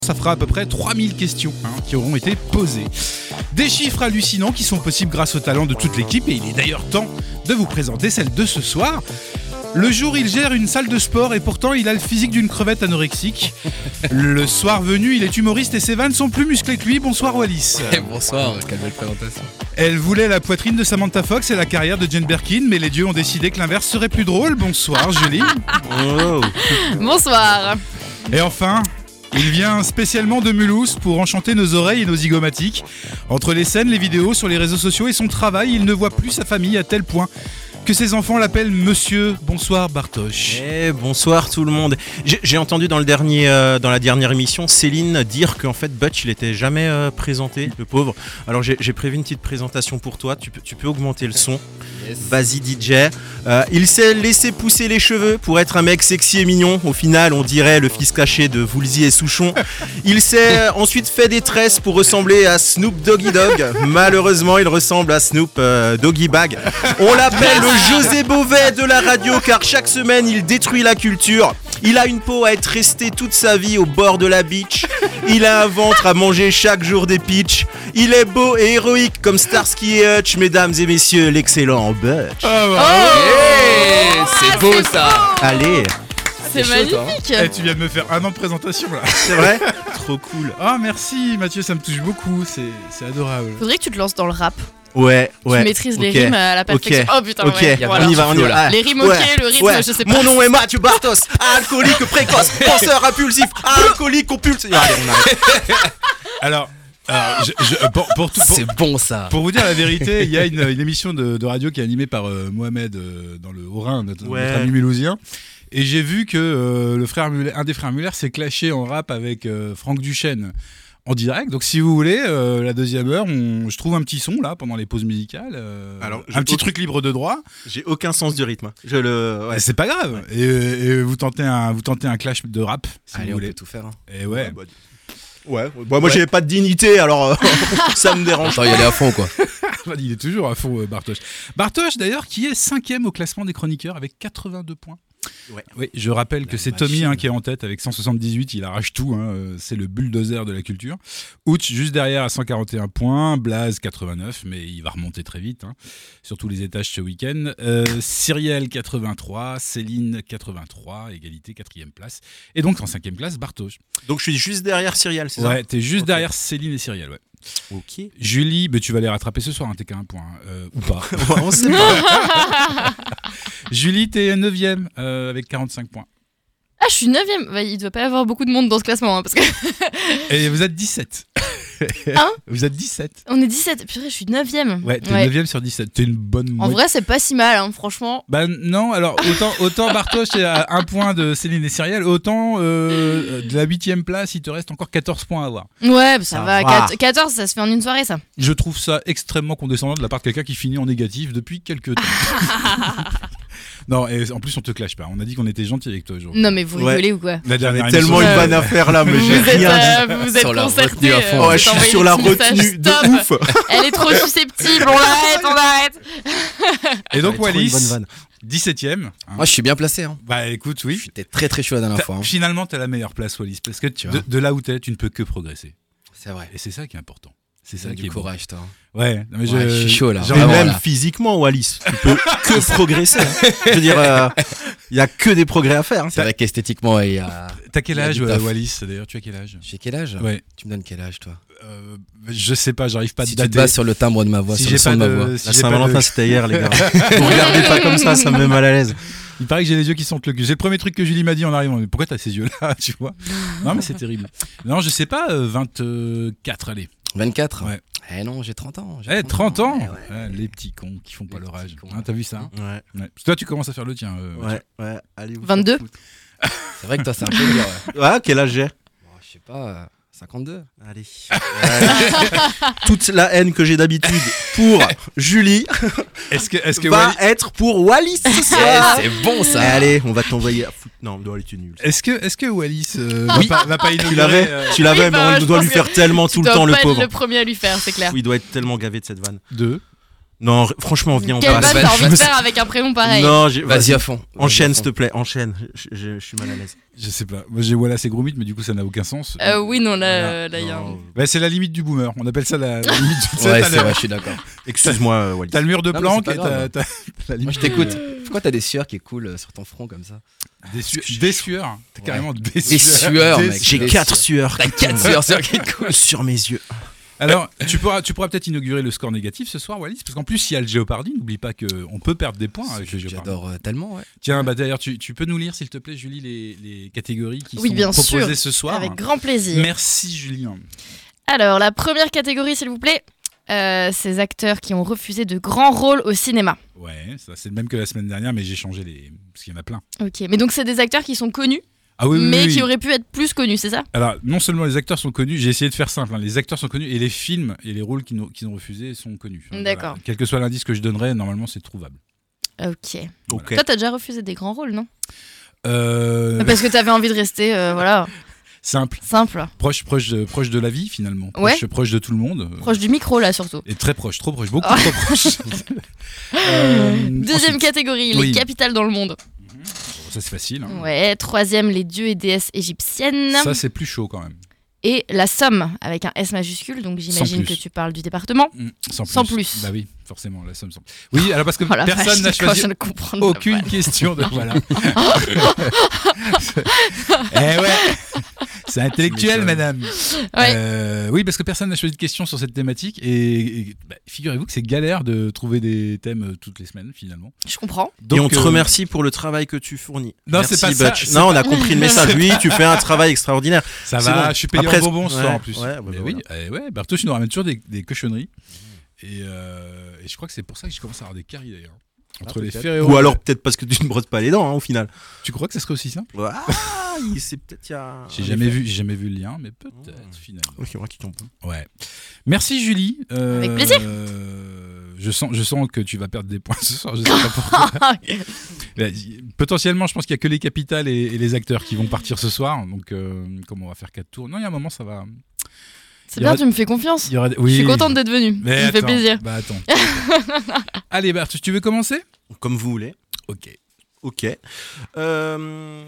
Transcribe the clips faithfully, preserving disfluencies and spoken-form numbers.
Ça fera à peu près trois mille questions hein, qui auront été posées. Des chiffres hallucinants qui sont possibles grâce au talent de toute l'équipe et il est d'ailleurs temps de vous présenter celle de ce soir. Le jour, il gère une salle de sport et pourtant il a le physique d'une crevette anorexique. Le soir venu, il est humoriste et ses vannes sont plus musclées que lui. Bonsoir Wallis. Bonsoir, quelle belle présentation. Elle voulait la poitrine de Samantha Fox et la carrière de Jane Birkin, mais les dieux ont décidé que l'inverse serait plus drôle. Bonsoir Julie. Oh. Bonsoir. Et enfin... il vient spécialement de Mulhouse pour enchanter nos oreilles et nos zygomatiques. Entre les scènes, les vidéos sur les réseaux sociaux et son travail, il ne voit plus sa famille à tel point que ses enfants l'appellent Monsieur. Bonsoir Bartosz. Eh, bonsoir tout le monde. J'ai, j'ai entendu dans, le dernier, euh, dans la dernière émission Céline dire qu'en fait Butch il était jamais euh, présenté, le pauvre. Alors j'ai, j'ai prévu une petite présentation pour toi. Tu peux, tu peux augmenter le son. Yes. Vas-y D J. Euh, il s'est laissé pousser les cheveux pour être un mec sexy et mignon. Au final, on dirait le fils caché de Woolsey et Souchon. Il s'est ensuite fait des tresses pour ressembler à Snoop Doggy Dogg. Malheureusement, il ressemble à Snoop euh, Doggy Bag. On l'appelle le José Bové de la radio car chaque semaine, il détruit la culture. Il a une peau à être resté toute sa vie au bord de la beach. Il a un ventre à manger chaque jour des pitchs. Il est beau et héroïque comme Starsky et Hutch, mesdames et messieurs, l'excellent Butch. Oh, oh, hey, c'est beau c'est ça. beau. Allez. C'est chaud, magnifique. Eh, tu viens de me faire un an de présentation là. C'est vrai. Trop cool. Ah merci Mathieu, ça me touche beaucoup, c'est, c'est adorable. Faudrait que tu te lances dans le rap. Ouais, ouais. Tu maîtrises okay. les rimes à la perfection. Okay. Oh putain, Ok, ouais, voilà. on y va, on y va. Les rimes ok, ouais. le rythme, ouais. je sais pas. Mon nom est Mathieu Bartos, alcoolique précoce, penseur impulsif, alcoolique compulsif. Allez, on arrête. Alors, alors je, je, pour, pour, tout, pour, C'est bon ça. pour vous dire la vérité, il y a une, une émission de, de radio qui est animée par euh, Mohamed euh, dans le Haut-Rhin, notre, Ouais. notre ami mulhousien. Et j'ai vu que euh, le frère Muller, un des frères Muller s'est clashé en rap avec euh, Franck Duchesne en direct. Donc si vous voulez, euh, la deuxième heure, on, je trouve un petit son là pendant les pauses musicales. Euh, Alors, un petit aucun... truc libre de droit. J'ai aucun sens du rythme. Je le. Ouais. C'est pas grave. Ouais. Et, et vous tentez un, vous tentez un clash de rap si Allez, vous on voulez. peut tout faire. Hein. Et ouais. Ouais. Bah, ouais. Bah, moi, ouais. J'avais pas de dignité, alors euh, ça me dérange. Attends, y aller à fond quoi. Il est toujours à fond, euh, Bartosz. Bartosz, d'ailleurs, qui est cinquième au classement des chroniqueurs avec quatre-vingt-deux points. Ouais. Oui, je rappelle que La c'est machine. Tommy hein, qui est en tête avec cent soixante-dix-huit, il arrache tout, hein, c'est le bulldozer de la culture. Ouch juste derrière à cent quarante et un points, Blaze quatre-vingt-neuf, mais il va remonter très vite, hein, sur tous les étages ce week-end. Euh, Cyrielle quatre-vingt-trois, Céline quatre-vingt-trois, égalité quatrième place. Et donc en cinquième place, Bartosz. Donc je suis juste derrière Cyrielle, c'est Ouais, ça? t'es juste okay. derrière Céline et Cyrielle, ouais. Ok. Julie, bah, tu vas les rattraper ce soir, hein, t'es qu'à un point, euh, ou pas. Ouais, on sait pas. Julie, t'es neuvième euh, avec quarante-cinq points. Ah, je suis neuvième. Bah, il doit pas y avoir beaucoup de monde dans ce classement. Hein, parce que... Et vous êtes dix-sept. Hein? Vous êtes dix-sept. On est dix-sept. Purée, je suis neuvième. Ouais, t'es ouais. neuvième sur dix-sept. T'es une bonne En moyenne. vrai, c'est pas si mal, hein, franchement. Bah non, alors autant, autant Bartosz est à un point de Céline et Cyrielle, autant euh, de la huitième place, il te reste encore quatorze points à avoir. Ouais, bah, ça, Ça va. va. quatorze, ça se fait en une soirée, ça. Je trouve ça extrêmement condescendant de la part de quelqu'un qui finit en négatif depuis quelques temps. Non, et en plus on te clash pas. On a dit qu'on était gentil avec toi aujourd'hui. Non, mais vous Ouais. rigolez ou quoi? La dernière J'avais tellement émission, une Ouais. vanne à faire là, mais Vous j'ai êtes, rien euh, dit. vous êtes Sur la concertés. retenue à fond. euh, Ouais, vous je suis envoyez sur des la petits messages, retenue de stop. ouf. Elle est trop susceptible, on l'arrête, on l'arrête. Et donc J'avais trop une Wallis, bonne vanne. dix-septième. hein. Moi je suis bien placé. Hein. Bah écoute, oui. J'étais très très chaud la dernière T'as- fois. Hein. Finalement, t'as la meilleure place, Wallis, parce que tu- vois. de, de là où t'es, tu ne peux que progresser. C'est vrai. Et c'est ça qui est important. C'est ça T'as qui du est beau. courage toi. Ouais, non, mais Ouais, je suis chaud, là. genre, Et Vraiment, même là. physiquement, Wallis, tu peux que progresser. Hein. Je veux dire, il y a que des progrès à faire. Hein. C'est vrai qu'esthétiquement il y a. T'as quel Il y a âge, du euh, taf. Wallis, d'ailleurs? Tu as quel âge? J'ai quel âge? Ouais. Tu me donnes quel âge toi? Euh, je sais pas, j'arrive pas à Si te tu te dater. bases sur le timbre de ma voix, Si sur j'ai le son pas de ma de- voix. si La j'ai pas Saint-Valentin, de- c'était hier, les gars. Vous regardez pas comme ça, ça me met mal à l'aise. Il paraît que j'ai les yeux qui sentent le cul. C'est le premier truc que Julie m'a dit en arrivant. Mais pourquoi t'as ces yeux-là, tu vois? Non, mais c'est terrible. Non, je sais pas, euh, vingt-quatre, allez. vingt-quatre. Ouais. Eh non, j'ai trente ans. j'ai Eh, trente ans Ouais, ouais. Ouais, les petits cons qui font pas Les leur petits âge. cons. Hein, t'as vu ça? Hein Ouais, Ouais. Parce que toi, tu commences à faire le tien. euh, ouais, ouais. Allez, vous vingt-deux. faites foutre. C'est vrai que toi c'est un peu dur. Ouais. Ouais, quel âge j'ai? Bon, je sais pas, euh, cinquante-deux. Allez. Toute la haine que j'ai d'habitude pour Julie Est-ce que, est-ce que va Wallis, être pour Wallis ce Eh, soir. c'est bon ça. Allez, on va t'envoyer à foutre. Non, doit aller tu nul. est-ce que, est-ce que Wallis euh, va, pas, va pas Tu inaugurer l'avais, euh, tu l'avais, Oui, mais bah, on je doit pense lui que faire tellement tout Tu le dois temps, le pas être pauvre. le premier à lui faire, c'est clair. Oui, il doit être tellement gavé de cette vanne. deux Non, r- franchement, viens, on Quelle va. vanne vas- t'as envie de vas- faire avec un prénom pareil? Non, j'ai- Vas-y vas-y, à fond. enchaîne, Vas-y à s'il te plaît, enchaîne. Je, je- je suis mal à l'aise. Je sais pas. Moi j'ai Wallace et Gromit, mais du coup ça n'a aucun sens. Euh, oui, non, là, Voilà. là, il y a un... Non. Bah, c'est la limite du boomer. On appelle ça la, la limite du fond. tu sais, Ouais, t'as c'est le- vrai, je suis d'accord. Excuse-moi, euh, Walid. T'as le mur de Non, mais planque c'est et pas t'as, grave. t'as la limite. Moi, je t'écoute. Pourquoi t'as des sueurs qui coulent euh, sur ton front comme ça? Des, su- des sueurs. T'as Ouais. carrément des Des sueurs. sueurs, Des mec. J'ai Des quatre sueurs. sueurs. T'as qui quatre tombent sueurs sur qui coulent. sur mes yeux. Alors, tu pourras, tu pourras peut-être inaugurer le score négatif ce soir, Wallis, parce qu'en plus, il y a le Jeopardy. N'oublie pas qu'on peut perdre des points avec le Jeopardy. J'adore euh, tellement, ouais. Tiens, bah d'ailleurs, tu, tu peux nous lire, s'il te plaît, Julie, les, les catégories qui Oui, sont bien proposées sûr. ce soir. Avec grand plaisir. Merci, Julien. Alors, la première catégorie, s'il vous plaît, euh, ces acteurs qui ont refusé de grands rôles au cinéma. Ouais, ça c'est le même que la semaine dernière, mais j'ai changé les. Parce qu'il y en a plein. Ok, mais donc c'est des acteurs qui sont connus, Ah oui, oui, mais oui, oui. qui auraient pu être plus connus, c'est ça? Alors, non seulement les acteurs sont connus, j'ai essayé de faire simple. hein, les acteurs sont connus et les films et les rôles qu'ils ont, qu'ils ont refusés sont connus. Hein, D'accord. voilà. Quel que soit l'indice que je donnerai, normalement, c'est trouvable. Ok. Ok. Toi, t'as déjà refusé des grands rôles, non? Euh, Parce que t'avais envie de rester, euh, voilà, simple. simple. Proche, proche, de, proche de la vie, finalement. Ouais. Proche, proche de tout le monde. euh, Proche du micro, là, surtout. Et très proche, trop proche, beaucoup trop proche. Euh, Deuxième ensuite, catégorie, Oui. les capitales dans le monde. bon, ça c'est facile. hein. Ouais. Troisième, les dieux et déesses égyptiennes. Ça c'est plus chaud quand même. Et la Somme, avec un S majuscule, donc j'imagine plus. que tu parles du département. Mm, Sans, Sans plus. Bah oui, forcément, la somme sans. Oui, alors parce que Oh la personne vache, n'a d'accord, choisi je viens de comprendre. aucune la question de voilà. Eh ouais, c'est intellectuel, m'étonnes. madame. Ouais. Euh, oui, parce que personne n'a choisi de question sur cette thématique et, et, bah, figurez-vous que c'est galère de trouver des thèmes euh, toutes les semaines finalement. Je comprends. Et on te euh, remercie pour le travail que tu fournis. Non, Merci, c'est pas ça, Butch. c'est Non, on a compris le message. Oui, tu fais un travail extraordinaire. Ça c'est va, bon. je suis payé Après, en bonbons ce ouais, soir en plus. ouais, bah, Mais bah, oui, eh ouais, Bartos, il nous ramène toujours des, des cochonneries. Et, euh, et je crois que c'est pour ça que je commence à avoir des caries d'ailleurs. Entre Ah, les peut-être. Ferrero. Ou alors peut-être parce que tu ne brosses pas les dents, hein, au final. Tu crois que ça serait aussi simple? Ah, il- c'est peut-être il y a. J'ai jamais vu, j'ai jamais vu le lien, mais peut-être finalement. Oui, c'est vrai qu'il tombe. Ouais. Merci Julie. Euh, Avec plaisir. euh, je sens, je sens que tu vas perdre des points ce soir. Je sais pas pourquoi. Mais, potentiellement, je pense qu'il y a que les capitales et, et les acteurs qui vont partir ce soir. Donc, euh, comme on va faire quatre tours, non, il y a un moment, ça va. C'est Il y bien, aura- tu me fais confiance. Il y aura. Je Oui. suis contente d'être venue. Mais Ça me fait attends, plaisir. Bah attends. Allez, Bart, tu veux commencer? Comme vous voulez. Ok. Ok. Euh,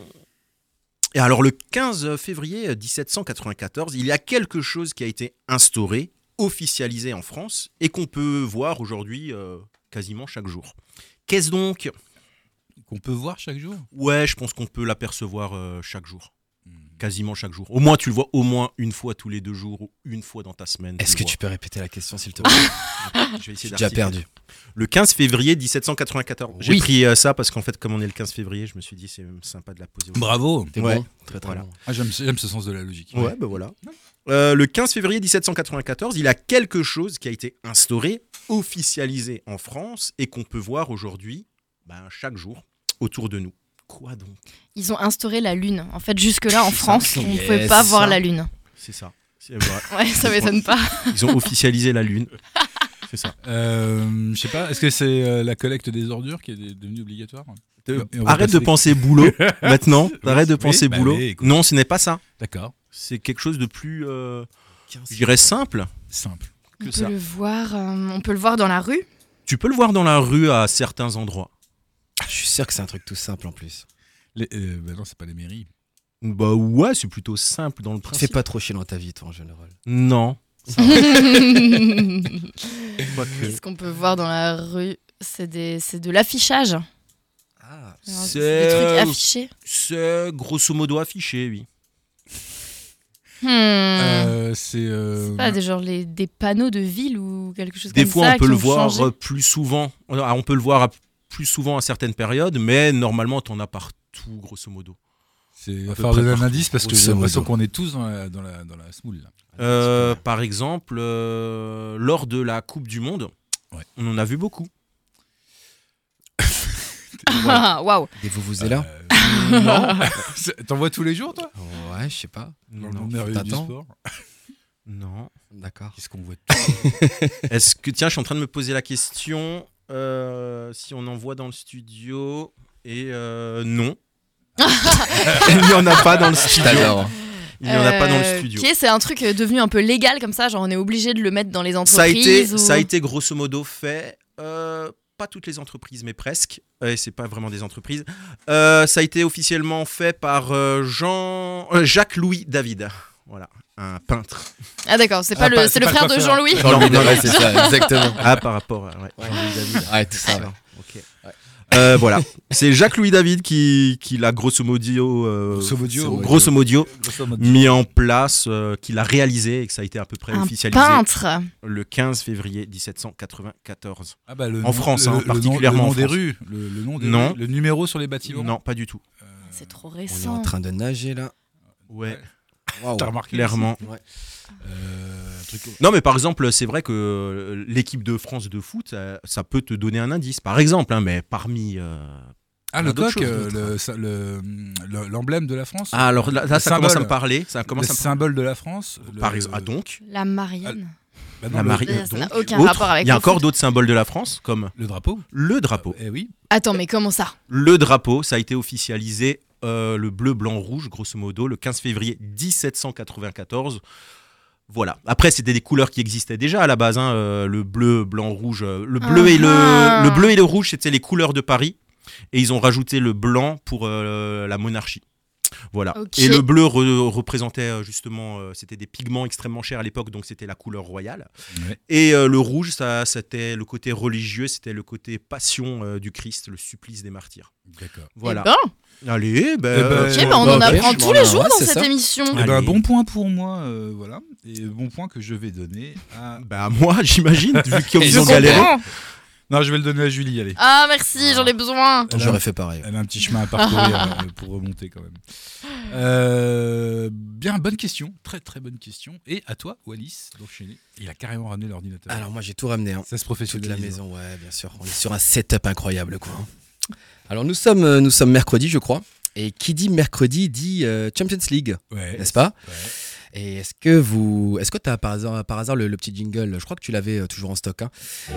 Et alors, le quinze février dix-sept cent quatre-vingt-quatorze, il y a quelque chose qui a été instauré, officialisé en France, et qu'on peut voir aujourd'hui euh, quasiment chaque jour. Qu'est-ce donc? Qu'on peut voir chaque jour. Ouais, je pense qu'on peut l'apercevoir euh, chaque jour. Quasiment chaque jour. Au moins, tu le vois au moins une fois tous les deux jours ou une fois dans ta semaine. Est-ce le que vois. tu peux répéter la question, s'il te plaît? Je vais essayer J'ai déjà d'articuler. perdu. Le quinze février dix-sept cent quatre-vingt-quatorze. J'ai Oui. pris euh, ça parce qu'en fait, comme on est le quinze février, je me suis dit c'est même sympa de la poser. Bravo. T'es Ouais. bon? Très très Voilà. bon. Ah, j'aime, j'aime ce sens de la logique. Ouais, ben voilà. Euh, le quinze février dix-sept cent quatre-vingt-quatorze, il y a quelque chose qui a été instauré, officialisé en France et qu'on peut voir aujourd'hui ben, chaque jour autour de nous. Quoi donc? Ils ont instauré la Lune. En fait, jusque-là, en C'est ça. France, on ne Yes, pouvait pas c'est voir ça. la Lune. C'est ça. C'est vrai. Ouais, ça m'étonne pas. Ils ont officialisé la Lune. C'est ça. Euh, je sais pas, est-ce que c'est euh, la collecte des ordures qui est de- devenue obligatoire? Euh, Et on va Arrête de passer- penser boulot maintenant. Arrête de Oui, penser bah boulot. oui, écoute. Non, ce n'est pas ça. D'accord, C'est quelque chose de plus, euh, je dirais, simple simple. que On ça. peut le voir. euh, on peut le voir dans la rue. Tu peux le voir dans la rue à certains endroits. Je suis sûr que c'est un truc tout simple en plus. Les, euh, bah non, c'est pas les mairies. Bah ouais, c'est plutôt simple dans le Tu principe. fais pas trop chier dans ta vie, toi, en général. Non. Qu'est-ce qu'on peut voir dans la rue? C'est des, c'est de l'affichage. Ah, C'est- Des trucs affichés. C'est grosso modo affiché, oui. Hmm. Euh, c'est. euh, C'est pas des, genre les, des panneaux de ville ou quelque chose Des comme fois, ça on peut qui le ont voir changé. euh, plus souvent. Ah, On peut le voir à plus souvent à certaines périodes, mais normalement, t'en as partout, grosso modo. c'est à à peu faire près donner un partout, indice parce que grosso j'ai l'impression modo. qu'on est tous dans la, dans la, dans la smoule. Là. Euh, par exemple, euh, lors de la Coupe du Monde, Ouais. on en a vu beaucoup. Ah, waouh. des vuvuzelas? Euh, non. C'est- T'en vois tous les jours, toi? Ouais, je sais pas. Dans le Non. monde merveilleux du T'attends. sport. Non. D'accord. Qu'est-ce qu'on voit? Est-ce que, tiens, je suis en train de me poser la question euh, si on en voit dans le studio et euh, non. Il n'y en a pas dans le Je studio. t'adore. Il n'y en a pas dans le Euh, studio. Ok, c'est un truc euh, devenu un peu légal comme ça, genre on est obligé de le mettre dans les Ça a entreprises. été, ou... ça a été grosso modo fait euh, pas toutes les entreprises, mais presque. Et c'est pas vraiment des entreprises. Euh, ça a été officiellement fait par euh, Jean, euh, Jacques-Louis David. Voilà, un peintre. Ah d'accord, c'est Ah, pas le, pas- c'est c'est le pas le frère de coiffeur. Jean-Louis. Jean-Louis Non, non, David, non. c'est ça, exactement. Ah, par rapport à ouais, Ouais. Jean-Louis David. Ouais, tout ça. ouais. D'accord, ok. Euh, voilà, c'est Jacques-Louis David qui, qui l'a grosso modo, euh, Grosso modo, c'est- ouais. grosso modo Grosso modo. mis en place, euh, qui l'a réalisé et que ça a été à peu près Un officialisé peintre. le quinze février dix-sept cent quatre-vingt-quatorze. Ah bah, le En nom- France, le- hein, le nom- particulièrement le nom en des France. rues, le, le nom des Non. rues, le numéro sur les bâtiments. Non, pas du tout. Euh, C'est trop On est en récent. train de nager là. Ouais, Waouh. T'as remarqué clairement. Ouais. Euh, un truc- Non, mais par exemple, c'est vrai que euh, l'équipe de France de foot, ça, ça peut te donner un indice, par exemple, hein, mais parmi. euh, Ah, plein le d'autres coq, choses, euh, d'autres. le- ça- le- le- l'emblème de la France. Ah, alors là, là, Le ça commence à symbole. me parler. Ça le commence à me symbole de la France. le- Par exemple, ah, donc, La Marianne. bah non, la le- Marie. Ça n'a donc, aucun autre, rapport avec il y a le encore foot. d'autres symboles de la France, comme Le drapeau. le drapeau. Eh oui. Attends, mais comment ça? Le drapeau, ça a été officialisé, euh, le bleu, blanc, rouge, grosso modo, le quinze février dix-sept cent quatre-vingt-quatorze. Voilà. Après, c'était des couleurs qui existaient déjà à la base. Hein, euh, le bleu, blanc, rouge. euh, le, bleu et Ah. le, le bleu et le rouge, c'était les couleurs de Paris. Et ils ont rajouté le blanc pour euh, la monarchie. Voilà. Ok. Et le bleu re- représentait euh, justement, euh, c'était des pigments extrêmement chers à l'époque, donc c'était la couleur royale. Ouais. Et euh, le rouge, ça, c'était le côté religieux, c'était le côté passion euh, du Christ, le supplice des martyrs. D'accord. Voilà. Eh ben, Allez, ben, Eh ben, euh, ok, bah, on bah, en ok, apprend je tous m'en les ai- jours ouais, dans c'est cette ça. émission. Eh ben, Allez. bon point pour moi, euh, voilà. Et bon point que je vais donner à. bah, moi, j'imagine, vu qu'ils Je ont galéré. comprends. Non, je vais le donner à Julie, allez. Ah merci, j'en ai besoin. Elle a, J'aurais fait pareil. elle a un petit chemin à parcourir euh, pour remonter quand même. Euh, bien, bonne question. Très très bonne question. Et à toi, Wallis, d'enchaîner. Il a carrément ramené l'ordinateur. Alors moi j'ai tout ramené. Hein. Ça se Toute professionnalise. la maison, ouais, bien sûr. On est sur un setup incroyable, quoi. Alors nous sommes, euh, nous sommes mercredi, je crois. Et qui dit mercredi dit euh, Champions League, Ouais. n'est-ce pas? Ouais. Et est-ce que vous, est-ce que tu as par hasard, par hasard le, le petit jingle? Je crois que tu l'avais euh, toujours en stock. Hein.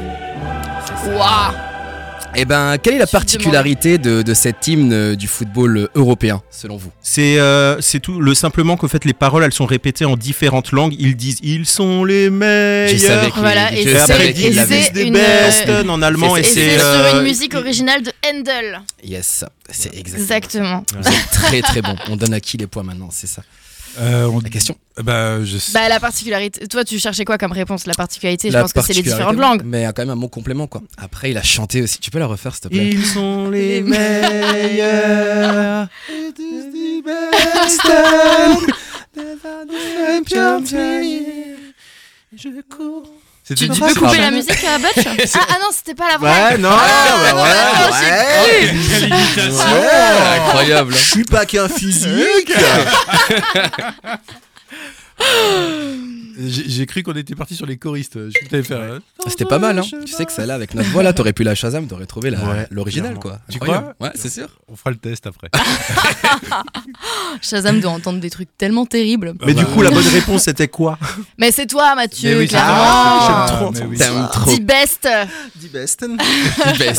Waouh. Eh ben, quelle est la Tu particularité de, de cet hymne euh, du football euh, européen, selon vous? C'est euh, c'est tout le simplement qu'en fait les paroles elles sont répétées en différentes langues. Ils disent ils sont les meilleurs. Je savais qu'il- Voilà, et je Et c'est- savais après et qu'il ils l'avait. c'est disent des une- besten en allemand C'est- et Et c'est c'est sur euh, une musique originale de Handel. Yes, c'est exact. Exactement. Vous êtes très très bon. On donne à qui les points maintenant, c'est ça. Euh, on- La question. Bah, je sais. Bah la particularité. Toi, tu cherchais quoi comme réponse? La particularité, je La pense que c'est les particularité, différentes langues. Mais il y a quand même un mot complément, quoi. Après, il a chanté aussi. Tu peux la refaire, s'il te plaît? ils sont les meilleurs. Je cours. C'était Tu dit- peux pas couper grave. la musique à Butch? ah, ah non, c'était pas la vraie. Ouais, non, Ah, bah non, ouais, non, non, j'ai ouais. cru. Quelle imitation. Ouais, incroyable. Je suis pas qu'un physique. J'ai j'ai cru qu'on était parti sur les choristes. Je crois que t'allais faire. euh, C'était pas mal, hein. Tu sais que celle-là, avec notre voix, là, t'aurais pu la Shazam, t'aurais trouvé la- Ouais, l'original, clairement. quoi. Tu Incroyable. crois Ouais, c'est sûr. On fera le test après. Shazam doit entendre des trucs tellement terribles. Mais du bah, coup la bonne réponse c'était quoi? Mais c'est toi, Mathieu, Mais oui, c'est clairement. toi, j'aime Ah, trop mais entendre oui. T'aimes trop. Die best. Die besten. Die best.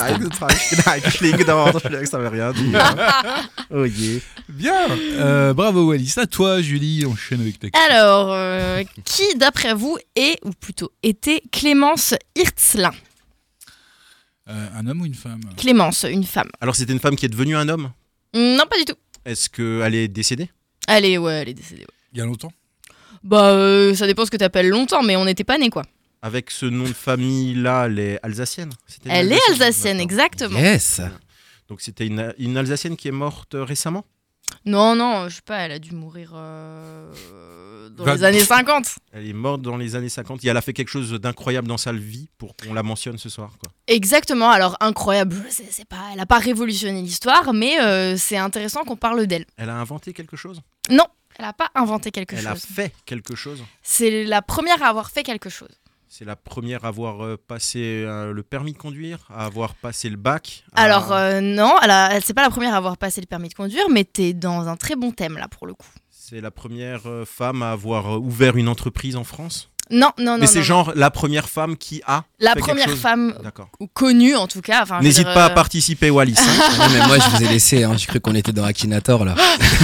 Ça veut rien dire. Oh yeah. Bien. Euh, bravo, Wallis. À toi, Julie. Enchaîne avec ta question. Alors, euh, qui d'après vous est, ou plutôt était, Clémence Hirtzlin? Euh, un homme ou une femme? Clémence, une femme. Alors c'était une femme qui est devenue un homme? Non, pas du tout. Est-ce qu'elle est décédée? Allez, ouais, elle est décédée. ouais. Il y a longtemps? Bah, euh, ça dépend ce que t'appelles longtemps, mais on n'était pas nés, quoi. Avec ce nom de famille-là, elle est alsacienne? C'était une Elle est alsacienne, D'accord. exactement. Yes. Donc c'était une, une alsacienne qui est morte euh, récemment? Non, non, je sais pas, elle a dû mourir euh, dans Va- les années cinquante. Elle est morte dans les années cinquante et elle a fait quelque chose d'incroyable dans sa vie pour qu'on la mentionne ce soir, quoi. Exactement, alors incroyable, c'est, c'est pas, elle a pas révolutionné l'histoire, mais euh, c'est intéressant qu'on parle d'elle. Elle a inventé quelque chose? Non, elle a pas inventé quelque Elle a chose. fait quelque chose? C'est la première à avoir fait quelque chose. C'est la première à avoir euh, passé euh, le permis de conduire, à avoir passé le bac. à- Alors euh, non, elle a- elle- c'est pas la première à avoir passé le permis de conduire, mais t'es dans un très bon thème là pour le coup. C'est la première euh, femme à avoir euh, ouvert une entreprise en France. Non, non, non. Mais c'est non, genre la première femme qui a. non. la fait quelque première chose. femme D'accord. ou connue en tout cas. Enfin, je veux N'hésite dire, pas à euh, participer, Wallis. hein. Non, mais moi, je vous ai laissé. Hein. J'ai cru qu'on était dans Akinator, là.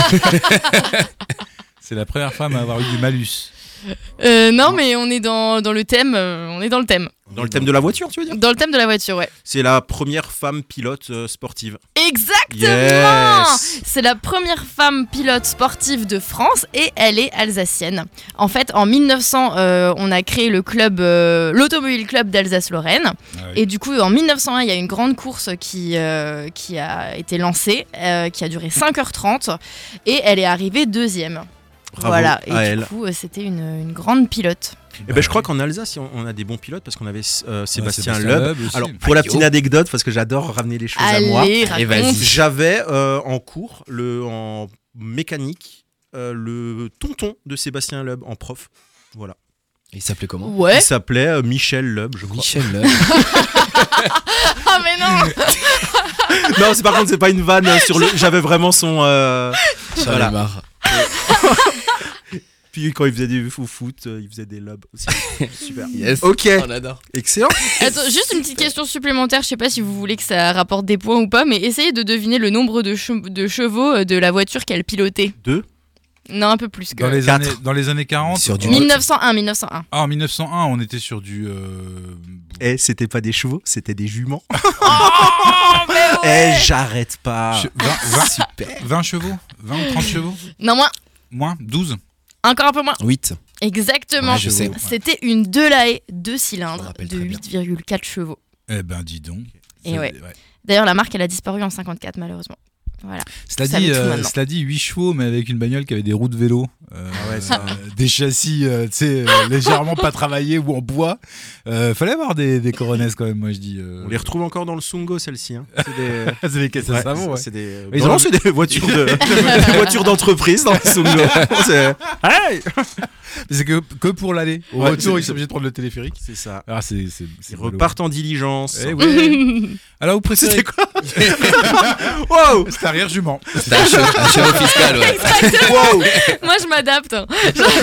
C'est la première femme à avoir eu du malus. euh, non, mais on est dans, dans le thème. euh, on est dans le thème. Dans le thème de la voiture, tu veux dire? Dans le thème de la voiture, ouais. C'est la première femme pilote euh, sportive. Exactement. Yes. C'est la première femme pilote sportive de France et elle est alsacienne. En fait, en mille neuf cents, euh, on a créé le club, euh, l'Automobile Club d'Alsace-Lorraine. Ah oui. Et du coup, en mille neuf cent un, il y a une grande course qui, euh, qui a été lancée, euh, qui a duré cinq heures trente et elle est arrivée deuxième. Bravo Voilà, et à du elle. coup, euh, c'était une, une grande pilote. Et ben, je crois qu'en Alsace, on, on a des bons pilotes parce qu'on avait euh, Sébastien, Sébastien Loeb. Loeb aussi. Alors, pour la Aïe, petite oh. anecdote, parce que j'adore ramener les choses à moi, Allez, Allez, vas-y. raconte. j'avais euh, en cours, le, en mécanique, euh, le tonton de Sébastien Loeb en prof. Voilà. Il s'appelait comment? Ouais. Il s'appelait euh, Michel Loeb, je crois. Michel Loeb. Ah mais non. Non, c'est par contre, c'est pas une vanne sur le. J'avais vraiment son. euh, J'en ai Voilà. marre. Puis quand il faisait des faux foot, euh, il faisait des lobes aussi. Super. Yes. Ok, On adore. excellent. Attends, juste une petite question supplémentaire. Je sais pas si vous voulez que ça rapporte des points ou pas, mais essayez de deviner le nombre de, che- de chevaux euh, de la voiture qu'elle pilotait. Deux. Non, un peu plus que. Dans les, Quatre. années, dans les années quarante. Sur du- euh, mille neuf cent un, mille neuf cent un. Ah, en mille neuf cent un, on était sur du. Euh... Eh, c'était pas des chevaux, c'était des juments. Oh, mais ouais. Eh, j'arrête pas. che- vingt, vingt, vingt chevaux vingt ou trente chevaux Non, moins. Moins douze. Encore un peu moins. huit. Exactement. Ouais, je sais. C'était une Delahaye deux Je me cylindres rappelle de très bien. huit virgule quatre chevaux. Eh ben, dis donc. Et Ça- ouais. D'ailleurs, la marque, elle a disparu en cinquante-quatre, malheureusement. Voilà. Cela Vous savez dit, tout euh, maintenant. cela dit, huit chevaux, mais avec une bagnole qui avait des roues de vélo. Euh, Ah ouais, ça. euh, des châssis, euh, tu sais, euh, légèrement pas travaillés ou en bois. Euh, fallait avoir des, des coronesses quand même, moi je dis. euh. On les retrouve encore dans le Sungo, celle-ci. Hein. C'est des. C'est des caisses à Ouais, savon, ouais. c'est des. Ils Non, ont- non, c'est des voitures de, des voitures d'entreprise dans le Sungo. C'est. Hey Mais c'est que, que pour l'aller. Au Ouais, retour, c'est- ils sont obligés de prendre le téléphérique. C'est ça. Ah, c'est. c'est, c'est Ils repartent en diligence. Eh ouais. Alors, vous préférez. C'était quoi Wow C'était arrière jument. C'était un, che- un chevaux fiscal, ouais. Wow Moi, je m'adapte. hein.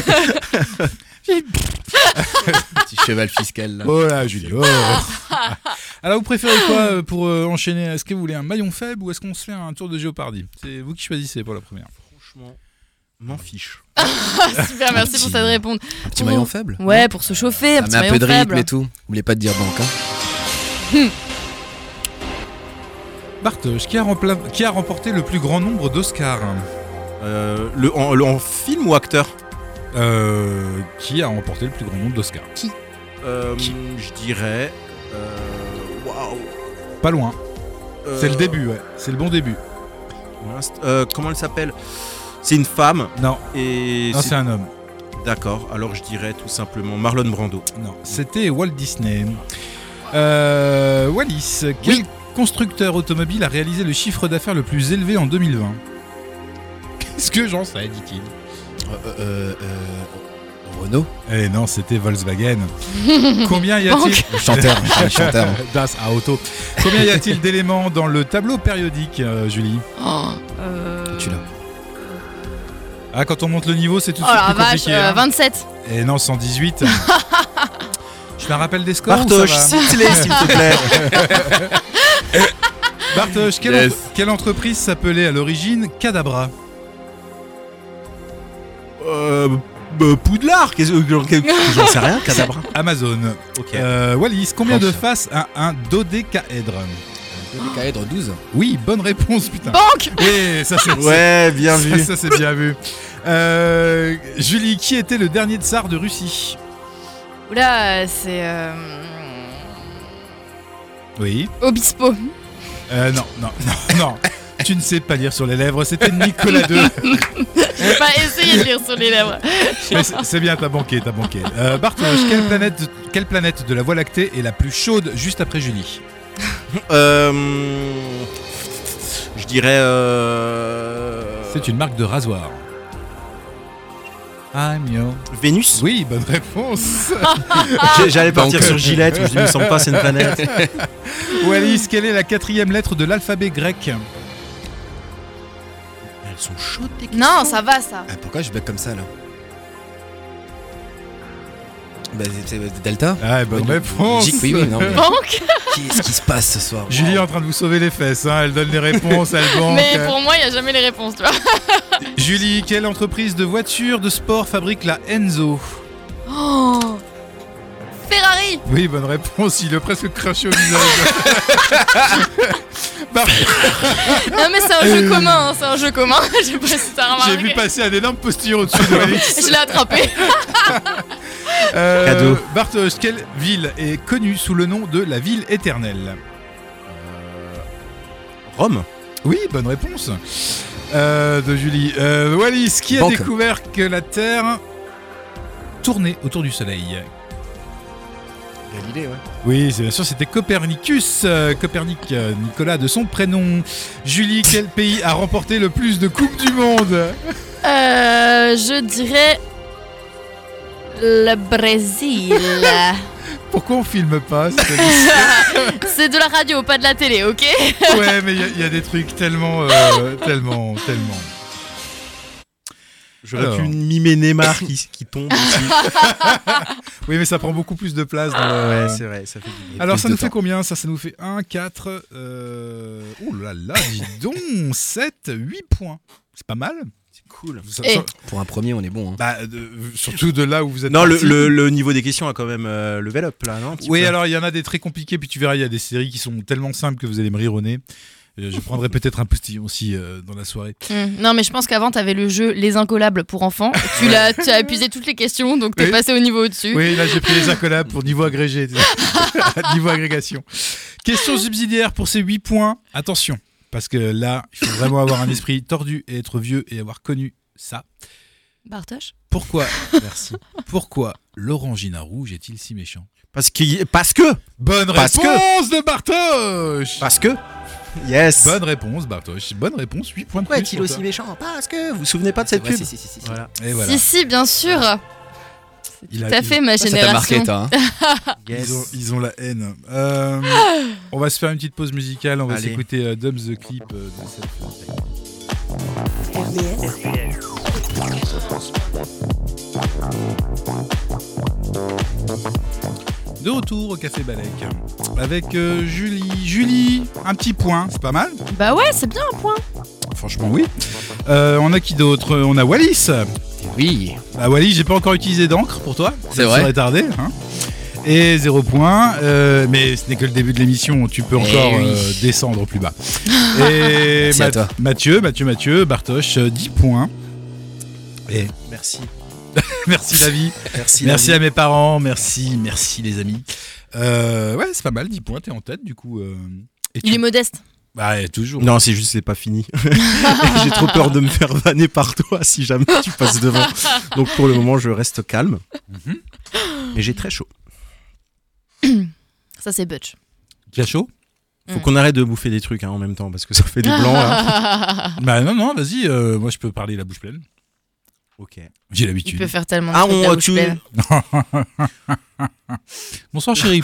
Petit cheval fiscal, là. Oh là, Julie. Oh. Alors, vous préférez quoi euh, pour euh, enchaîner? Est-ce que vous voulez un maillon faible ou est-ce qu'on se fait un tour de Géopardy? C'est vous qui choisissez pour la première. Franchement, m'en fiche. Super, merci pour Petit- cette réponse. Un petit maillon faible. Ouais, pour se chauffer, un Ça petit met un maillon peu de rythme faible. et tout. N'oubliez pas de dire banque, hein. Bartosz, qui a, rempla- qui a remporté le plus grand nombre d'Oscars? Euh, le, en, le- en film ou acteur Euh, qui a remporté le plus grand nombre d'Oscars? Euh, Je dirais. euh, Waouh Pas loin. Euh, C'est le début, ouais. C'est le bon début. mince, euh, comment elle s'appelle? C'est une femme Non, et. non c'est- c'est un homme. D'accord, alors je dirais tout simplement Marlon Brando. Non, c'était Walt Disney. Euh, Wallis, quel Oui. constructeur automobile a réalisé le chiffre d'affaires le plus élevé en deux mille vingt? Qu'est-ce que j'en sais, dit-il. Euh, euh, euh, Renault. Eh non, c'était Volkswagen. Combien y a-t-il Le chanteur. le chanteur. Das Auto. Combien y a-t-il d'éléments dans le tableau périodique, euh, Julie? Oh, euh... Tu l'as. Ah, quand on monte le niveau, c'est tout de Oh suite la plus vache, compliqué. euh, hein. vingt-sept. Et non, cent dix-huit. Je me rappelle des scores ou Bartosz, ça va cite-les s'il te plaît. Bartosz, quelle, Yes. entre- quelle entreprise s'appelait à l'origine Cadabra? euh, euh, Poudlard, qu'est-ce que- qu'est-ce que- j'en sais rien, Cadabra. Amazon. Ok. Euh, Wallis, combien de Franche. faces a un dodécaèdre? Dodécaèdre douze. Oui, bonne réponse, putain. Banque. Oui, ça c'est Ouais, bien ça, vu. ça, c'est bien vu. Euh, Julie, qui était le dernier tsar de Russie? Oula, c'est... Euh... Oui. Obispo. Euh, non, non, non, non. Tu ne sais pas lire sur les lèvres, c'était Nicolas deux. Je vais pas essayer de lire sur les lèvres. Mais c'est c'est bien, t'as banqué, t'as banqué. Euh, Bartosz, quelle planète, quelle planète de la Voie lactée est la plus chaude juste après Julie? Euh, je dirais. Euh, C'est une marque de rasoir. I'm your... Vénus. Oui, bonne réponse. J'ai- J'allais partir Donc, sur Gillette, mais je me sens pas, c'est une planète. Wallis, quelle est la quatrième lettre de l'alphabet grec? Elles sont chaudes, tes Non, ça va, ça. Ah, pourquoi je bug comme ça là? Bah, c'est c'est Delta. Ah, bonne Ouais, réponse. logique, oui, oui, non, mais- Banque. Qu'est-ce qui se passe ce soir? Julie est en train de vous sauver les fesses, hein. Elle donne les réponses, elle banque. Mais pour moi, il n'y a jamais les réponses, tu vois. Julie, quelle entreprise de voitures de sport fabrique la Enzo? Oh. Ferrari. Julie. Oui, bonne réponse. Il a presque craché au visage. Bar- Non mais c'est un jeu commun, hein, c'est un jeu commun. Je sais pas si t'as remarqué. J'ai vu passer un énorme postillon au-dessus de Wallis. Je l'ai attrapé. Euh, Cadeau. Bartosz, quelle ville est connue sous le nom de la ville éternelle? Rome. Oui, bonne réponse. Euh, de Julie. Euh, Wallis, qui a Banque. découvert que la Terre tournait autour du Soleil? Galilée, ouais. Oui, c'est bien sûr, c'était Copernicus. Euh, Copernic, euh, Nicolas de son prénom. Julie, quel pays a remporté le plus de coupes du monde? Euh, je dirais le Brésil. Pourquoi on filme pas cette émission? C'est de la radio, pas de la télé, ok? Ouais, mais il y, y a des trucs tellement, euh, tellement, tellement. J'aurais Alors. pu mimer Neymar qui, qui tombe aussi. Oui, mais ça prend beaucoup plus de place dans le... Ouais, c'est vrai, ça fait du bien. Alors plus ça de nous fait temps. combien? Ça, ça nous fait un, quatre... Euh... Oh là là, dis donc, sept, huit points. C'est pas mal. C'est cool. Ça- Et- ça- Pour un premier, on est bon. Hein. bah, de- surtout de là où vous êtes Non, le, partis. le, le niveau des questions a quand même euh, level up là, non un petit Oui, peu. alors il y en a des très compliqués, puis tu verras, il y a des séries qui sont tellement simples que vous allez me rire au nez. Euh, Je prendrai peut-être un postillon aussi euh, dans la soirée. Hmm. Non mais je pense qu'avant t'avais le jeu Les Incollables pour enfants. Tu l'as, tu as épuisé toutes les questions, donc t'es Oui. passé au niveau au-dessus. Oui, là j'ai pris les incollables pour niveau agrégé. tu sais. Niveau agrégation. Question subsidiaire pour ces huit points. Attention, parce que là, il faut vraiment avoir un esprit tordu et être vieux et avoir connu ça. Bartosz. Pourquoi Merci. Pourquoi l'orangina rouge est-il si méchant? Parce que. Parce que. Bonne Parce réponse de Bartosz. Parce que. Yes. Bonne réponse, Bartosz. Bonne réponse, huit points de Pourquoi plus est-il pour aussi toi. méchant? Parce que. Vous vous souvenez pas de cette Ouais, pub? si, si, si, si. Voilà. Et voilà. Si si, bien sûr. C'est Il tout a- à fait ma Ça t'a marqué, génération. toi. Hein. Yes. Ils ont, ils ont la haine. Euh, on va se faire une petite pause musicale. On va Allez. s'écouter euh, Dumb the Clip euh, de cette. De retour au Café Balek avec euh, Julie. Julie, un petit point, c'est pas mal. Bah ouais, c'est bien un point. Franchement, oui. Euh, on a qui d'autre? On a Wallis. Oui. Bah Wallis, j'ai pas encore utilisé d'encre pour toi. C'est Ça vrai. serait tardé. Hein. Et zéro point. Euh, mais ce n'est que le début de l'émission. Tu peux Eh encore oui. euh, descendre plus bas. Et Merci à toi. Mathieu, Mathieu, Mathieu, Bartosz, euh, dix points. Et Merci. merci la vie. Merci. Merci la à vie. mes parents. Merci, merci les amis. Euh, ouais, c'est pas mal. dix points, t'es en tête du coup. euh, et Il tu- est modeste. Bah, ouais, toujours. Non, c'est juste, c'est pas fini. J'ai trop peur de me faire vanner par toi si jamais tu passes devant. Donc pour le moment, je reste calme. Mhm. Mais j'ai très chaud. Ça c'est Butch. Qui a chaud? Faut Mm. qu'on arrête de bouffer des trucs hein, en même temps parce que ça fait des blancs là. Bah non, non, vas-y. euh, moi, je peux parler la bouche pleine. Ok. J'ai Il l'habitude. peut faire tellement de Ah, trucs, on la bouche tu. pleine. Bonsoir chérie.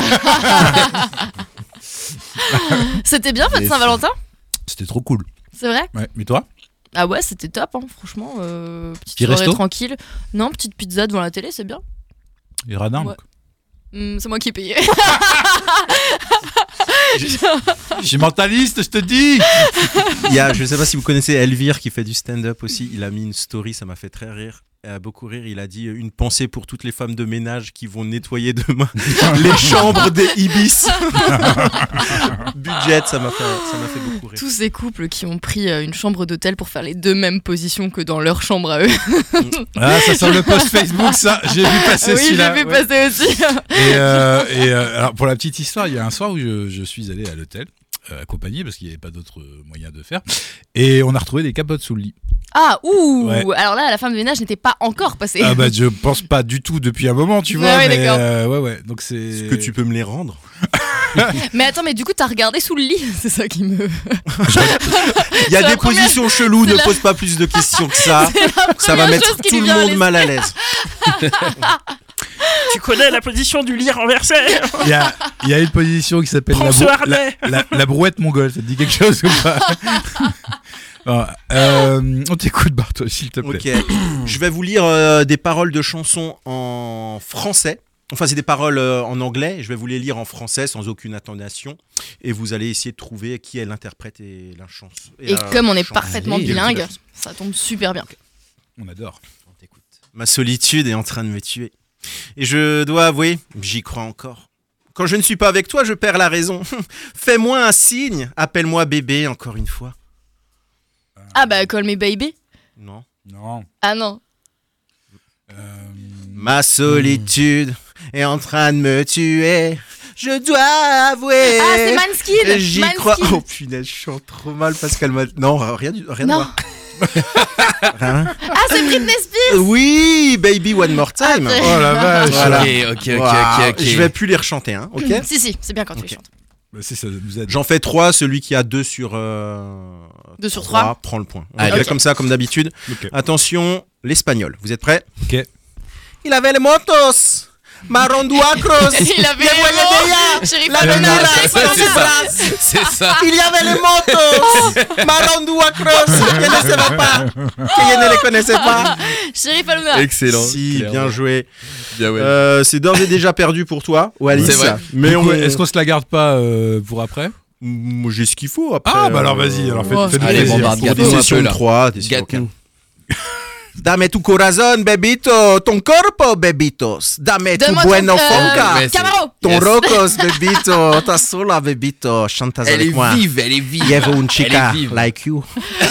C'était bien votre Mais Saint-Valentin? C'était trop cool. C'est vrai? Ouais, mais toi? Ah ouais, c'était top, hein, franchement. euh, petite Petit soirée resto tranquille. Non, petite pizza devant la télé, c'est bien. Et radin. Ouais. Hmm, c'est moi qui ai payé. Je suis mentaliste, je te dis. Il y a, je sais pas si vous connaissez Elvire qui fait du stand-up aussi. Il a mis une story, ça m'a fait très rire. Euh, beaucoup rire. Il a dit euh, une pensée pour toutes les femmes de ménage qui vont nettoyer demain les chambres des Ibis. Budget, ça m'a fait, ça m'a fait beaucoup rire. Tous ces couples qui ont pris euh, une chambre d'hôtel pour faire les deux mêmes positions que dans leur chambre à eux. Ah, ça sent le post Facebook, ça. J'ai vu passer Oui, j'ai celui-là. vu Ouais. passer aussi. Et, euh, et euh, alors pour la petite histoire, il y a un soir où je, je suis allé à l'hôtel, euh, accompagné parce qu'il n'y avait pas d'autre euh, moyen de faire, et on a retrouvé des capotes sous le lit. Ah, ouh Ouais. Alors là, la femme de ménage n'était pas encore passée. Ah bah je pense pas du tout depuis un moment, tu Ah vois. ouais, mais d'accord. euh, ouais ouais, donc c'est. Est-ce que tu peux me les rendre? Mais attends, mais du coup, t'as regardé sous le lit. C'est ça qui me. Il y a C'est la des première- positions cheloues, c'est ne la- pose pas plus de questions que ça. Ça va première mettre chose qui tout lui le vient à monde mal à l'aise. Tu connais la position du lit renversé? Il y a, il y a une position qui s'appelle la, Prends ce brou- harnais. la, la- la brouette mongole. Ça te dit quelque chose ou pas? Bon, euh, on t'écoute Bartosz, s'il te plaît. Ok. Je vais vous lire euh, des paroles de chansons en français. Enfin, c'est des paroles euh, en anglais. Je vais vous les lire en français sans aucune intonation. Et vous allez essayer de trouver qui est l'interprète et la chanson. Et la comme on est chanson. parfaitement Allez, bilingue, ça tombe super bien. On adore. On t'écoute. Ma solitude est en train de me tuer. Et je dois avouer, j'y crois encore. Quand je ne suis pas avec toi, je perds la raison. Fais-moi un signe, appelle-moi bébé encore une fois. Ah bah Call Me Baby. Non. Non. Ah non. Euh, Ma solitude est en train de me tuer. Je dois avouer. Ah c'est Manskin. J'y Manskin. crois. Oh punaise, je chante trop mal parce qu'elle m'a. Non, rien du rien. à Non. voir. Rien. Ah c'est Britney Spears. Oui, baby one more time. Ah, c'est- Oh la vache. Voilà. Ok, ok, ok, Waouh, ok, ok. Je vais plus les rechanter, hein. Ok. Si si, c'est bien quand tu Ok. les chantes. Bah, si, ça nous aide. J'en fais trois. Celui qui a deux sur. Euh... Deux sur trois. prend le point. On Allez. fait Ok. comme ça, comme d'habitude. Ok. Attention, l'espagnol. Vous êtes prêts? Ok. Il avait les motos. Maronduacros. Il avait Les les voyait mots. déjà. Chérie La Paloma, venue, là, Chérie c'est Paloma. ça. C'est ça. Il y avait les motos. Maronduacros. Je ne savais pas. Que ne les connaissait pas. Chérie Paloma. Excellent. Si, clairement. bien joué. Bien ouais. Euh, c'est d'ores et déjà perdu pour toi, Wallis. C'est vrai. Mais on... Pourquoi- Est-ce qu'on se la garde pas euh, pour après? Moi, j'ai ce qu'il faut après. Ah, bah alors euh, vas-y, alors fais- Ouais. fais-nous Allez, plaisir. bombarde, Pour gâte-nous des un sessions peu, de là. trois, des sessions de Gâte-nous. Dame tu corazón, bebito. Ton corpo, bebitos. Dame tu Donne-moi bueno ton- euh, foca. Ouais, c'est- Camaro. Ton Yes. rocos, bebito. Ta sola, bebito. Chantas Elle avec est moi. vive, elle est vive. Llevo un chica Elle est vive. like you.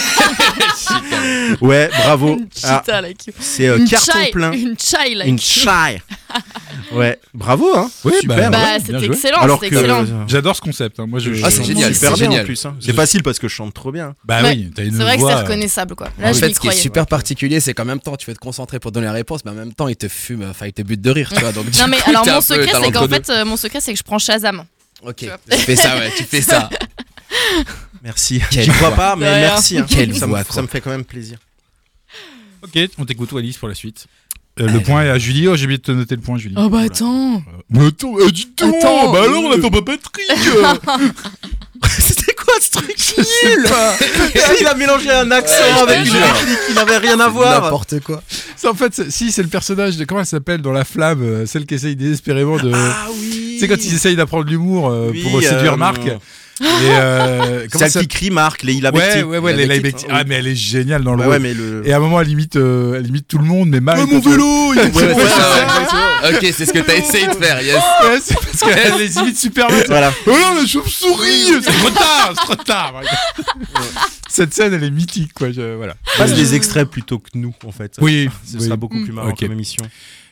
Ouais, bravo. Une Ah, cheetah like you. c'est euh, Une carton chai. plein. Une chai like Une you. chai. Ouais, bravo, hein. Oui, Super. bah, Bah ouais, c'était bien joué. excellent, Alors c'était que excellent. euh, J'adore ce concept. hein. Moi, je, Ah, je- c'est je génial, super c'est bien génial. en plus. hein. Je- C'est facile parce que je chante trop bien. Bah Ouais. oui, t'as une C'est vrai que voix, c'est euh, reconnaissable quoi. Là En je fait, m'y ce qui est croyais. super particulier, c'est qu'en même temps, tu veux te concentrer pour donner la réponse, mais en même temps, il te fume, enfin, il te bute de rire, tu vois. Donc, du Non mais coup, alors t'es mon un peu- secret t'as c'est qu'en l'entre-deux. fait euh, mon secret c'est que je prends Shazam. Ok, Tu vois. tu fais ça, ouais, tu fais ça. Merci. Quelle J'y crois voix. pas, mais De rien. merci. hein. Quelle ça, me, voix, quoi. ça me fait quand même plaisir. Ok, on t'écoute, Wallis, pour la suite. Euh, le point est à Julie. Oh, j'ai oublié de te noter le point, Julie. Oh bah Voilà. attends. Euh, Mais attends, euh, dis donc, Attends, bah alors on euh. attend pas Patrick. C'était quoi ce truc nul? Il a mélangé un accent Ouais, je avec te une jure. réplique qui n'avait rien à voir. N'importe quoi. C'est en fait, c'est- si c'est le personnage de comment elle s'appelle dans La Flamme, euh, celle qui essaye désespérément de. Ah oui. C'est quand ils essayent d'apprendre l'humour euh, Oui, pour séduire euh, Marc. Et euh, comment Celle ça qui crie Marc, Leila Ouais, Bekti. ouais, ouais, Leila Leila Bekti. Bekti. Ah, mais elle est géniale dans le Ouais, rôle. ouais, mais le. Et à un moment, elle imite, euh, elle imite tout le monde, mais mal. Ouais, mon parce que- vélo, il est Ouais, très c'est ça, bon. ouais. Ok, c'est ce que t'as essayé de faire, yes. Ouais, c'est parce qu'elle les imite super bien. Voilà. Oh non, la chauve-souris C'est trop tard, c'est trop tard. Cette scène, elle est mythique, quoi. je- Voilà. Passe des extraits plutôt que nous, en fait. Oui, Ce oui. sera beaucoup plus marrant Ok. comme émission.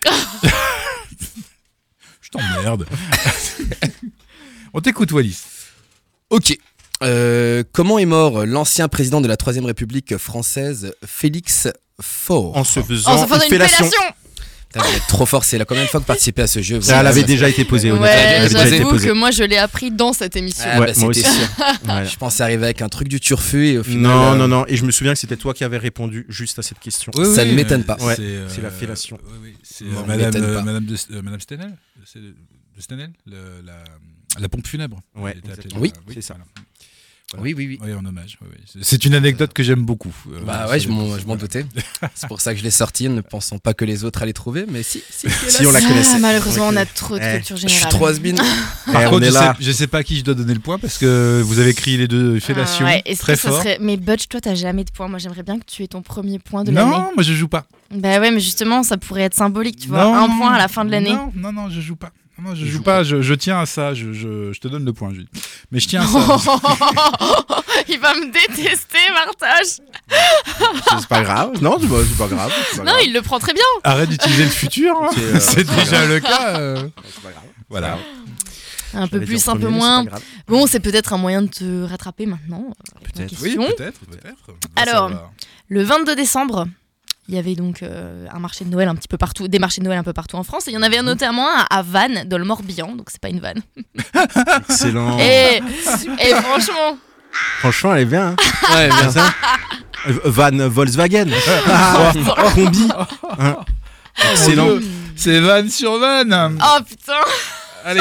Je t'emmerde. On t'écoute, Wallis. Ok. Euh, comment est mort l'ancien président de la Troisième République française, Félix Faure? En se faisant Oh ça fait une une fellation. fellation. Putain, vous êtes trop fort, c'est la combien de fois que vous participez à ce jeu vous Ça, elle savez, avait ça, déjà c'est- été posée, honnêtement. Ouais, Elle avait déjà été j'avoue posée. que moi je l'ai appris dans cette émission. Ah, Ouais, bah, moi c'était aussi. sûr. Voilà. Je pensais arriver avec un truc du turfu et au final. Non, euh, non, non. Et je me souviens que c'était toi qui avais répondu juste à cette question. Oui, Ça oui, ne m'étonne euh, pas. Ouais, c'est, euh, c'est la fellation. oui, oui, c'est Non, euh, on Madame, m'étonne euh, pas. Madame de, euh, Madame Stenel C'est de de Stenel le, la, la pompe funèbre. Ouais, Elle était appelée, exactement. Oui, euh, c'est ça. voilà. Oui, oui, oui. Oui, en hommage. oui, oui. C'est- C'est une anecdote que j'aime beaucoup. euh, Bah sur ouais, je les- m'en, je m'en doutais. C'est pour ça que je l'ai sorti, ne pensant pas que les autres allaient trouver, mais si, si. Si on la connaissait. Ah, malheureusement Ok. on a trop de Eh, culture Je suis générale. trop has-been. Par Eh, on contre, est je sais, là. je sais pas à qui je dois donner le point parce que vous avez crié les deux fellations Ah ouais, est-ce très que ça fort. serait... Mais Budge, toi t'as jamais de points. Moi j'aimerais bien que tu aies ton premier point de Non, l'année. moi je joue pas. Bah ouais, mais justement ça pourrait être symbolique, tu vois. Non, Un point à la fin de l'année. Non, non, non, je joue pas. Non, non, je Il joue joue pas. Je, je tiens à ça. Je, je, je te donne le point, Julie. Mais je tiens à ça. Il va me détester, Martage. C'est pas grave. Non, c'est pas, c'est pas grave. c'est pas Non, grave. il le prend très bien. Arrête d'utiliser le futur. hein. C'est, euh, C'est c'est pas déjà grave. le cas. euh. C'est pas grave. Voilà. Un peu J'allais plus, dire un peu premier, mais moins. c'est pas grave. Bon, c'est peut-être un moyen de te rattraper maintenant. avec ma Peut-être. Oui, question. peut-être, peut-être. Bah, ça Alors, va. Le vingt-deux décembre, il y avait donc euh, un marché de Noël un petit peu partout, des marchés de Noël un peu partout en France. Et il y en avait notamment un à Vannes, dans le Morbihan, donc c'est pas une vanne. Excellent. Et, et franchement, Franchement, elle est bien. hein. Ouais, bien ça. Euh, Van Volkswagen. Ah, combi. Hein. Excellent. Mon Dieu, c'est vanne sur vanne. oh putain. Allez.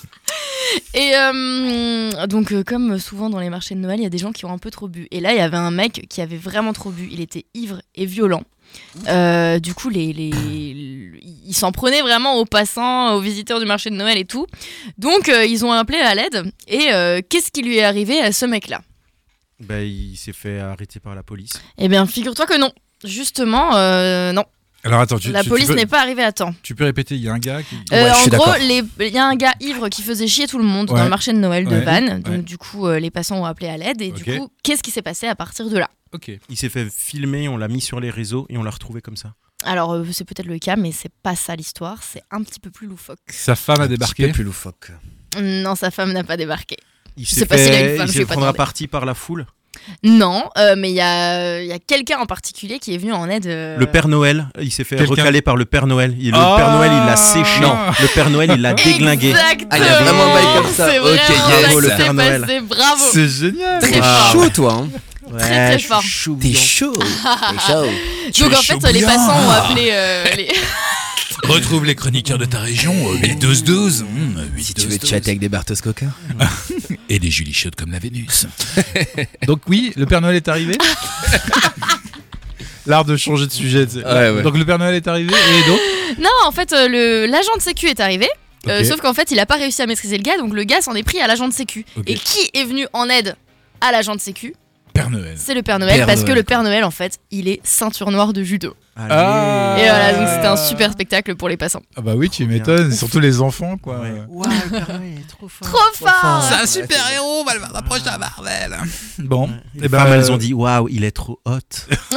Et euh, donc, euh, comme souvent dans les marchés de Noël, il y a des gens qui ont un peu trop bu. Et là, il y avait un mec qui avait vraiment trop bu. Il était ivre et violent. Euh, du coup, les, les, les- il s'en prenait vraiment aux passants, aux visiteurs du marché de Noël et tout. Donc, euh, ils ont appelé à l'aide. Et euh, qu'est-ce qui lui est arrivé à ce mec-là? Bah, il s'est fait arrêter par la police. Eh bien, figure-toi que non. Justement, euh, non. Alors attends, tu, La tu- police tu peux, n'est pas arrivée à temps. tu peux répéter, il y a un gars qui... Euh, Ouais, je en suis gros, d'accord. les- il y a un gars ivre qui faisait chier tout le monde Ouais. dans le marché de Noël de Ouais. Vannes. Donc Ouais. du coup, euh, les passants ont appelé à l'aide. Et Ok. du coup, qu'est-ce qui s'est passé à partir de là? Ok. Il s'est fait filmer, on l'a mis sur les réseaux et on l'a retrouvé comme ça. Alors, euh, c'est peut-être le cas, mais c'est pas ça l'histoire. C'est un petit peu plus loufoque. Sa femme a Un petit débarqué. peu plus loufoque. Non, sa femme n'a pas débarqué. Il Je s'est sais pas s'il a une fait, femme, il je s'est vais pas prendre à demander. partie par la foule. Non, euh, mais il y a, il y a quelqu'un en particulier qui est venu en aide. euh, Le Père Noël, il s'est fait Quelqu'un- recaler par le Père Noël. Et le Ah Père Noël, il l'a séché. Non. Le Père Noël, il l'a déglingué. Exactement. Ah, il y a vraiment un bail comme ça. C'est Ok, vraiment yes. ça qui Le s'est Père Noël. passé. Bravo. C'est génial. Très T'es fort. chaud, toi. Hein. Très, très je suis fort. chaud T'es bouillant. chaud. T'es chaud. Tu Donc es en fait, chaud les bouillant. passants ont appelé euh, les. Retrouve les chroniqueurs de ta région au huit douze douze. Mmh, Si huit tu veux douze te chatter douze. avec des Bartos Coca. Et des Julie chaudes comme la Vénus. Donc oui, le Père Noël est arrivé. L'art de changer de sujet. tu sais. Ouais, ouais. Donc le Père Noël est arrivé et donc Non, en fait, euh, le l'agent de sécu est arrivé. euh, Ok. sauf qu'en fait, il a pas réussi à maîtriser le gars, donc le gars s'en est pris à l'agent de sécu. Ok. Et qui est venu en aide à l'agent de sécu? Père Noël. C'est le Père Noël, Père parce que Noël, le Père Noël, en fait, il est ceinture noire de judo. Allez. Ah. Et voilà, donc c'était un super spectacle pour les passants. Ah bah oui, tu m'étonnes, surtout les enfants quoi. Ouais. Ouah, le Père Noël est trop fort. Trop fort. C'est un super héros, on va le rapprocher à Marvel. Bon, Les et ben femmes, elles ont dit waouh, il est trop hot. Oh,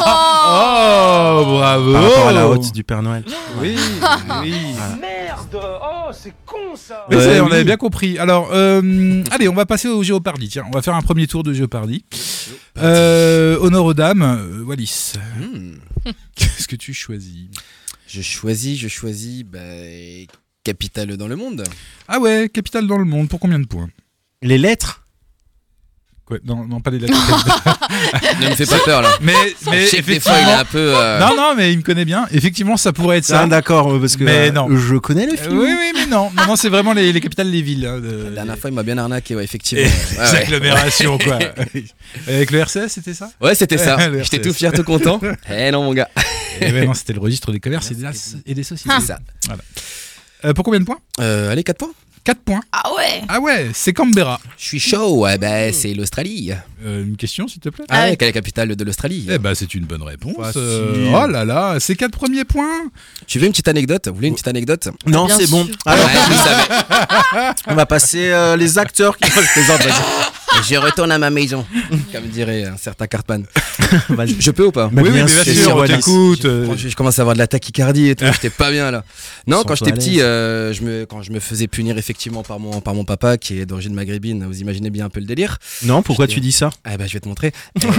bravo. Par rapport à la haute du Père Noël. Oui, oui. Merde. Oh, c'est con ça. Mais ça, Ouais, on oui. avait bien compris. Alors, euh, allez, on va passer au Géopardy. Tiens, on va faire un premier tour de Géopardy. Euh, honneur aux dames, euh, Wallis. Hmm. Qu'est-ce que tu choisis? Je choisis, je choisis. Bah, capitale dans le monde. Ah ouais, capitale dans le monde. Pour combien de points? Les lettres. Quoi, non, non, pas les lettres. Ne me fais pas peur là. mais, mais Je sais que des fois il est effectivement. un peu. euh, Non, non, mais il me connaît bien. Effectivement, ça pourrait être ça. Ah, d'accord, parce que Mais euh, non. je connais le Euh, film. oui, oui, mais non. Non, non, c'est vraiment les, les capitales des villes. hein, de- La dernière fois il m'a bien arnaqué, ouais, effectivement. Et Ouais, les ouais. agglomérations, quoi. Avec le R C S, c'était ça? Ouais, c'était ça. Le J'étais R C S. tout fier, tout content. Eh non, mon gars. Eh ben non, c'était le registre des commerces et des, et des sociétés. C'est ça. Euh, pour combien de points? Euh, allez, quatre points. quatre points. Ah ouais. Ah ouais, c'est Canberra. Je suis chaud. Ouais, bah, c'est l'Australie. Euh, une question, s'il te plaît? Ah, Ah ouais, ouais. quelle est la capitale de l'Australie? Eh ben, c'est une bonne réponse. Facile. Euh, oh là là, c'est quatre premiers points. Tu veux une petite anecdote? Vous voulez une petite anecdote? Non, Bien c'est bon. sûr. Alors, Ouais, je le savais. on va passer euh, les acteurs qui veulent les autres. Je retourne à ma maison. Comme dirait un certain Cartman. Vas-y. Je peux ou pas? Mais oui, bien oui, mais bien sûr, sûr, on Wallis. t'écoute. euh, Quand je, je commence à avoir de la tachycardie et tout, j'étais pas bien là. Non, Sens-toi quand j'étais à petit, l'aise. euh, je me, quand je me faisais punir effectivement par mon, par mon papa qui est d'origine maghrébine, vous imaginez bien un peu le délire. Non, pourquoi Je tu dis ça? Ah bah je vais te montrer.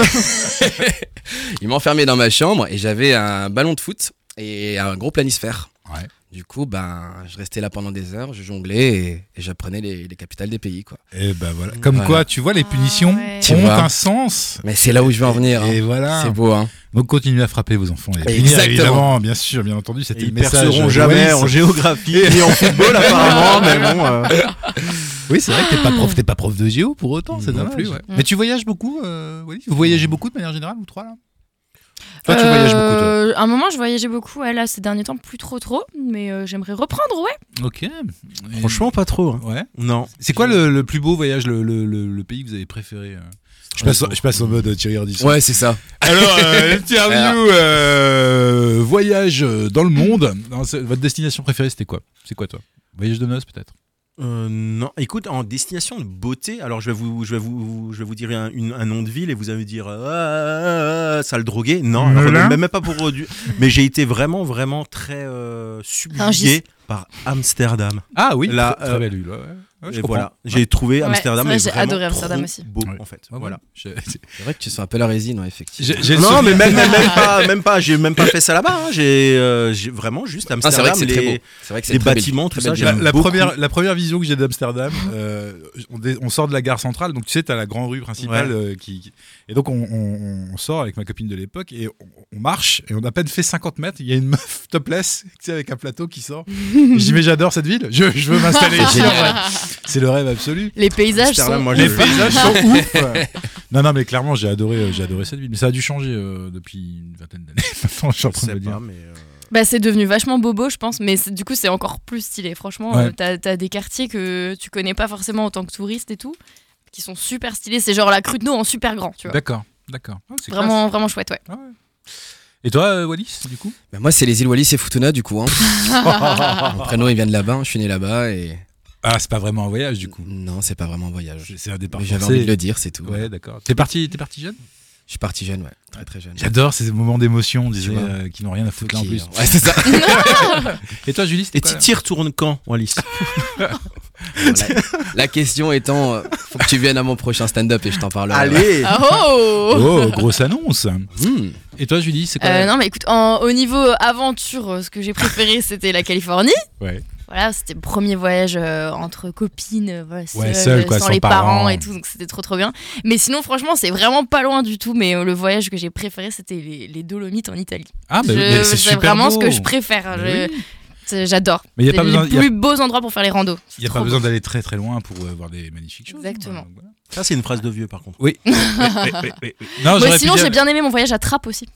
Il m'a enfermé dans ma chambre et j'avais un ballon de foot et un gros planisphère. Ouais. Du coup, ben, je restais là pendant des heures, je jonglais et, et j'apprenais les, les capitales des pays, quoi. Et ben voilà. Comme Voilà. quoi, tu vois, les punitions Ah ouais. Tu ont vois. un sens. Mais c'est là où je veux en venir. Et hein. voilà. C'est beau, hein. Donc continuez à frapper vos enfants. Et à punir, Exactement. évidemment, bien sûr, bien entendu, Et c'était ils le message. perceront de jamais Wallis. en géographie ni en football apparemment, mais bon. euh, Oui, c'est vrai que t'es pas prof, t'es pas prof de géo pour autant, c'est Non dommage. plus, ouais. Mm. Mais tu voyages beaucoup, euh, Wallis Vous voyagez beaucoup de manière générale, vous trois là? Toi, tu voyages beaucoup, toi. Euh, À un moment, je voyageais beaucoup. Ouais, là, ces derniers temps, plus trop, trop. Mais euh, j'aimerais reprendre, ouais. Ok. Et- Franchement, pas trop. hein. Ouais. Non. C'est quoi le, le plus beau voyage, le, le, le, le pays que vous avez préféré euh je passe, je passe en mode euh, Thierry Ardisson. Ouais, c'est ça. Alors, euh, interview, euh, voyage euh, dans le monde. Non, c'est- votre destination préférée, c'était quoi? C'est quoi, toi? Voyage de noces, peut-être? Euh, non, écoute, en destination de beauté, alors je vais vous, je vais vous, je vais vous dire un, une- un nom de ville et vous allez me dire ah, ah, ah, ça le droguer. Non, alors, Melun même, même pas pour du. Mais j'ai été vraiment, vraiment très euh, Un gis. subjugué par Amsterdam. Ah oui, Là, très, très euh, belle ville. Ouais, ouais. Ouais, je et comprends. voilà, j'ai trouvé Ouais, Amsterdam c'est vrai, mais j'ai vraiment adoré Amsterdam trop aussi. beau Ouais. en fait. Ouais, Voilà. Je- C'est vrai que tu sens un peu la résine, ouais, effectivement. J'ai- j'ai le Non, souvenir- mais même, même, même pas, même pas. J'ai même pas fait ça là-bas. hein. J'ai, euh, j'ai vraiment juste Ah, c'est vrai Amsterdam, que c'est les, très beau. C'est vrai que c'est les très belle- bâtiments, très tout ça. belle La, j'aime la beaucoup. première, la première vision que j'ai d'Amsterdam, euh, on, dé- on sort de la gare centrale, donc tu sais, t'as la grande rue principale Ouais. euh, qui, qui- et donc on, on- on sort avec ma copine de l'époque et on, on marche et on a à peine fait cinquante mètres, il y a une meuf topless, tu sais, avec un plateau qui sort. Je dis mais j'adore cette ville, je, je veux m'installer ici. en vrai. C'est le rêve absolu. Les paysages Amsterdam, sont. moi, Les je- paysages sont ouf. Non non mais clairement j'ai adoré, euh, j'ai adoré cette ville, mais ça a dû changer euh, depuis une vingtaine d'années. Maintenant je suis en Je train de sais me dire. pas, mais. euh, Bah, c'est devenu vachement bobo, je pense, mais c'est- du coup, c'est encore plus stylé. Franchement, Ouais. euh, t'as, t'as des quartiers que tu connais pas forcément en tant que touriste et tout, qui sont super stylés. C'est genre la Crudno en super grand, tu vois. D'accord, d'accord. Ah, c'est Vraiment, vraiment chouette, ouais. classe. Ah ouais. Et toi, euh, Wallis, du coup? Bah, moi, c'est les îles Wallis et Futuna, du coup. Hein. Mon prénom, il vient de là-bas. Je suis né là-bas et. Ah, c'est pas vraiment un voyage, du coup. Non, c'est pas vraiment un voyage. C'est un départ Mais j'avais forcé. envie de le dire, c'est tout. Ouais, d'accord. T'es parti, t'es parti jeune? Je suis parti jeune, ouais, très très jeune. J'adore ces moments d'émotion, on disait, vois. euh, qui n'ont rien à foutre là en Qui- plus. Ouais, c'est ça. Et toi, Julie, c'était Et quoi, là? Titi retourne quand, Wallis? Bon, la, la question étant, euh, faut que tu viennes à mon prochain stand-up et je t'en parlerai. Allez. Ah oh Oh, grosse annonce. Hmm. Et toi, Julie, c'est quoi? Euh, la- non mais écoute, en- au niveau aventure, euh, ce que j'ai préféré c'était la Californie. Ouais. Voilà, c'était le premier voyage euh, entre copines, euh, voilà, Ouais, seul, seul, quoi, sans, sans les parents. parents et tout, donc c'était trop trop bien. Mais sinon, franchement, c'est vraiment pas loin du tout. Mais euh, le voyage que j'ai préféré, c'était les, les Dolomites en Italie. Ah, bah, Je- mais c'est super vraiment beau. ce que je préfère. Mais Je- oui. c'est- J'adore. Mais il y a C'est pas besoin- les y a- plus beaux endroits pour faire les randos. Il n'y a C'est pas trop besoin beau. d'aller très très loin pour euh, voir des magnifiques choses. Exactement. hein, voilà. Ça, c'est une phrase de vieux, par contre. Oui. Oui, oui, oui, oui. Non, Moi, j'aurais pu sinon, dire- j'ai bien aimé mon voyage à Trappes aussi.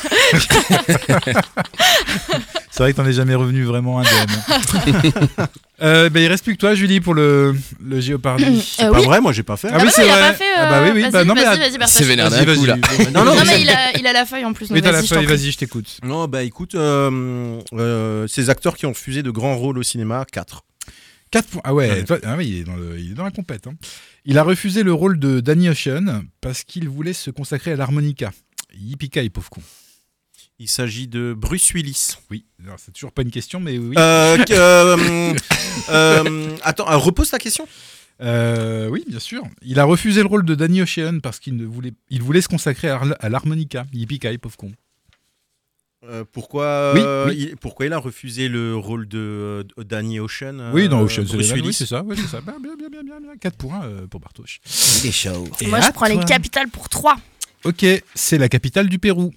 C'est vrai que t'en es jamais revenu vraiment indemne. euh, bah, il reste plus que toi, Julie, pour le, le Géopardy. Euh, Pas oui. vrai, moi j'ai pas fait. Ah Ah oui, bah c'est non, il a vrai. pas fait, Ah bah oui, euh, oui. vas-y, Bah non, mais vas-y, att- vas-y, partage. C'est vénère Vas-y, d'un coup, là. vas-y. Non, non, Non, mais mais il a, il a la feuille en plus. Oui, donc t'as la vas-y, je t'en feuille, prie. vas-y, je t'écoute. Non, bah écoute, euh, euh, ces acteurs qui ont refusé de grands rôles au cinéma, quatre. quatre points. Ah ouais, Ouais. toi- ah oui, il est dans, le, il est dans la compète. Hein. Il a refusé le rôle de Danny Ocean parce qu'il voulait se consacrer à l'harmonica. Yippee pauvre con. Il s'agit de Bruce Willis. Oui, alors, c'est toujours pas une question, mais oui. Euh, que- euh, euh, attends, euh, repose ta question. Euh, oui, bien sûr. Il a refusé le rôle de Danny Ocean parce qu'il ne voulait, il voulait se consacrer à, à l'harmonica. Yippee pauvre con. Euh, pourquoi, Oui, euh, oui. Il, pourquoi il a refusé le rôle de, de Danny Ocean euh, Oui, dans Ocean Bruce Eleven, oui, Willis c'est ça. Ouais, c'est ça. Bien, bien, bien, bien, bien, bien. quatre points euh, pour Bartosz. Il est chaud. Et Moi, à je prends les toi. capitales pour trois. Ok, c'est la capitale du Pérou.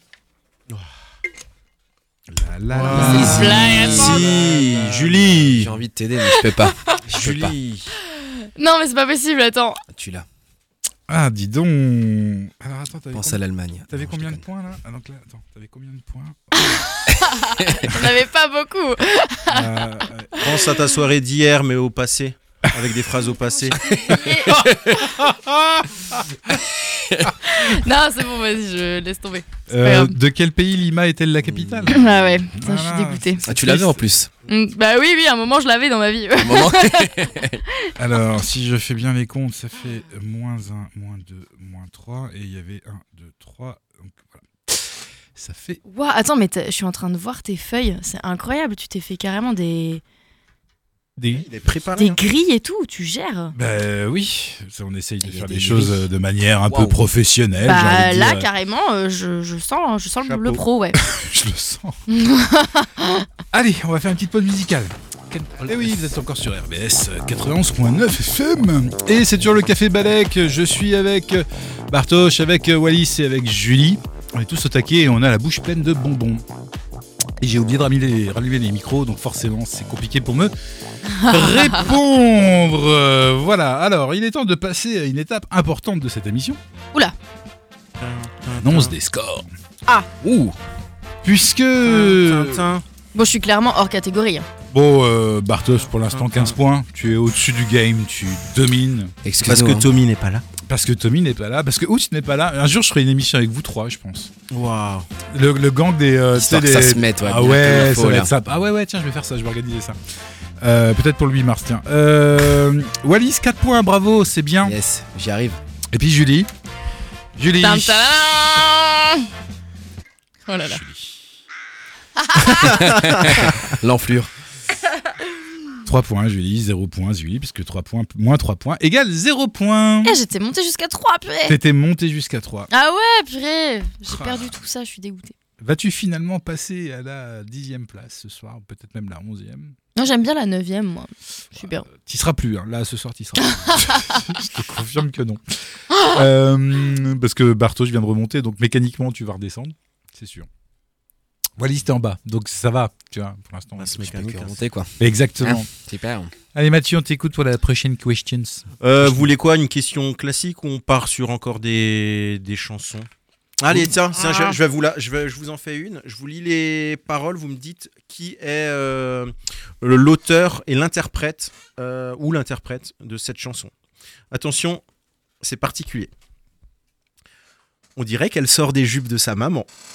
La, la, Ah, la. C'est une blague, attends. Si, Julie. J'ai envie de t'aider, mais je peux pas. Je peux pas. Julie. Non, mais c'est pas possible, attends. Tu l'as. Ah, dis donc. Alors attends, t'avais Pense combien, à l'Allemagne. t'avais Non, je combien de déconne. points là? Ah donc là, attends, t'avais combien de points? J'en avais pas beaucoup. Euh, euh, Pense à ta soirée d'hier, mais au passé. Avec des phrases au passé. Non, c'est bon, vas-y, je laisse tomber. C'est pas euh, grave. de quel pays Lima est-elle la capitale? Ah ouais, putain, je Voilà. suis dégoûtée. Ah, tu l'avais en plus. Mm, Bah oui, oui, à un moment, je l'avais dans ma vie. Au moment- Alors, si je fais bien les comptes, ça fait moins un, moins deux, moins trois, et il y avait un, deux, trois, donc voilà. Ça fait... Ouah, attends, mais t'as- je suis en train de voir tes feuilles. C'est incroyable, tu t'es fait carrément des, Des... Il est préparé. des hein. grilles et tout, tu gères. Bah oui, ça, on essaye de Il y a faire des des choses grilles. euh, de manière un peu Waouh. professionnelle. j'ai Bah envie de là, dire. carrément, euh, je, je sens, je sens le, Chapeau. le pro, ouais. Je le sens. Allez, on va faire une petite pause musicale. Et oui, vous êtes encore sur R B S quatre-vingt-onze point neuf F M. Et c'est toujours le Café Balek. Je suis avec Bartosz, avec Wallis et avec Julie. On est tous au taquet et on a la bouche pleine de bonbons. Et j'ai oublié de rallumer les, rallumer les micros, donc forcément c'est compliqué pour me répondre. Euh, Voilà, alors il est temps de passer à une étape importante de cette émission. Oula. Annonce des scores. Ah. Ouh. Puisque... Tintin. Bon, je suis clairement hors catégorie. hein. Bon, euh, Bartosz, pour l'instant quinze points. Tu es au-dessus du game, tu domines. Parce Excuse-nous. que hein. Tommy n'est pas là. Parce que Tommy n'est pas là, parce que Ouch n'est pas là. Un jour, je ferai une émission avec vous trois, je pense. Waouh. Le, le gang des. euh, Histoire tu sais, que ça des- se mette, ouais, Ah bien ouais, comme il ça faut, va là. être ça. Ah ouais, ouais, tiens, je vais faire ça, je vais organiser ça. Euh, Peut-être pour le huit mars, tiens. Euh, Wallis, quatre points, bravo, c'est bien. Yes, j'y arrive. Et puis Julie. Julie. Tam, tam. Oh là là. L'enflure. trois points, Julie, zéro points, Julie, puisque trois points, moins trois points, égale zéro points. Eh, j'étais montée jusqu'à trois, purée. T'étais monté jusqu'à trois. Ah ouais, purée. J'ai Ah. perdu tout ça, je suis dégoûtée. Vas-tu finalement passer à la dixième place ce soir, ou peut-être même la onzième? Non, j'aime bien la neuvième, moi. Je suis bien. T'y seras plus, hein. Là ce soir t'y seras plus. Je te confirme que non. Euh, parce que Bartosz vient de remonter, donc mécaniquement tu vas redescendre, c'est sûr. Wallis t'es en bas, donc ça va, tu vois, pour l'instant. Bah, ce Je peux mécanique, que hein. remonter, quoi. Exactement. Super. Allez Mathieu, on t'écoute pour la prochaine questions. Euh, vous voulez quoi? Une question classique ou on part sur encore des, des chansons? Allez, tiens, tiens, je, je vais vous la, je, vais, je vous en fais une. Je vous lis les paroles, vous me dites qui est euh, le- l'auteur et l'interprète, euh, ou l'interprète de cette chanson. Attention, c'est particulier. On dirait qu'elle sort des jupes de sa maman.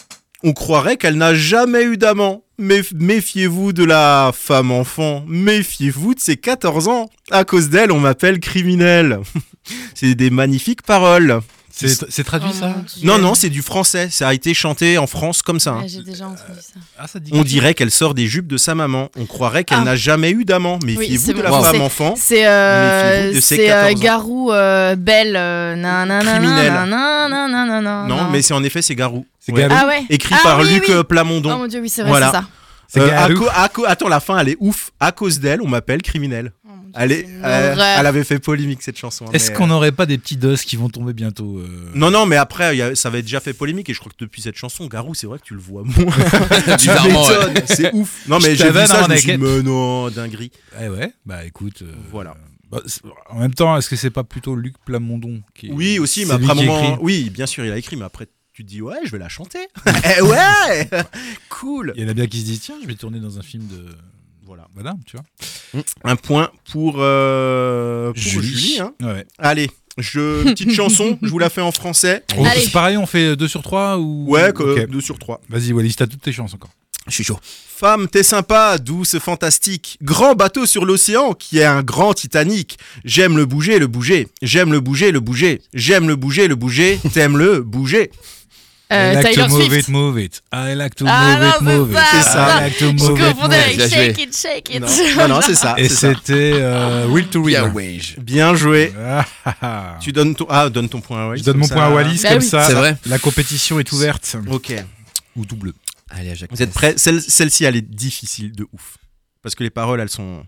on croirait qu'elle n'a jamais eu d'amant. Mais méfiez-vous de la femme enfant, méfiez-vous de ses quatorze ans. À cause d'elle, on m'appelle criminel. C'est des magnifiques paroles. C'est, c'est traduit Oh ça mon Dieu. Non, non, c'est du français. Ça a été chanté en France comme ça. hein. Ouais, j'ai déjà entendu ça. Ah, ça dit On quelque dirait qu'elle sort des jupes de sa maman. On croirait qu'elle Ah. n'a jamais eu d'amant. Oui, Méfiez-vous c'est de bon. la Wow. femme C'est- enfant. C'est euh, Méfiez-vous de ses c'est, euh, quatorze ans. Garou euh, Belle. Euh, nanana, Criminel. nanana, nanana, Non, mais c'est en effet, c'est Garou. C'est Ouais. Garou. Ah ouais. Écrit Ah par oui, Luc oui. euh, Oh Plamondon. mon dieu, oui, c'est vrai, Voilà. c'est ça. C'est Euh, à Garou. co- à co- Attends, la fin, elle est ouf. À cause d'elle, on m'appelle criminel. Oh mon Dieu, Elle, est, c'est une euh, horreur. elle avait fait polémique cette chanson. hein, Est-ce mais, qu'on euh, n'aurait pas des petits dos qui vont tomber bientôt euh Non, non, mais après, il y a- ça avait déjà fait polémique et je crois que depuis cette chanson, Garou, c'est vrai que tu le vois moins. tu Bizarrement, ouais. m'étonnes, c'est ouf. Non, mais Je j'ai vu t'avais ça, je dans me suis dit, la mais non, dinguerie. Eh ouais, bah écoute. euh, Voilà. bah, c'est- en même temps, est-ce que c'est pas plutôt Luc Plamondon qui est- Oui, aussi, mais c'est lui après un qui moment. écrit Oui, bien sûr, il a écrit, mais après, tu te dis, ouais, je vais la chanter. Eh ouais Cool. Il y en a bien qui se disent tiens, je vais tourner dans un film de. Voilà. Voilà, tu vois. Un point pour, euh, pour Julie. Julie. hein. Ouais. Allez, je, petite chanson, je vous la fais en français. Oh, Allez. c'est pareil, on fait deux sur trois ou. Ouais, que, Ok. deux sur trois. Vas-y, Wallis, t'as toutes tes chances encore. Je suis chaud. Femme, t'es sympa, douce, fantastique. Grand bateau sur l'océan qui est un grand Titanic. J'aime le bouger, le bouger. J'aime le bouger, le bouger. J'aime le bouger, le bouger. T'aimes le bouger. Euh, I like Taylor to move Swift. it, move it. I like to Ah move it, non, move it. c'est ça. I like to Je move it, move confondais it. avec Bien Shake joué. It, Shake It. Non, non, non, c'est ça. Et c'est ça. c'était euh, Will to Bien River. Wage. Bien joué. Ah, ah, ah. Tu donnes ton. Ah, donne ton point à Wallis. Je donne comme mon ça. point à Wallis, Bah comme oui. ça. C'est vrai. La compétition est ouverte. Ok. Ou double. Allez, à Jacques. Vous êtes prêts? Celle- Celle-ci, elle est difficile de ouf. Parce que les paroles, elles sont.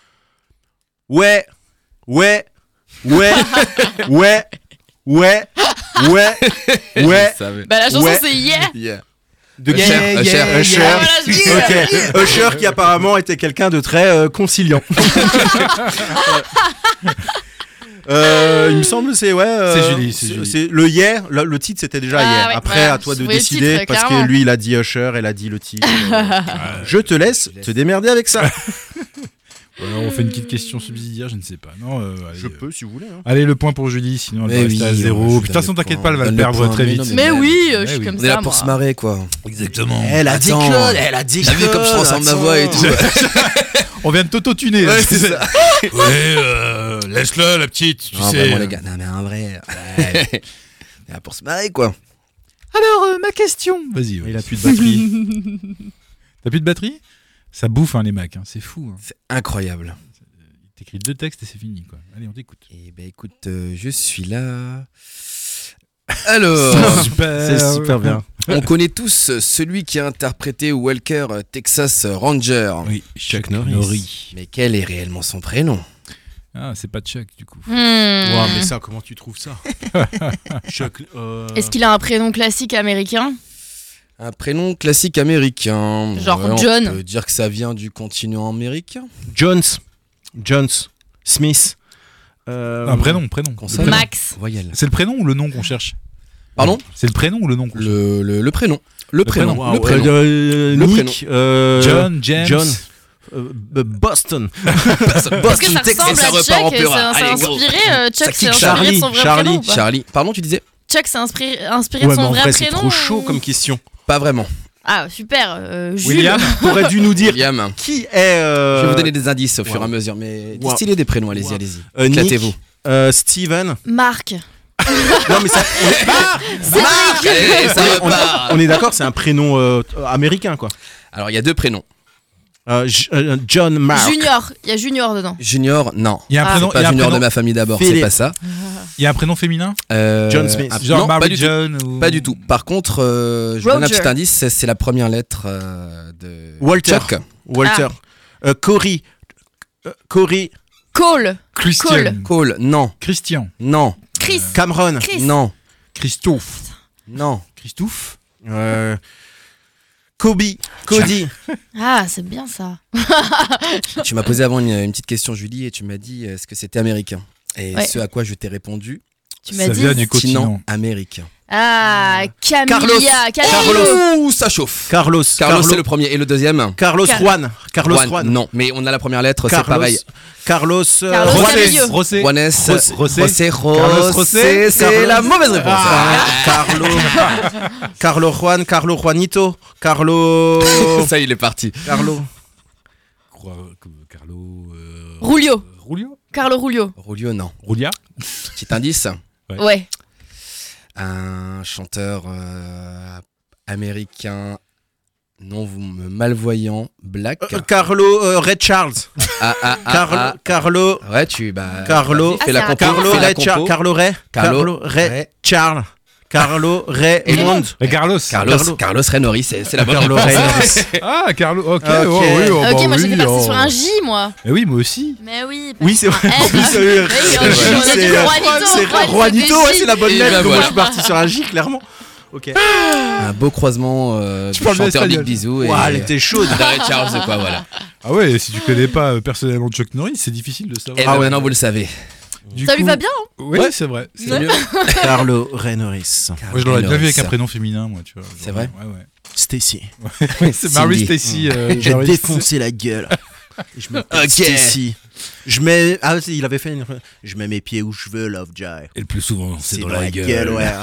Ouais, ouais, ouais, ouais, ouais, ouais, ouais. Bah la chanson Ouais. c'est Yeah. Yeah. De Usher, yeah, Usher, yeah, Usher. yeah. Ah, voilà, je dis, Ok, Usher qui apparemment était quelqu'un de très euh, conciliant. Euh, il me semble c'est ouais. euh, C'est Julie, c'est Julie. c'est le hier. Le, le titre c'était déjà Ah, hier. ouais, Après voilà, à toi je de voyais le décider titre, parce clairement. que lui il a dit Usher, elle a dit le titre. Euh, je te laisse te démerder avec ça. Ou alors on fait une petite question subsidiaire, je ne sais pas. Non, euh, allez, Je euh, peux si vous voulez. hein. Allez, le point pour Julie, sinon elle Mais va rester oui, à zéro. je Puis, De donne toute façon, le t'inquiète point, pas, elle va le donne le perdre point, très mais vite. non, mais Mais Ouais, oui, euh, ouais, je suis oui. comme On est là ça. pour moi. se marrer, quoi. Exactement. Elle a dit Attends. Claude, elle a dit T'as vu comme je transforme ma voix et tout. On vient de t'auto-tuner. Ouais, là, c'est tu sais. ça. Ouais, euh, laisse-la, la petite, tu Non, sais. vraiment, les gars. Non, mais en vrai. Ouais. On est là pour se marrer, quoi. Alors, euh, ma question. Vas-y. ouais. Il a plus de batterie. T'as plus de batterie? Ça bouffe, hein, les Macs. hein, C'est fou. hein. C'est incroyable. T'écris deux textes et c'est fini, quoi. Allez, on t'écoute. Et ben écoute, euh, je suis là. Alors, Super. C'est super bien. on connaît tous celui qui a interprété Walker euh, Texas Ranger. Oui, Chuck Norris. Mais quel est réellement son prénom? Ah, c'est pas Chuck, du coup. Hmm. Ouah, mais ça, comment tu trouves ça? Chuck. euh, Est-ce qu'il a un prénom classique américain? Un prénom classique américain. Genre on John. peut dire que ça vient du continent américain. Jones. Jones. Smith. Euh, Un prénom, prénom. Consonne. Le prénom. Max. Voyelle. C'est le prénom ou le nom qu'on cherche? Pardon? C'est le prénom ou le nom qu'on cherche? Le, le, le prénom. Le, prénom. prénom. Le Wow, prénom. euh, Le Nick. euh, John, James. John. euh, B- Boston. Est-ce que Boston, ça Texas, ressemble ça à repart en Chuck? pleura. Ça, ça a Allez, go. inspiré euh, Ça Chuck, kick. c'est inspiré de son vrai Charlie, prénom ou pas Charlie. Pardon, tu disais? Chuck, c'est inspiré, inspiré Ouais, de mais son en vrai vrai, c'est prénom trop chaud ou- comme question. Pas vraiment. Ah, super. euh, Jules. William. T'aurais dû nous dire William. qui est. euh, Je vais vous donner des indices au fur et wow. à mesure, mais Wow. distillez des prénoms, allez-y, Wow. allez-y. euh, Nick, Éclatez-vous. euh, Steven. Marc. Non, mais ça, on est, Allez, ça on est- repart. on est d'accord, c'est un prénom euh, américain, quoi. Alors, il y a deux prénoms. Euh, J- euh, John Mark. Junior. Il y a Junior dedans. Junior, non. Il y a un Ah. prénom, C'est il y pas a un Junior prénom, de ma famille d'abord, Philippe. c'est pas ça. il y a un prénom féminin? Euh, John Smith. ah, Genre non, pas Barbie du tout. John ou... Pas du tout. Par contre, euh, je vous donne un Roger. petit indice, c'est, c'est la première lettre euh, de Walter. Chuck. Walter. Euh, Cory. Euh, Cory. Cole. Christian. Cole. Cole, non, Christian. non, Chris. Cameron. Chris. non, Christophe. non. Christophe. Euh, Kobe. Cody. Ah, c'est bien ça. Tu m'as posé avant une, une petite question, Julie, et tu m'as dit est-ce que c'était américain. Et Ouais. ce à quoi je t'ai répondu, Tu m'as Ça dit. vient du Continent continent. américain. Ah, Camilla. Carlos. Camilla. Ouh, ça chauffe. Carlos. Carlos, c'est le premier. Et le deuxième Carlos Car- Juan. Carlos Juan. Juan. Non, mais on a la première lettre, c'est Carlos. pareil. Carlos. euh, Carlos Juanes. Camillo. Rosé. Juanes, Rosé. José, Carlos Rosé. c'est Carlos. la mauvaise réponse. Ah, Carlo. Carlo Juan. Carlo Juanito. Carlo. Ça, il est parti. Carlo. Cro- Carlo. euh, Rulio. Rulio. Carlo Rulio. Rulio, non. Rulia. Petit indice. Ouais. Ouais. Un chanteur euh, américain non malvoyant, black. Euh, Carlo euh, Red Charles. Ah, ah, ah, Carlo. ah. Compo. Ouais, tu bah. Carlo. Fais la Ah, c'est un compo. Carlo fais la Ray Charles. compo. Carlo Ray. Carlo Carlo Ray Ray. Charles. Carlo Ray Et Edmond. Et Carlos. Carlos, Carlo. Carlos Renori, c'est c'est la bonne Carlo réponse. Ray. Ah, Carlo. Ok. Ok. oh, oui, oh, ok, bah moi oui, j'étais partie oh. sur un J, moi. Mais oui, moi aussi. Mais oui. Oui, c'est vrai. Eh, En plus, euh, oui, c'est- on- on a dit c'est- Juanito, c'est Juan, Juanito, c'était ouais, J. c'est la bonne Et lettre. bah Donc moi, voilà. je suis parti sur un J, clairement. Ok. Un beau croisement euh, Tu du parles bien chanteur Big espagnol. Bisou et Ouah, elle était chaude. d'Ray Charles, quoi, voilà. Ah ouais, si tu connais pas euh, personnellement Chuck Norris, c'est difficile de savoir. Et ben maintenant vous le savez. Du Ça lui coup- va bien, hein. Oui, c'est vrai. C'est C'est mieux. Carlo Renoris. Moi, je l'aurais bien vu avec un Renori, prénom féminin, moi, tu vois. C'est vrai Ouais, ouais. Stacy. C'est Mary Cindy. Stacy. euh, J'ai Jarvis. défoncé la gueule. Et je me Ok. Stacy. Je mets. Ah, si, il avait fait une. Je mets mes pieds où je veux, Lovejoy. Et le plus souvent, c'est dans, dans la gueule. ouais.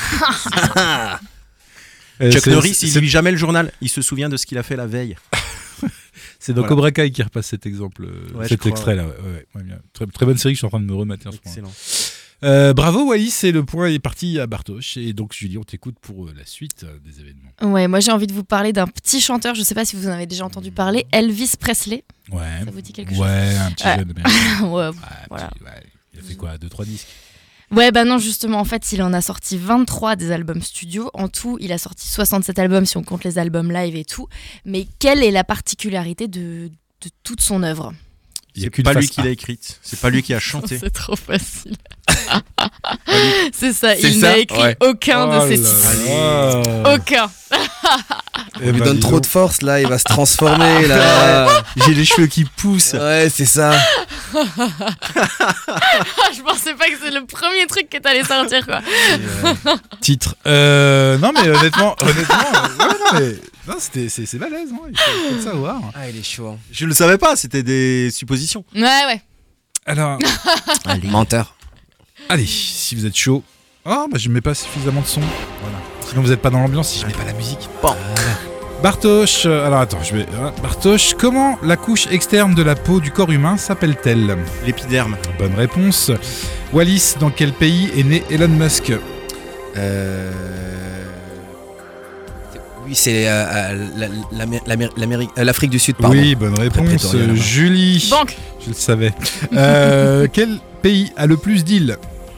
Euh, Chuck c'est- Norris, il c'est- lit jamais le journal. Il se souvient de ce qu'il a fait la veille. C'est dans Voilà. Cobra Kai qui repasse cet exemple, euh, Ouais, je cet crois, extrait là. Ouais, ouais, ouais, bien. Très, très bonne série que je suis en train de me remater en ce moment. Excellent. Euh, bravo Wallis, c'est le point est parti à Bartosz. Et donc Julie, on t'écoute pour euh, la suite euh, des événements. Ouais, moi j'ai envie de vous parler d'un petit chanteur, je sais pas si vous en avez déjà entendu parler, Elvis Presley. Ouais. Ça vous dit quelque Ouais, chose un petit Ouais. jeune américain. Ouais. Ouais, Voilà. petit- ouais. Il a fait quoi, deux trois disques. Ouais, bah non, justement, en fait, il en a sorti vingt-trois des albums studio. En tout, il a sorti soixante-sept albums si on compte les albums live et tout. Mais quelle est la particularité de, de toute son œuvre? Il y a C'est qu'une pas lui face qui A. l'a écrite. C'est pas lui qui a chanté. C'est trop facile. C'est ça, C'est il ça n'a écrit Ouais. aucun Oh de ses là titres. là. Aucun. Eh On lui ben, donne dis trop donc. de force là, il va se transformer là. J'ai les cheveux qui poussent. Ouais, c'est ça. Je pensais pas que c'est le premier truc que t'allais sortir, quoi. Titre. Euh, non mais honnêtement, honnêtement, euh, ouais, non mais non, c'était c'est c'est balèze, hein, il faut, faut le savoir. Ah, il est chaud. hein. Je le savais pas, c'était des suppositions. Ouais, ouais. Alors, Menteur. allez, si vous êtes chaud. Ah bah je mets pas suffisamment de son. Voilà. Sinon vous êtes pas dans l'ambiance si je mets pas la musique. Bon. Bartosz, euh, alors attends, je vais. hein, Bartosz, comment la couche externe de la peau du corps humain s'appelle-t-elle? L'épiderme. Bonne réponse. Wallis, dans quel pays est né Elon Musk? Euh... Oui, c'est euh, euh, la- l'Amé- l'Amé- l'Amérique- euh, l'Afrique du Sud, pardon. Oui, bonne réponse. prétorial, là-bas. Julie, Banque. je le savais. Euh, quel pays a le plus d'îles?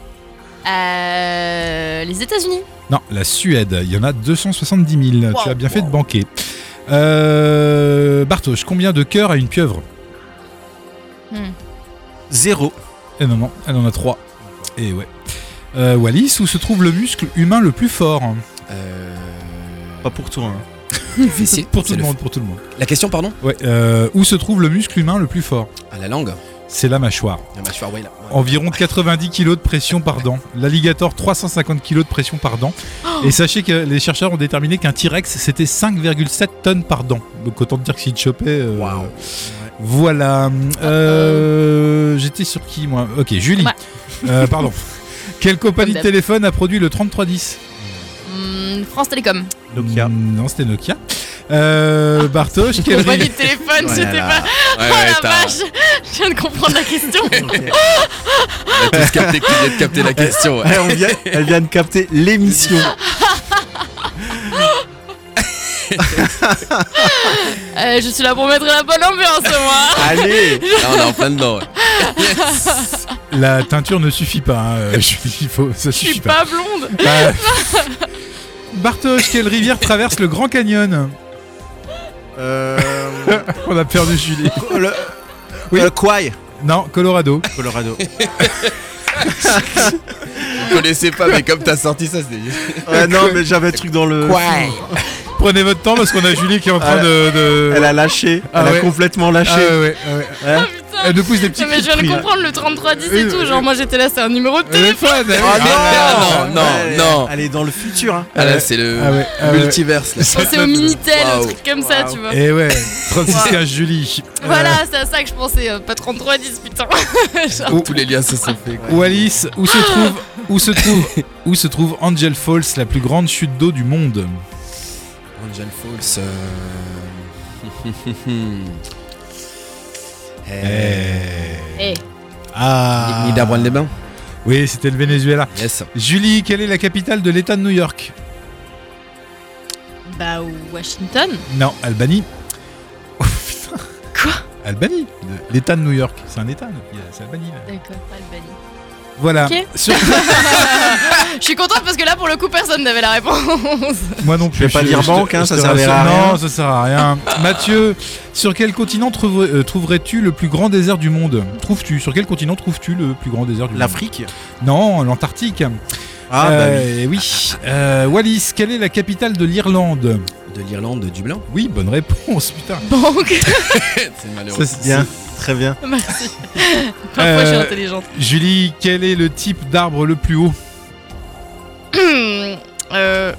Euh, les États-Unis. Non, la Suède. Il y en a deux cent soixante-dix mille. Wow. Tu as bien fait de banquer. Euh, Bartosz, combien de cœurs a une pieuvre? Zéro. Eh non, non, elle en a trois. Et ouais. Euh, Wallis, où se trouve le muscle humain le plus fort? Euh... Pas pour toi. Hein. fessier. Pour tout C'est le le monde, pour tout le monde. La question, pardon Ouais. Euh, où se trouve le muscle humain le plus fort? À la langue. C'est la mâchoire. La mâchoire, ouais, là. Ouais. Environ quatre-vingt-dix kilos de pression par dent. L'alligator, trois cent cinquante kilos de pression par dent. Et sachez que les chercheurs ont déterminé qu'un T-Rex, c'était cinq virgule sept tonnes par dent. Donc autant te dire que s'il te chopait... euh, Waouh. Voilà. Euh, J'étais sur qui, moi? Ok, Julie. Ouais. Euh, pardon. Quelle compagnie de d'hab. téléphone a produit le trente-trois dix? Hmm, France Télécom. Nokia. Mm, Non, c'était Nokia. Euh, Bartosz, quelle Compagnie ri- de téléphone, Ouais, c'était là. pas. Ouais, Oh ouais, la t'as- vache. Je viens de comprendre la question. on a tous capté que tu viens de capter la question. ouais. Ouais, on vient- elle vient de capter l'émission. Euh, je suis là pour mettre la bonne ambiance, moi. Allez. Là, on est en plein dedans. ouais. Yes. La teinture ne suffit pas. Hein. euh, Julie, il faut... ça Je suis suffit pas. pas blonde. Euh, Bartosz, quelle rivière traverse le Grand Canyon? Euh, On a perdu Julie. le, Oui. euh, Kouai. Non, Colorado. Colorado. Vous connaissez pas, mais comme t'as sorti ça, c'était. Ouais, non, mais j'avais un truc dans le. Prenez votre temps parce qu'on a Julie qui est en train Elle- de... de- Elle a lâché. Ah elle ouais. a complètement lâché. Ah ouais, ouais, ouais. Ouais. Putain. Elle nous pousse des petits Non, mais je cris viens de prix, comprendre le trente-trois dix Oui, et tout. oui. Genre, moi j'étais là, c'est un numéro de hein. téléphone. Téléphone, Oh ah, Ah, non, non, Elle est- non. Elle est dans le futur. Hein. Ah là, c'est le Ah ouais, ah ouais. multiverse. Là. Je pensais au Minitel, un Waouh. truc comme ça, tu vois. Et ouais, trente-six quinze Julie. Voilà, c'est à ça que je pensais, euh, pas trente-trois dix, putain. Genre, Où, Tous les liens se sont faits. quoi. où Alice, où se trouve, où se trouve, où se trouve Angel Falls, la plus grande chute d'eau du monde? Angel Falls. Euh... Eh. Eh, Ah. Ni d'Arbonne les Bains. Oui, c'était le Venezuela. Yes. Julie, quelle est la capitale de l'État de New York? bah, Washington. Non, Albanie. Oh putain. Quoi? Albanie, de- l'État de New York. C'est un État, donc il y a- c'est Albanie. Là. D'accord, Albanie. Voilà. Ok. Sur- Je suis contente parce que là, pour le coup, personne n'avait la réponse. Moi non plus. Je vais pas dire banque, hein, je ça te servira rassure. à rien. Non, ça sert à rien. Mathieu, sur quel continent trouverais- euh, trouverais-tu le plus grand désert du monde? Trouves-tu Sur quel continent trouves-tu le plus grand désert du monde? L'Afrique. Non, l'Antarctique. Ah bah oui. Euh, oui. Euh, Wallis, quelle est la capitale de l'Irlande? De l'Irlande, Dublin. Oui, bonne réponse, putain. Donc, C'est malheureux. Ça, c'est- Bien, très bien. merci. Parfois, je suis Euh, intelligente. Julie, quel est le type d'arbre le plus haut? euh,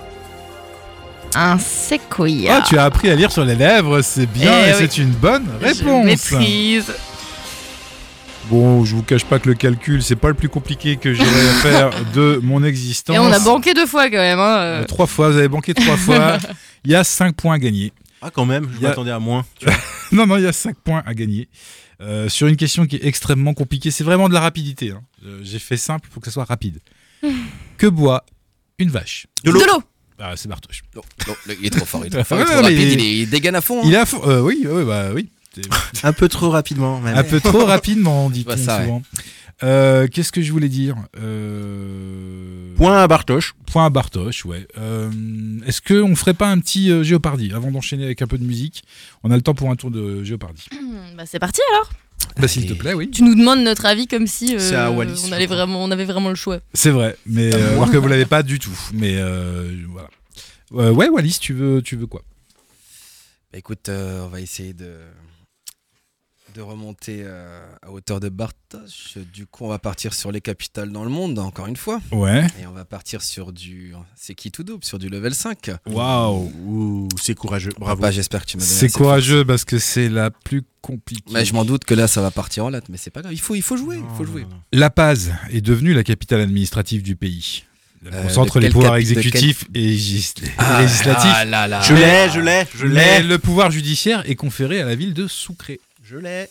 un séquoia. Ah, tu as appris à lire sur les lèvres, c'est bien, Eh et oui. c'est une bonne Je réponse. maîtrise. Bon, je vous cache pas que le calcul, c'est pas le plus compliqué que j'aurais à faire de mon existence. Et on a banqué deux fois quand même. Hein. Euh, euh. Trois fois, vous avez banqué trois fois. Il y a cinq points à gagner. Ah quand même, je Y a- m'attendais à moins. Non, non, il y a cinq points à gagner. Euh, sur une question qui est extrêmement compliquée. C'est vraiment de la rapidité. Hein. Euh, J'ai fait simple pour que ça soit rapide. Que boit une vache? De l'eau. De l'eau. Ah, c'est Bartoche. Non, non, le- il est trop fort. Il est trop fort. Il est Ouais, trop non, mais rapide. il- Il, est, il dégaine à fond. hein. Il a... fo- euh, oui, oui, bah oui. C'est Un peu trop rapidement. Même. un peu trop rapidement, dit-on Bah, ça, souvent. Euh, Qu'est-ce que je voulais dire euh... Point à Bartoche. Point à Bartoche, ouais. Euh, Est-ce qu'on ferait pas un petit euh, Géopardy avant d'enchaîner avec un peu de musique? On a le temps pour un tour de Géopardy. Hmm, bah, c'est parti alors. Bah, s'il te plaît, oui. Tu nous demandes notre avis comme si euh, C'est à Wallis, on, je allait crois. vraiment, on avait vraiment le choix. C'est vrai, mais euh, alors que vous l'avez pas du tout. Mais euh, voilà. Euh, ouais, Wallis, tu veux, tu veux quoi? Bah, écoute, euh, on va essayer de, de remonter euh, à hauteur de Bartosz. Du coup, on va partir sur les capitales dans le monde, encore une fois. Ouais. Et on va partir sur du. C'est qui tout double, sur du level cinq. Waouh. Ouh, c'est courageux. Bravo. Bah, j'espère que tu m'as donné C'est assez courageux parce que c'est la plus compliquée. force. Mais je m'en doute que là, ça va partir en latte, mais c'est pas grave. Il faut, il faut jouer. Il faut jouer. La Paz est devenue la capitale administrative du pays. Elle Euh, concentre de les quel pouvoirs capi- de quel- exécutifs et gis- et Ah, législatifs. ah là là. Je l'ai, je l'ai, je Mais l'ai. le pouvoir judiciaire est conféré à la ville de Sucre. Je l'ai.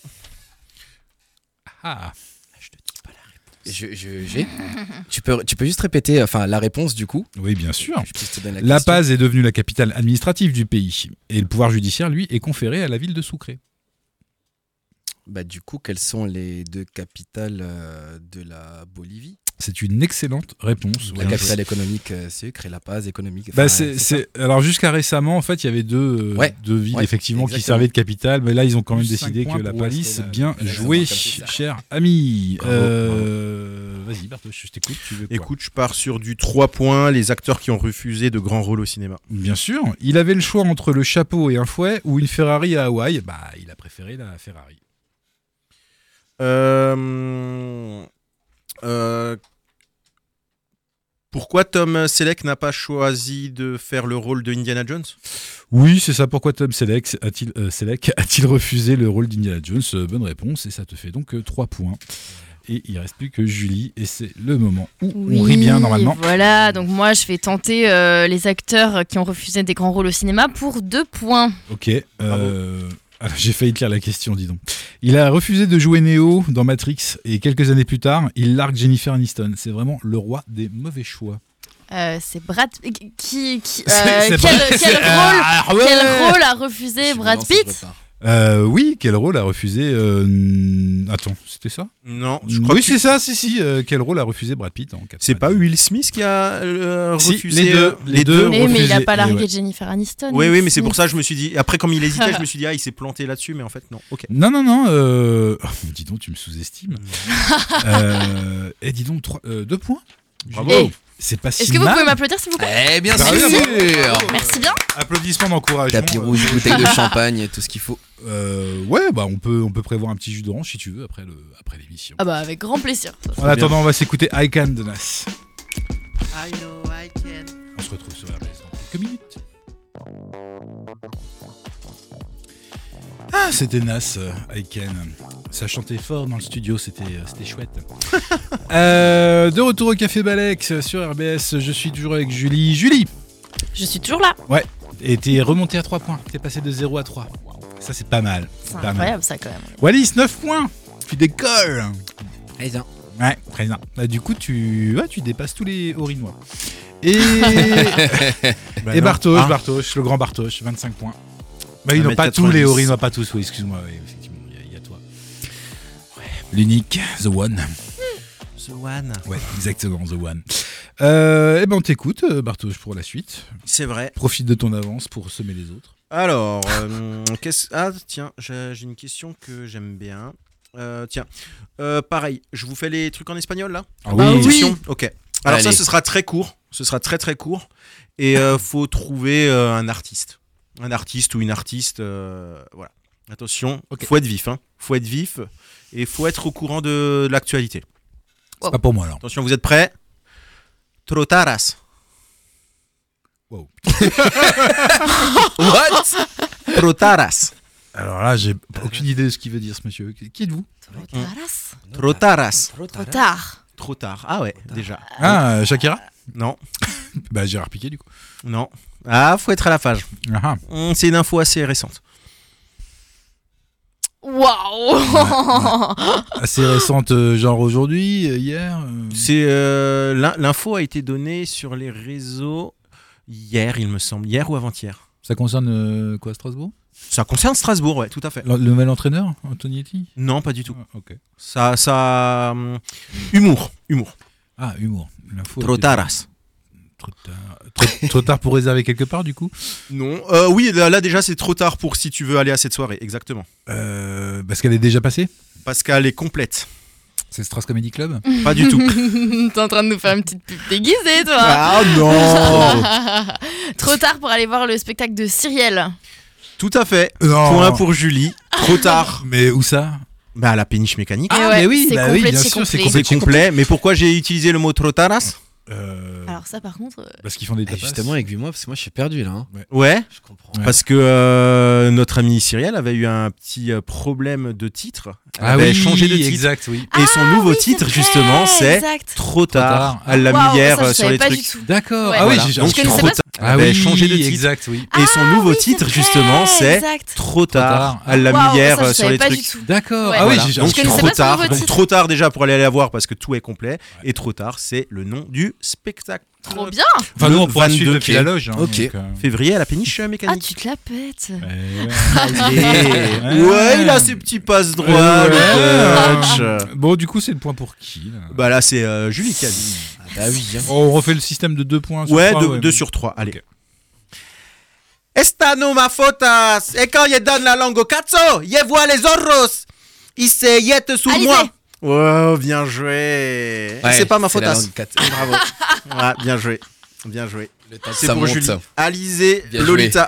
Ah. Je, je- j'ai. tu, peux, tu peux juste répéter enfin, la réponse du coup. Oui, bien sûr. Je puisse te donner la La question. Paz est devenue la capitale administrative du pays. Et le pouvoir judiciaire, lui, est conféré à la ville de Sucre. Bah, du coup, quelles sont les deux capitales euh, de la Bolivie? C'est une excellente réponse. La Ouais. capitale économique, euh, Sucre, et la Paz économique. Bah, enfin, c'est, c'est c'est- alors jusqu'à récemment, en fait, il y avait deux, euh, Ouais, deux villes ouais, effectivement qui exactement. servaient de capitale, mais là ils ont quand même Plus décidé cinq que points la pour police, Western, bien euh, joué, exactement comme ça. cher ami. Bravo, Euh, Vas-y, Bartosz, je t'écoute. Tu veux quoi? Écoute, je pars sur du trois points. Les acteurs qui ont refusé de grands rôles au cinéma. Bien sûr, il avait le choix entre le chapeau et un fouet ou une Ferrari à Hawaï. Bah, il a préféré la Ferrari. Euh... Euh... Pourquoi Tom Selleck n'a pas choisi de faire le rôle de Indiana Jones? Oui, c'est ça. Pourquoi Tom Selleck a-t-il, euh, Selleck a-t-il refusé le rôle d'Indiana Jones? Euh, Bonne réponse, et ça te fait donc trois points. Et il reste plus que Julie, et c'est le moment où on rit bien normalement. Voilà, donc moi je vais tenter euh, les acteurs qui ont refusé des grands rôles au cinéma pour deux points. Ok. Euh, alors, j'ai failli te lire la question, dis donc. Il a refusé de jouer Neo dans Matrix et quelques années plus tard, il largue Jennifer Aniston. C'est vraiment le roi des mauvais choix. Euh, c'est Brad qui, qui C'est- euh, c'est quel, Brad- quel c'est- rôle Ah, ouais. quel rôle a refusé Je Brad me lance et je Pitt? repars. Euh, oui, quel rôle a refusé euh, Attends, c'était ça? Non, je crois Oui, que tu- c'est ça, si, si. euh, quel rôle a refusé Brad Pitt en c'est pas quatre-vingt-dix? Will Smith qui a euh, Si, refusé les deux, euh, les deux. Mais, mais il a refusé, pas et largué ouais. Jennifer Aniston. Oui, oui, mais c'est Smith. pour ça que je me suis dit. Après, comme il hésitait, je me suis dit, ah, il s'est planté là-dessus, mais en fait, non. Ok. Non, non, non. Euh... oh, dis donc, tu me sous-estimes. euh... Et dis donc, trois- euh, deux points. Bravo. Julie. C'est pas si Est-ce que vous mal. pouvez m'applaudir s'il vous plaît? Eh bien Bah, sûr. Merci bien. Applaudissements d'encouragement. Tapis rouge, bouteille de champagne, tout ce qu'il faut. Euh, ouais, bah on peut, on peut prévoir un petit jus d'orange si tu veux après, le, après l'émission. Ah bah avec grand plaisir. En attendant, on va s'écouter I Can de Nas. I know I can. On se retrouve sur R B S dans quelques minutes. Ah, c'était Nas, euh, I Can. Ça chantait fort dans le studio, c'était, euh, c'était chouette. euh, de retour au Café Balex sur R B S, je suis toujours avec Julie. Julie, Je suis toujours là. et t'es remonté à trois points. T'es passé de zéro à trois. Ça, c'est pas mal. C'est Pas mal. incroyable ça quand même. Wallis, neuf points. Tu décolles. Allez, hein. Ouais, très bien. Bah, du coup, tu, ouais, tu dépasses tous les Orinois. Et, Bah et non. Bartosz, Ah. Bartosz, le grand Bartosz, vingt-cinq points. Bah, ils un n'ont mètre pas tous quatre-vingt-dix. les Orinois, pas tous, oui, excuse-moi. Oui, effectivement, il y a- il y, a toi. L'unique, The One. The One. Ouais, exactement, The One. Euh, eh ben, on t'écoute, euh, Bartosz, pour la suite. C'est vrai. Profite de ton avance pour semer les autres. Alors, euh, qu'est-ce... Ah, tiens, j'ai, j'ai une question que j'aime bien. Euh, tiens, euh, pareil, je vous fais les trucs en espagnol là. Ah oui. Question Ok. Alors Allez. ça, ce sera très court. Ce sera très très court. Et euh, faut trouver euh, un artiste. Un artiste ou une artiste. euh, voilà. Attention, Ok. faut être vif. Hein. Faut être vif. Et faut être au courant de l'actualité. C'est pas pour moi, alors. Attention, vous êtes prêts? Trotaras. Wow. What? Trotaras. Alors là, j'ai aucune idée de ce qu'il veut dire, ce monsieur. Qui êtes-vous? Taras. Trotaras. Trop tard. Trop tard. Ah ouais, déjà. Ah, euh, Shakira? Non, Bah, Gérard Piqué, du coup. non. Ah, faut être à la page. Ah, ah. Hum, C'est une info assez récente. Waouh. Assez récente, euh, genre aujourd'hui, euh, hier. euh, C'est euh, l'in- l'info a été donnée sur les réseaux hier, il me semble, hier ou avant-hier. Ça concerne euh, quoi, Strasbourg? Ça concerne Strasbourg, ouais, tout à fait. Le, le nouvel entraîneur, Antonietti? Non, pas du tout. Ah, ok. Ça, ça, hum, humour, humour. Ah, humour. L'info. Trop taras. Trop tard. Trop, trop tard pour réserver quelque part, du coup. Non, euh, oui, là, là, déjà c'est trop tard pour si tu veux aller à cette soirée, exactement. Euh, parce qu'elle est déjà passée. Parce qu'elle est complète. C'est le Strass Comedy Club. Pas du tout. T'es en train de nous faire une petite pub déguisée, toi. Ah non. Trop tard pour aller voir le spectacle de Cyrielle. Tout à fait. Non. Point pour Julie. Trop tard. Mais où ça? Bah à la péniche mécanique. Et Ah, ouais, mais oui, c'est bah oui, complet, bien c'est sûr, c'est complet. C'est complet. Mais pourquoi j'ai utilisé le mot trop taras? euh, Alors ça, par contre, euh, Parce qu'ils font des Eh, tapas. Justement, aiguille-moi, parce que moi, je suis perdu là. hein. Ouais. Je comprends. Ouais. Parce que euh, notre ami Cyrielle avait eu un petit euh, problème de titre. Elle Ah avait oui, changé de titre. exact, oui. Et son nouveau oui, titre, c'est vrai, justement, c'est exact. Trop tard. tard. Elle l'a Waouh, mis hier ça, je euh, sur savais les pas trucs. du tout. D'accord. Ouais. Ah oui, Voilà. j'ai Donc je connaissais trop pas tard. Elle Ah avait oui, changé de titre. exact, oui. Et son nouveau oui, titre, c'est justement, vrai, c'est exact. Trop tard. tard. Elle l'a Waouh, mis hier ça, je euh, sur savais les pas trucs. du tout. D'accord. Ouais. Ah oui, Voilà. j'ai Donc Je connaissais trop pas son tard. nouveau Donc titre. trop tard déjà pour aller la voir parce que tout est complet. Et trop tard, c'est le nom du spectacle. Trop bien. Enfin, nous, on Le pourra suivre vingt-deux depuis la loge. hein, Ok. donc, euh, Février à la péniche Ah, mécanique. tu te la pètes. ouais, ouais. Allez. Ouais, il a ses petits passes droits, le Ouais. coach. Bon, du coup, c'est le point pour qui là Bah là, c'est euh, Julie qui a dit. Ah oui. hein. Oh, on refait le système de deux points. sur Ouais, trois, deux sur trois. Allez. Ok. Esta no ma fotas. Et quand je donne la langue au cazzo, je vois les zorros. Ils se jettent sur Alizé. moi. Oh, bien joué. Ouais, c'est pas ma c'est la fotas. langue quatre. Bravo. Ouais, bien joué. Bien joué. Le temps que C'est ça pour monte. Julie. Alizé, Bien joué. Lolita.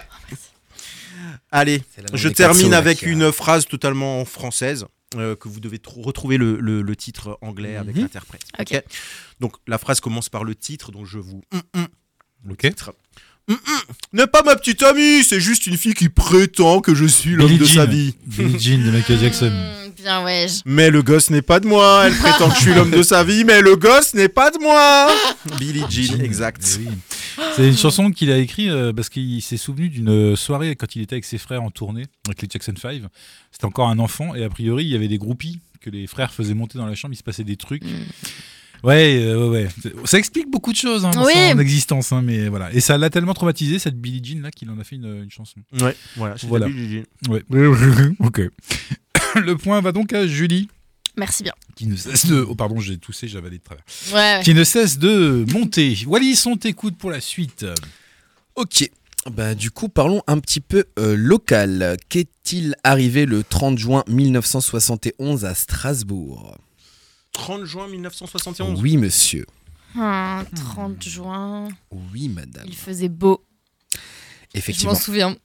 Allez, C'est la langue je des termine cazzo, avec mec. une phrase totalement française euh, que vous devez tr- retrouver le, le- le titre anglais avec Mhm. l'interprète. Ok. Ok. Donc la phrase commence par le titre, donc je vous. Hum, hum, le Ok. titre. Hum, hum. N'est pas ma petite amie, c'est juste une fille qui prétend que je suis l'homme Billie de Jean. sa vie. Billie Jean de Michael Jackson. Mmh, bien, ouais. je- Mais le gosse n'est pas de moi. Elle prétend que je suis l'homme de sa vie, mais le gosse n'est pas de moi. Billie Jean, exact. Eh oui. C'est une chanson qu'il a écrite euh, parce qu'il s'est souvenu d'une soirée quand il était avec ses frères en tournée avec les Jackson five. C'était encore un enfant et a priori il y avait des groupies que les frères faisaient monter dans la chambre. Il se passait des trucs. Ouais, euh, ouais, ouais. Ça explique beaucoup de choses hein, dans Oui. son existence, hein, mais voilà. Et ça l'a tellement traumatisé cette Billie Jean là qu'il en a fait une, une chanson. Ouais, voilà. c'était Voilà. Billie Jean. Ouais. Ok. Le point va donc à Julie Merci bien. qui ne cesse de. Oh pardon, j'ai toussé, j'ai avalé de travers. Ouais, ouais. Qui ne cesse de monter. Wallis, on t'écoute pour la suite. Ok. Bah, du coup, parlons un petit peu euh, local. Qu'est-il arrivé le trente juin mille neuf cent soixante et onze à Strasbourg? trente juin mille neuf cent soixante et onze. Oui, monsieur. Ah, trente juin, Oui, madame. il faisait beau. Je Effectivement. m'en souviens.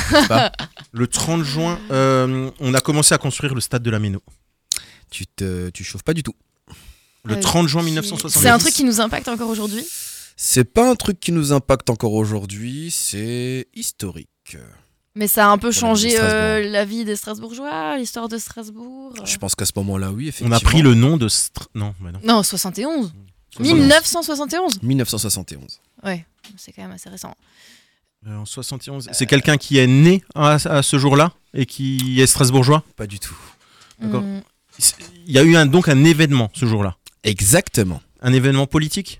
Le trente juin, euh, on a commencé à construire le stade de la Méno. Tu te, tu chauffes pas du tout. Le Euh, trente juin qui- mille neuf cent soixante-dix. C'est un truc qui nous impacte encore aujourd'hui. C'est pas un truc qui nous impacte encore aujourd'hui, c'est historique. Mais ça a un peu Pour la changé ville de Strasbourg. euh, la vie des Strasbourgeois, l'histoire de Strasbourg. Je pense qu'à ce moment-là, oui, On effectivement. a pris le nom de... Stra- Non, bah non. Non, soixante et onze. soixante et onze. mille neuf cent soixante et onze. mille neuf cent soixante et onze. Ouais, c'est quand même assez récent. Euh, en soixante et onze. C'est quelqu'un qui est né à, à ce jour-là et qui est strasbourgeois. Pas du tout. D'accord. Hmm. Il y a eu un, donc un événement ce jour-là. Exactement. Un événement politique,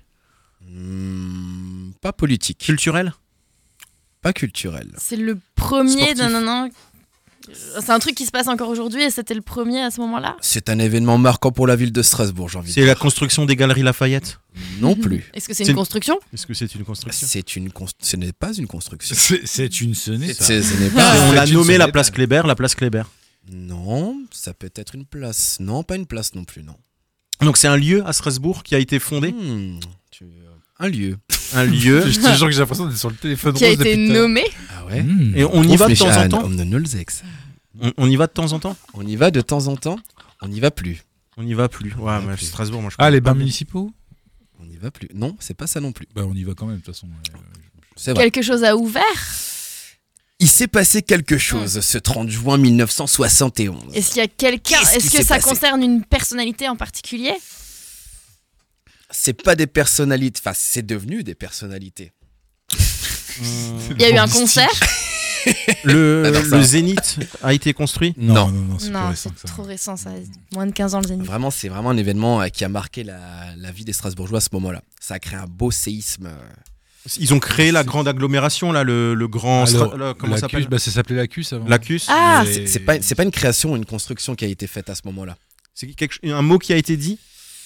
Hmm, pas politique. culturel. Pas culturel. C'est le premier Sportif. d'un nan, nan. C'est un truc qui se passe encore aujourd'hui et c'était le premier à ce moment-là. C'est un événement marquant pour la ville de Strasbourg, j'ai envie de C'est dire. la construction des galeries Lafayette. Non plus. Est-ce que c'est C'est- une construction? Est-ce que c'est une construction C'est une const- Ce n'est pas une construction. C'est c'est une sonnée, ça. C'est- Ce n'est Et pas. On a c'est une nommé la sonnette. place Kléber, la place Kléber. Non, ça peut être une place. Non, pas une place non plus, non. Donc c'est un lieu à Strasbourg qui a été fondé. Hmm, tu- Un lieu. Un lieu. Je te jure que j'ai l'impression d'être sur le téléphone Qui a rose été depuis tout à l'heure. nommé? Ah ouais. Mmh. Et on y va de temps en temps. On ne nous ex. On, on y va de temps en temps. On y va de temps en temps. On n'y va plus. On n'y va plus. Ouais, va mais plus. Strasbourg, moi je. Ah, connais les pas bains bien. municipaux. On n'y va plus. Non, c'est pas ça non plus. Bah, on y va quand même, de toute façon. Euh, C'est vrai. Quelque chose a ouvert? Il s'est passé quelque chose ce trente juin mille neuf cent soixante et onze. Est-ce qu'il y a quelqu'un? Qu'est-ce Est-ce qui que s'est ça passé concerne une personnalité en particulier? C'est pas des personnalités. Enfin, c'est devenu des personnalités. Il y a eu un concert? Le, Ah non, ça- le Zénith a été construit. Non, Non. non, non, c'est plus Non, récent c'est que ça. trop récent, ça. a Moins de quinze ans le Zénith. Vraiment, c'est vraiment un événement euh, qui a marqué la, la vie des Strasbourgeois à ce moment-là. Ça a créé un beau séisme. euh, Ils ont créé la grande agglomération là, le, le grand. Alors, Stra- là, comment la ça s'appelle Cus, bah, ça s'appelait la Cus avant. La Cus. Ah, Mais- C'est c'est pas, c'est pas une création, une construction qui a été faite à ce moment-là. C'est quelque- un mot qui a été dit.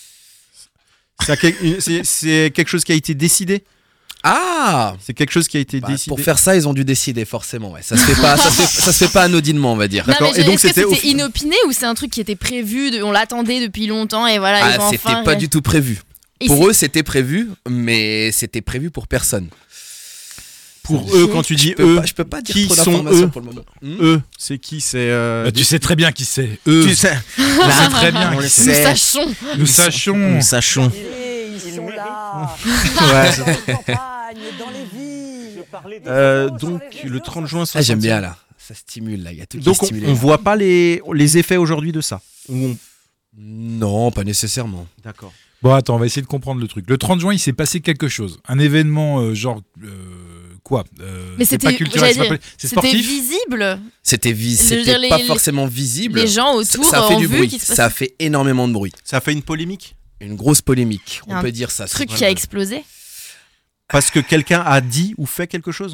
C'est quel- une- c'est- c'est quelque chose qui a été décidé. Ah C'est quelque chose qui a été Bah, décidé. Pour faire ça, ils ont dû décider, forcément. Ouais. Ça se fait pas, ça se fait, ça se fait pas anodinement, on va dire. Non, D'accord. mais Et donc, est-ce que c'était c'était au- inopiné ou c'est un truc qui était prévu, de- on l'attendait depuis longtemps et voilà, ils Ah, vont c'était enfin... pas du tout prévu. Et Pour c'est- eux, c'était prévu, mais c'était prévu pour personne. Pour eux, quand tu dis Je peux, eux, pas, je peux pas dire qui trop sont d'informations eux pour le moment. Hmm eux, c'est qui C'est. euh, Bah, tu sais très bien qui c'est. Eux. tu sais. Tu sais très bien On qui le c'est. Nous sait. sachons. Nous sachions. Nous sachons. Ils sont là. Ouais, c'est- Dans les campagnes, dans les villes. Je parlais des Euh, enfants donc sur les le réseaux. trente juin Ah, soixante. j'aime bien là. Ça stimule là. Il y a tout qui est Donc on, stimulé. on voit pas les, les effets aujourd'hui de ça. Ou on- Non, pas nécessairement. D'accord. Bon, attends, on va essayer de comprendre le truc. Le trente juin, il s'est passé quelque chose. Un événement, euh, genre. euh, quoi euh, Mais c'est c'était- pas culturel, c'est j'allais pas dire, poli- c'est C'était sportif. visible. C'était vis- Je veux c'était dire, les- pas les- forcément visible. Les gens Ça- autour ça a fait ont du vu bruit. qu'il se Ça a passait fait énormément de bruit. Ça a fait une polémique Une grosse polémique. Il y a On un peut dire ça. un truc c'est- qui a explosé. parce que quelqu'un a dit ou fait quelque chose.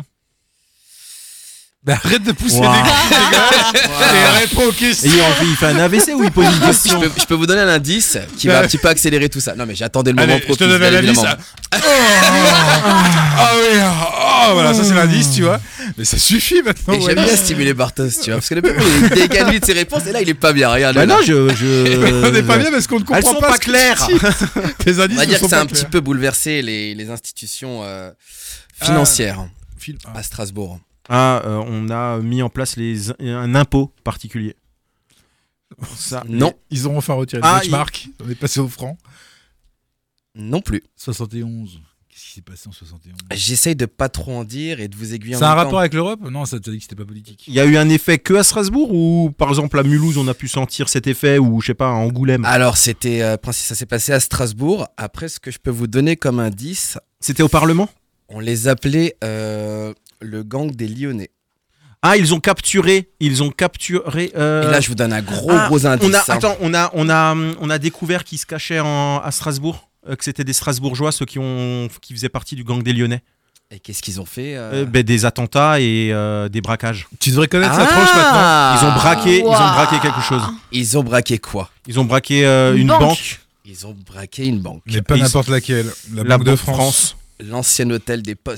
Bah, arrête de pousser Wow. des cris, les gars. Et réponds aux Et questions. il, en fait, il fait un A V C ou il pose une Je question. peux, je peux vous donner un indice qui va un petit peu accélérer tout ça. Non, mais j'attendais le moment Allez, je propice. te donne bien un indice. évidemment. Ah ah oui, oh, voilà, ça c'est l'indice, tu vois. Mais ça suffit maintenant. Et ouais. j'aime bien stimuler Bartos, tu vois, parce que le peuple il dégaine lui de ses réponses et là il est pas bien. Regarde. Bah non, je. je... On n'est pas bien parce qu'on ne comprend Elles sont pas, pas ce que claires. tu dis. Tes indices On va ne dire sont que ça a pas un petit clairs. peu bouleversé les, les institutions euh, financières Film- ah. à Strasbourg. Ah, euh, on a mis en place les, un impôt particulier. Ça. Non, Ils ont enfin retiré Ah, le benchmark. On est passé au franc. non plus. soixante et onze. Qu'est-ce qui s'est passé en soixante et onze? J'essaye de pas trop en dire et de vous aiguiller en Ça a un même rapport temps. avec l'Europe? Non, ça t'a dit que c'était pas politique. Il y a eu un effet que à Strasbourg ou par exemple à Mulhouse on a pu sentir cet effet ou je sais pas à Angoulême. Alors c'était, euh, princi- ça s'est passé à Strasbourg. Après, ce que je peux vous donner comme indice, C'était au Parlement. on les appelait euh, le gang des Lyonnais. Ah, ils ont capturé, ils ont capturé. euh, Et là, je vous donne un gros ah, gros indice. On a, hein. attends, on a, on a, on a découvert qu'ils se cachaient en- à Strasbourg, euh, que c'était des Strasbourgeois, ceux qui ont, qui faisaient partie du gang des Lyonnais. Et qu'est-ce qu'ils ont fait euh Euh, ben, des attentats et euh, des braquages. Tu devrais connaître sa Ah tranche maintenant. Ils ont braqué, ils ont Waouh. braqué quelque chose. Ils ont braqué quoi? Ils ont braqué euh, Une une, banque. banque, Ils ont braqué une banque. Mais pas Ils- n'importe laquelle. La, la Banque de France. L'ancien hôtel des Postes.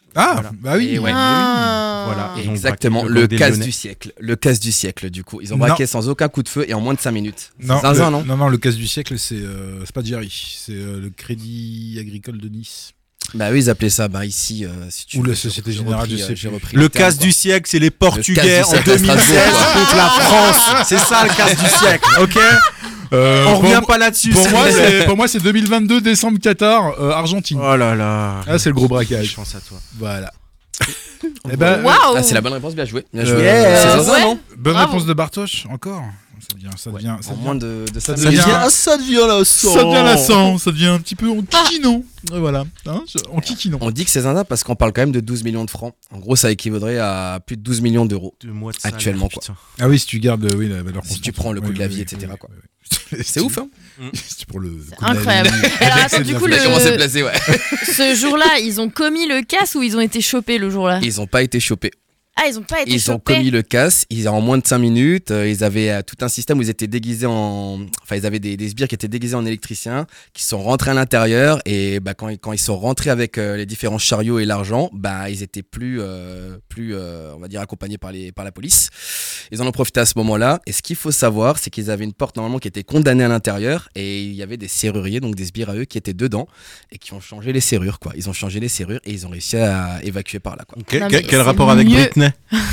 Ah, Voilà. bah oui. Et ouais. Ah. Voilà. Ils ont Exactement, braqué le camp casse déjeuner. du siècle. Le casse du siècle, du coup. Ils ont Non. braqué sans aucun coup de feu et en moins de cinq minutes. Non, C'est zinzin, le, non non, non, le casse du siècle, c'est euh, c'est pas Jerry, c'est euh, le Crédit Agricole de Nice. Bah oui, ils appelaient ça, bah ici, euh, si tu Ou veux, la j'ai- Société j'ai Générale, repris, je euh, sais j'ai plus. repris Le terme, casse quoi. du siècle, c'est les Portugais casse du en siècle à deux mille seize Strasbourg, quoi. contre la France. C'est ça le casse du siècle, ok. Euh, On pour revient moi- pas là-dessus. Pour s'il moi, vous plaît. c'est pour moi, c'est deux mille vingt-deux décembre Qatar, euh, Argentine. Oh là là. Ah, c'est le gros braquage. Chance à toi. Voilà. Eh ben, Waouh. Ah, c'est la bonne réponse, bien joué. Bien Euh, joué. Yeah. C'est zinzin, Ouais. non bonne Bravo. réponse de Bartosz, encore. Ça devient, ça Ouais. devient, ça En devient, moins de, de ça cinq devient- minutes. ça devient la ça devient lassant, ça devient un petit peu en kikinant. Et voilà, hein, je- en kikinant. On dit que c'est zinzin parce qu'on parle quand même de douze millions de francs. En gros, ça équivaudrait à plus de douze millions d'euros. Deux mois de salaire, Actuellement, quoi. putain. Ah oui, si tu gardes, euh, oui, la valeur Si constante. tu prends le coût Oui, de la oui, vie, oui, et cetera, oui, quoi. oui, oui. C'est ouf, hein. C'est pour le. C'est coût de la incroyable. vie. Alors, C'est attends, de du la coup, Il a le- commencé à placer, ouais. Ce jour-là, ils ont commis le casse ou ils ont été chopés le jour-là? Ils ont pas été chopés. Ah, ils ont pas été Ils chopés. ont commis le casse, ils en moins de cinq minutes, euh, ils avaient euh, tout un système où ils étaient déguisés en... Enfin, ils avaient des, des sbires qui étaient déguisés en électriciens, qui sont rentrés à l'intérieur, et bah, quand, ils- quand ils sont rentrés avec euh, les différents chariots et l'argent, bah, ils étaient plus, euh, plus euh, on va dire, accompagnés par, les, par la police. Ils en ont profité à ce moment-là, et ce qu'il faut savoir, c'est qu'ils avaient une porte normalement qui était condamnée à l'intérieur, et il y avait des serruriers, donc des sbires à eux, qui étaient dedans, et qui ont changé les serrures, quoi. Ils ont changé les serrures, et ils ont réussi à évacuer par là, quoi. Quel, Non, quel- mais quel c'est rapport avec mieux. Britney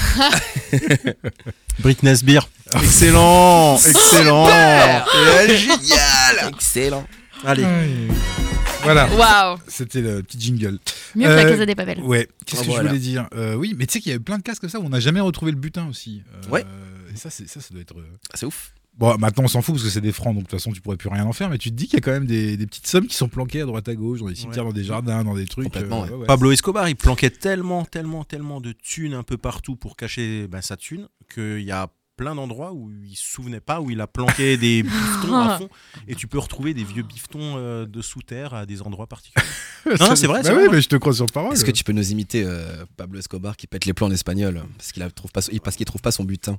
Britney Spears. Excellent, excellent. Ouais, génial. Excellent. Allez. Ouais. Voilà, Waouh. c'était le petit jingle. Mieux que la Euh, Casa des Papel. Ouais, qu'est-ce Ah, que voilà. je voulais dire Euh, Oui, mais tu sais qu'il y avait plein de casques comme ça où on n'a jamais retrouvé le butin aussi. Euh, Ouais. Et ça, c'est, ça, ça doit être. euh, C'est ouf. Bon, maintenant on s'en fout parce que c'est des francs, donc de toute façon tu pourrais plus rien en faire, mais tu te dis qu'il y a quand même des, des petites sommes qui sont planquées à droite à gauche, dans des cimetières, Ouais. dans des jardins, dans des trucs. Complètement, ouais. ouais, ouais. Pablo Escobar, il planquait tellement, tellement, tellement de thunes un peu partout pour cacher bah, sa thune qu'il y a plein d'endroits où il se souvenait pas, où il a planqué des bifetons à fond, et tu peux retrouver des vieux bifetons euh, de sous terre à des endroits particuliers. Non, non, c'est vrai, Bah c'est oui, vrai, mais je te crois sur parole. Est-ce que tu peux nous imiter euh, Pablo Escobar qui pète les plombs en espagnol parce qu'il a- trouve pas, il- parce qu'il trouve pas son butin.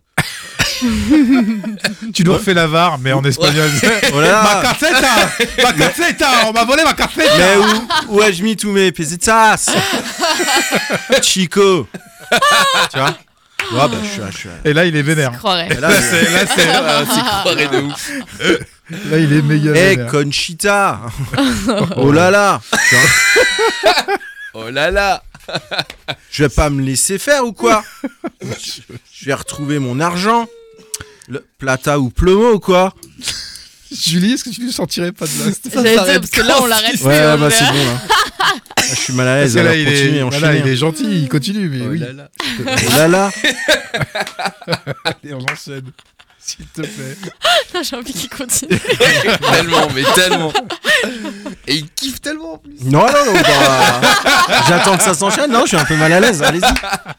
Tu nous refais la var, mais en espagnol. Oh là Ma là. caseta Ma caseta On m'a volé ma caseta Mais où, où ai-je mis tous mes pesetas Chico. Tu vois Ouais, bah, je suis là, je suis là. Et là, il est vénère. Je croirais. Et là, C'est- là, c'est- Ah, c'est croiré de ouf. là, il est méga Eh, vénère. Conchita. Oh là là. Tu vois, Oh là là. je vais pas me laisser faire ou quoi? je, je vais retrouver mon argent. Le plata ou plomo ou quoi? Julie, est-ce que tu ne sentirais pas de là J'allais dire, parce que là, on l'arrête plus. Ouais, en bah vrai. c'est bon là. Ah, je suis mal à Parce l'aise. que là, Alors il continue et est, enchaînez. voilà, il est gentil, il continue, mais Oh oui. là là. Oh là là. Allez, on enchaîne. S'il te plaît. Putain, j'ai envie qu'il continue. Tellement, mais tellement. Et il kiffe tellement en plus. Non, non, non. bah, j'attends que ça s'enchaîne. Non, je suis un peu mal à l'aise. Allez-y.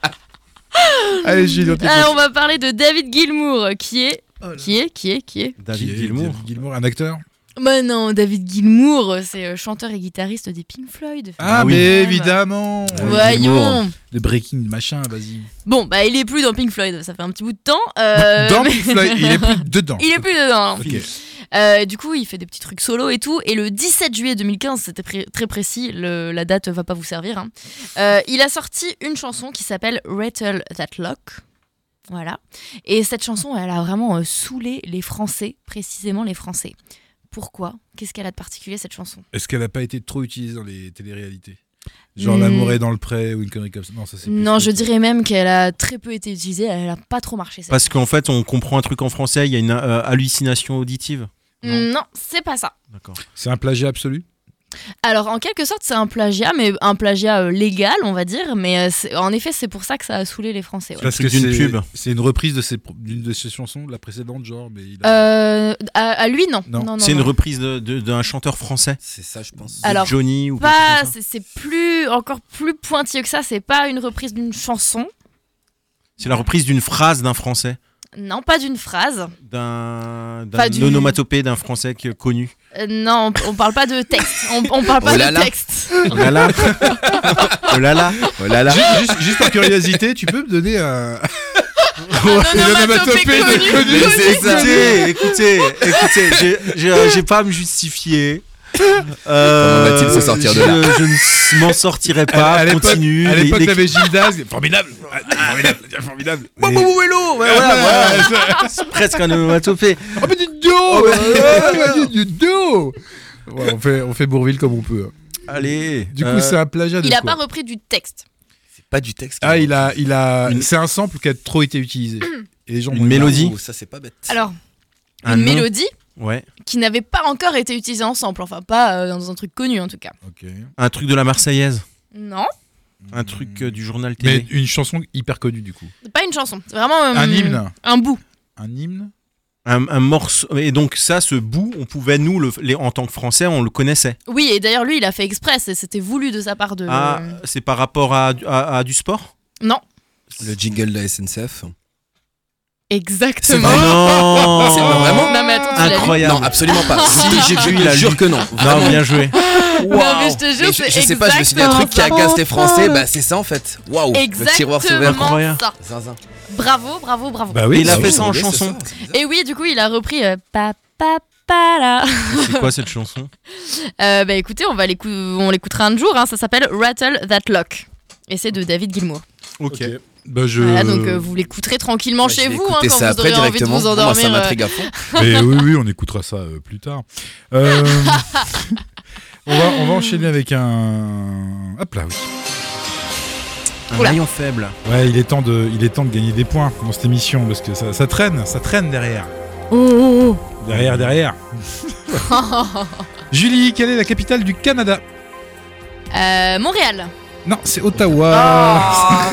Allez, Julie, on t'écoute. Alors, on va parler de David Gilmour, qui est. Qui est Qui est Qui est David Qui est Gilmour. David Gilmour, un acteur. Bah non, David Gilmour, c'est euh, chanteur et guitariste des Pink Floyd. Ah, Ah oui. mais Quand même. évidemment. Voyons. Le breaking, machin, vas-y. Bon, bah il est plus dans Pink Floyd, ça fait un petit bout de temps. euh, Dans mais- Pink Floyd, il est plus dedans. Il est plus dedans. Ok. Euh, du coup, il fait des petits trucs solo et tout. Et le dix-sept juillet deux mille quinze, c'était pré- très précis, le- la date va pas vous servir. hein. Euh, il a sorti une chanson qui s'appelle Rattle That Lock. Voilà. Et cette chanson, elle a vraiment euh, saoulé les Français, précisément les Français. Pourquoi? Qu'est-ce qu'elle a de particulier, cette chanson? Est-ce qu'elle n'a pas été trop utilisée dans les téléréalités Genre Hmm. L'amour est dans le pré ou une connerie comme ça. Non, ça c'est plus Non, je truc. dirais même qu'elle a très peu été utilisée. Elle a pas trop marché. Cette Parce qu'en fait, on comprend un truc en français. Il y a une euh, hallucination auditive. chanson. Non, c'est pas ça. D'accord. C'est un plagiat absolu. Alors, en quelque sorte, c'est un plagiat, mais un plagiat euh, légal, on va dire. Mais euh, c'est- en effet, c'est pour ça que ça a saoulé les Français. ouais. Parce truc que d'une c'est pub. c'est une reprise de ses, pro- d'une de ses chansons, de la précédente, genre. Mais il a- Euh, à, à lui, non. Non. non, non C'est une non. reprise de- de- d'un chanteur français. C'est ça, je pense. De Alors, Johnny ou quelque Pas, chose comme ça. c'est c'est plus, encore plus pointilleux que ça. C'est pas une reprise d'une chanson. C'est la reprise d'une phrase d'un français. Non, pas d'une phrase. D'un Pas d'un du- onomatopée d'un français qui est connu. Euh, non, on, on parle pas de texte. On, on parle pas Oh là de là. texte. Oh là là. Oh là là. Oh là là. Juste, juste- juste par curiosité, tu peux me donner un. Un onomatopée connu. Mais c'est ça. Écoutez, écoutez, écoutez, j'ai- j'ai j'ai pas à me justifier. Euh, Comment va-t-il se sortir de je, là Je ne m'en sortirai pas. à l'époque, Continue. à Les- l'époque, les- t'avais Gildas. Formidable. Ah, Formidable. Formidable. Mon Et- mon vélo. Ouais, Ah, voilà, voilà. voilà. C'est presque un onomatopée. Oh, mais dites donc. Ouais, dites donc. Ouais, on fait, on fait Bourville comme on peut. Allez. Du coup, euh, c'est un plagiat de Il a quoi pas repris du texte. C'est pas du texte. Ah, il a, il a. Une- C'est un sample qui a trop été utilisé. Et les gens Une m'ont dit, mélodie. Oh, ça c'est pas bête. Alors, un une nom. mélodie Ouais. qui n'avait pas encore été utilisée ensemble. Enfin, pas euh, dans un truc connu en tout cas. ah, ok. Un truc de la Marseillaise. Non, Un truc euh, du journal Mais télé. une chanson hyper connue du coup. c'est pas une chanson. C'est vraiment euh, Un hymne. Un bout. Un hymne. Un, un morceau. Et donc ça, ce bout, on pouvait nous, le, les, en tant que Français, on le connaissait. Oui, et d'ailleurs, lui, il a fait exprès. c'est- C'était voulu de sa part de. Ah, c'est par rapport à, à, à du sport. Non, Le jingle de la S N C F. exactement. vrai Non. C'est pas vraiment Non, mais attends, tu l'as vu. Incroyable. Non, absolument pas. Si, j'ai je vu, te il a jure lu. que non. Non, bien joué. Non, mais je te jure, Mais je, c'est je sais pas, je me suis dit un truc qui exactement agace les Français, bah c'est ça en fait. Waouh, le tiroir s'est ouvert. Exactement Incroyable. ça. Zinzin. Bravo, bravo, bravo. Bah oui. Et il a bah fait oui. ça en c'est chanson. ça, c'est bizarre. Et oui, du coup, il a repris euh, pa, pa, pa, là. C'est quoi cette chanson? Euh, bah écoutez, on va l'écou- on l'écoutera un jour. Hein. Ça s'appelle Rattle That Lock. Et c'est de David Gilmour. Ok. Bah je. Voilà, donc euh, vous l'écouterez tranquillement Ouais, je chez vais vous hein, écouter quand ça vous après aurez envie de directement. vous Moi, endormir. ça euh, m'intrigue à fond. Mais oui, oui, on écoutera ça euh, plus tard. Euh, on, va, on va enchaîner avec un. Hop là, oui. Un Oula. rayon faible. Ouais, il est temps de, il est temps de gagner des points dans cette émission parce que ça, ça traîne, ça traîne derrière. Oh, oh, Derrière, derrière. oh. Julie, quelle est la capitale du Canada? Euh, Montréal. Non, c'est Ottawa. Ah.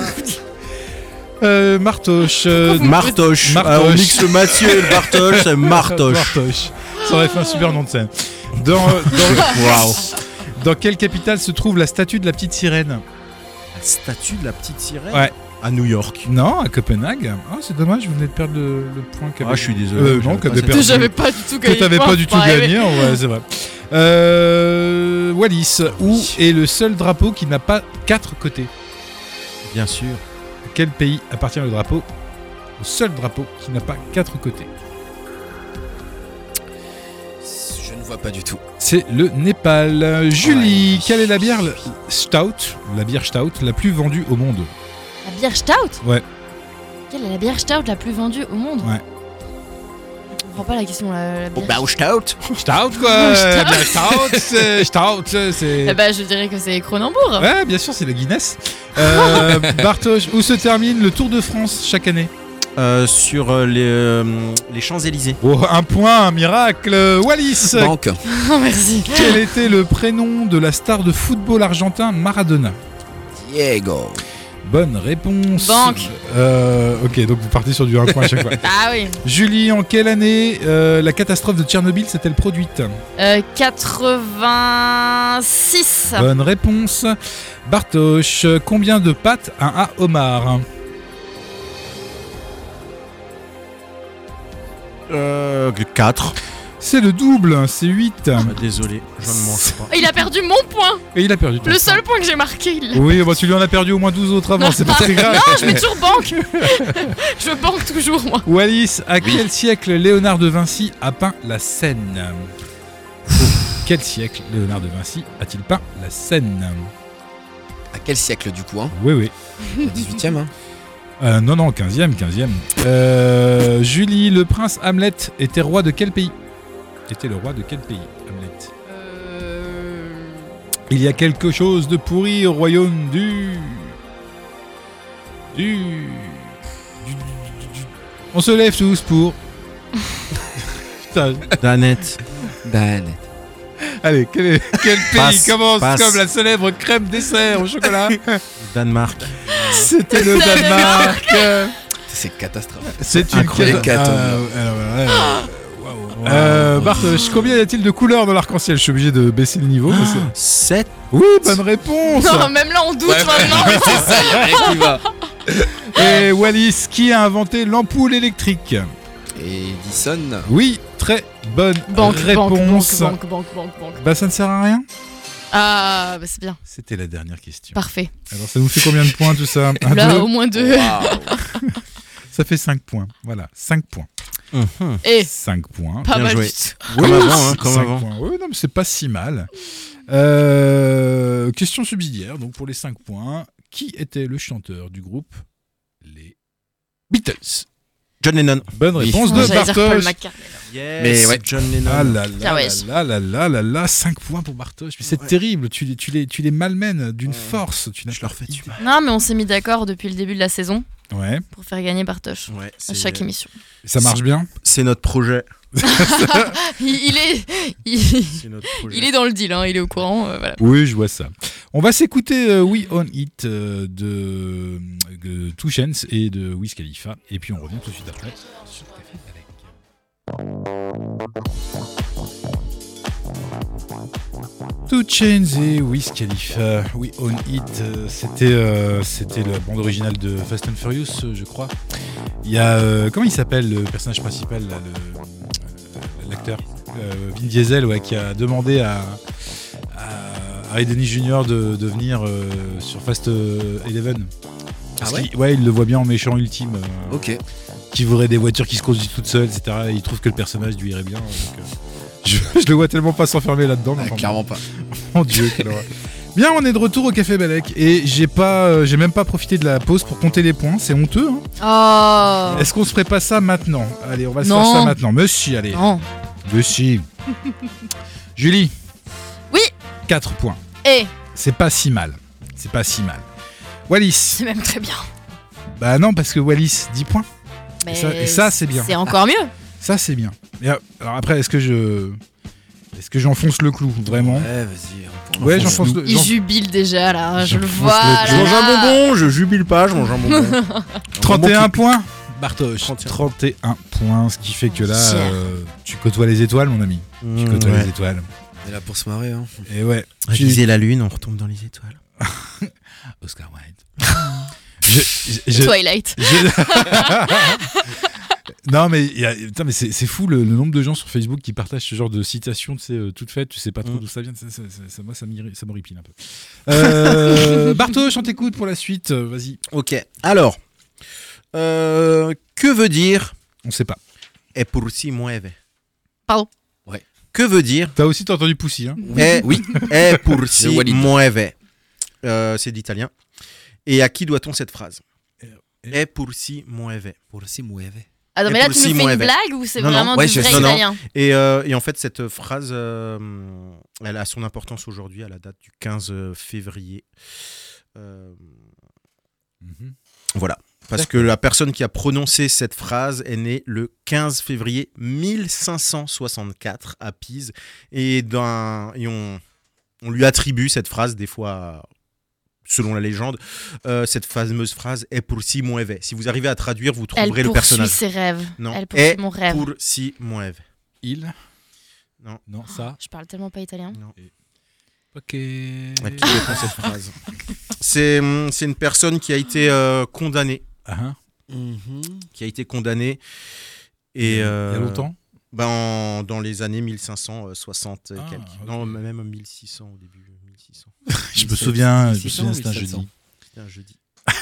Euh, Martoche. euh, Martoche. Martoche. Ah, on mixe le Mathieu et le Bartoche, c'est Martoche. Martoche. Ça aurait fait un super nom de scène. Dans, dans, Waouh. dans quelle capitale se trouve la statue de la petite sirène? La statue de la petite sirène. Ouais. À New York. Non, à Copenhague. Oh, c'est dommage, vous venez de perdre le, le point qu'avait. Ah, je suis désolé. Euh, non, j'avais qu'avait pas cette- perdu. J'avais pas du tout Que gagné. t'avais de pas points. du tout Ouais, gagné, en vrai, c'est vrai. Euh, Wallis, où est le seul drapeau qui n'a pas quatre côtés? Bien sûr. À quel pays appartient le drapeau? Le seul drapeau qui n'a pas quatre côtés. Je ne vois pas du tout. C'est le Népal. Euh, Julie, Ouais. quelle est la bière le- stout, la bière stout la plus vendue au monde? La bière stout. Ouais. Quelle est la bière stout la plus vendue au monde? Ouais. Je comprends pas la question. La, la bière... bah, stout. Stout quoi. Stout. La bière stout, c'est stout, c'est. Eh bah, je dirais que c'est Cronenbourg. Ouais, bien sûr, c'est la Guinness. Euh, Bartosz, où se termine le Tour de France chaque année? Euh, sur euh, les, euh, les Champs-Élysées. Oh, un point, un miracle. Wallis, Banque. Oh, merci. quel était le prénom de la star de football argentin Maradona? Diego. Bonne réponse. Banque. Euh, ok, donc vous partez sur du un point à chaque fois. Ah oui. Julie, en quelle année euh, la catastrophe de Tchernobyl s'est-elle produite? Euh, quatre-vingt-six. Bonne réponse. Bartosz, combien de pattes a un homard? Euh, quatre. C'est le double, c'est huit. Désolé, je ne mange pas. Il a perdu mon point. Et il a perdu ton Le point. seul point que j'ai marqué. Il l'a. Oui, bah, tu lui en as perdu au moins douze autres avant, c'est pas très grave. Non, je mets toujours banque. Je banque toujours, moi. Wallis, à quel siècle Léonard de Vinci a peint la Seine? Quel siècle Léonard de Vinci a-t-il peint la Seine? À quel siècle du coup hein? Oui, oui. dix-huitième hein? Euh, non, non, quinzième, quinzième. Euh, Julie, le prince Hamlet était roi de quel pays? Était le roi de quel pays, Hamlet? Euh... Il y a quelque chose de pourri au royaume du... Du... du... du- du- du- On se lève tous pour... Putain, Danette. Dan. allez, quel, est- quel pays Passe, commence passe. comme la célèbre crème dessert au chocolat? Danemark. C'était le C'est le Danemark. C'est catastrophique. C'est une Incroyable. cata- Ah, alors, voilà, ouais. Euh, Bartosz, combien y a-t-il de couleurs dans l'arc-en-ciel? Je suis obligé de baisser le niveau. parce que- sept. Oui, bonne réponse. Non, même là, on doute maintenant. c'est ça, y a rien qui va. Et Wallis, qui a inventé l'ampoule électrique? Et Edison. Oui, très bonne Banque, réponse. banque, banque, banque, banque, banque. Bah ça ne sert à rien. Ah, bah c'est bien. C'était la dernière question. Parfait. Alors ça nous fait combien de points tout ça? Un, Là, deux. au moins deux. Waouh. Ça fait cinq points. Voilà, cinq points. Mhm. Et cinq points. pas bien mal joué. du tout. Comme avant, hein, comme cinq avant. points. Ouais, non, mais c'est pas si mal. Euh, question subsidiaire, donc pour les cinq points. Qui était le chanteur du groupe Les Beatles? John Lennon. Bonne Oui. réponse Non, de j'allais dire Paul Bartosz. McCartney. Yes, Mais ouais. John Lennon. Ah là Ah là ouais. là là là là là, cinq points pour Bartosz. Mais c'est Ouais. terrible, tu les, tu, les, tu les malmènes d'une Ouais. force. Tu n'as Je leur pas fais du idée. mal. Non, mais on s'est mis d'accord depuis le début de la saison Ouais, pour faire gagner Bartosz Ouais, à c'est, chaque émission. ça marche bien. c'est notre projet. Il, il est, il, C'est notre projet. il est dans le deal, hein, il est au courant. euh, voilà. Oui, je vois ça. On va s'écouter euh, We On It euh, de, de Two Chainz et de Wiz Khalifa. Et puis on revient tout de suite après sur Café Balek. Two Chainz et Wiz Khalifa, We On It, euh, c'était euh, c'était la bande originale de Fast and Furious, euh, je crois. Il y a euh, comment il s'appelle le personnage principal là, le, euh, l'acteur euh, Vin Diesel, ouais, qui a demandé à, à Harry Denis junior de, de venir euh, sur Fast euh, Eleven. Parce Ah ouais qu'il- ouais, il le voit bien en méchant ultime, euh, Ok. qui voudrait des voitures qui se conduisent toutes seules, et cetera. Et il trouve que le personnage lui irait bien. Donc, euh, je, je le vois tellement pas s'enfermer là-dedans. mais Ah, enfin, clairement pas. mon Dieu, quelle horreur. Bien, on est de retour au Café Balek et j'ai pas, euh, j'ai même pas profité de la pause pour compter les points. C'est honteux. Hein. Oh Est-ce qu'on se ferait pas ça maintenant? Allez, on va se Non. faire ça maintenant. Monsieur, allez. non. Monsieur. Julie. Oui. quatre points. Et C'est pas si mal. C'est pas si mal. Wallis. c'est même très bien. Bah non, parce que Wallis, dix points. Mais ça- et ça, c'est bien. C'est encore mieux. Ça, c'est bien. Et, euh, alors après, est-ce que je. Est-ce que j'enfonce le clou, vraiment? Ouais, vas-y. on- Ouais, on- j'enfonce le. Il j'en- jubile déjà là, je le J'enfonce vois. le- là, Je mange un là. bonbon, je jubile pas, je mange un bonbon. trente et un points. Bartosz, trente et un. trente et un points, ce qui fait que là, Cher. euh, tu côtoies les étoiles, mon ami. Tu Mmh, côtoies ouais. les étoiles. On est là pour se marrer. Hein. Et ouais. Viser la lune, on retombe dans les étoiles. Oscar Wilde. je, je- je- Twilight. je- non, mais, il y a- putain, mais c'est, c'est fou le, le nombre de gens sur Facebook qui partagent ce genre de citations, tu sais, euh, toutes faites, tu sais pas trop Mm. d'où ça vient. Ça, ça- ça- ça- moi, ça, m'irri- ça m'horripile un peu. Euh, Bartosz, on t'écoute pour la suite. euh, Vas-y. Ok, alors, euh, que veut dire On sait pas. est pour si mueve? Pardon. Ouais. Que veut dire T'as aussi t'as entendu Poussy, hein? est, Oui. est pour si De Walid. mueve? Euh, C'est d'italien. Et à qui doit-on cette phrase? Et- Est pour si mueve. Pour le mueve. Ah non, Et mais là pour tu si nous fais mueve. une blague ou c'est Non, non, vraiment ouais, du je vrai sais. Non, non. italien? Et, euh, et en fait, cette phrase, euh, elle a son importance aujourd'hui, à la date du quinze février. Euh, Voilà. Parce que la personne qui a prononcé cette phrase est née le quinze février mille cinq cent soixante-quatre à Pise. Et, dans, et on, on lui attribue cette phrase, des fois, selon la légende, euh, cette fameuse phrase est pour si mueve. Si vous arrivez à traduire, vous Elle trouverez le poursuit personnage. ses rêves. Non. Elle poursuit Est mon rêve. pour si mueve. Il. Non. Non, ça. Je parle tellement pas italien. Ok. À qui répond cette phrase? C'est hum, c'est une personne qui a été euh, condamnée. Ah, hein. Qui a été condamnée. Et, Il y a euh, longtemps. ben, en- Dans les années mille cinq cent soixante et Ah, quelques. ok. Non, même mille six cents au début. mille six cents. Je me souviens, je me mille six cents, souviens, c'était un mille sept cents. jeudi. C'était un jeudi.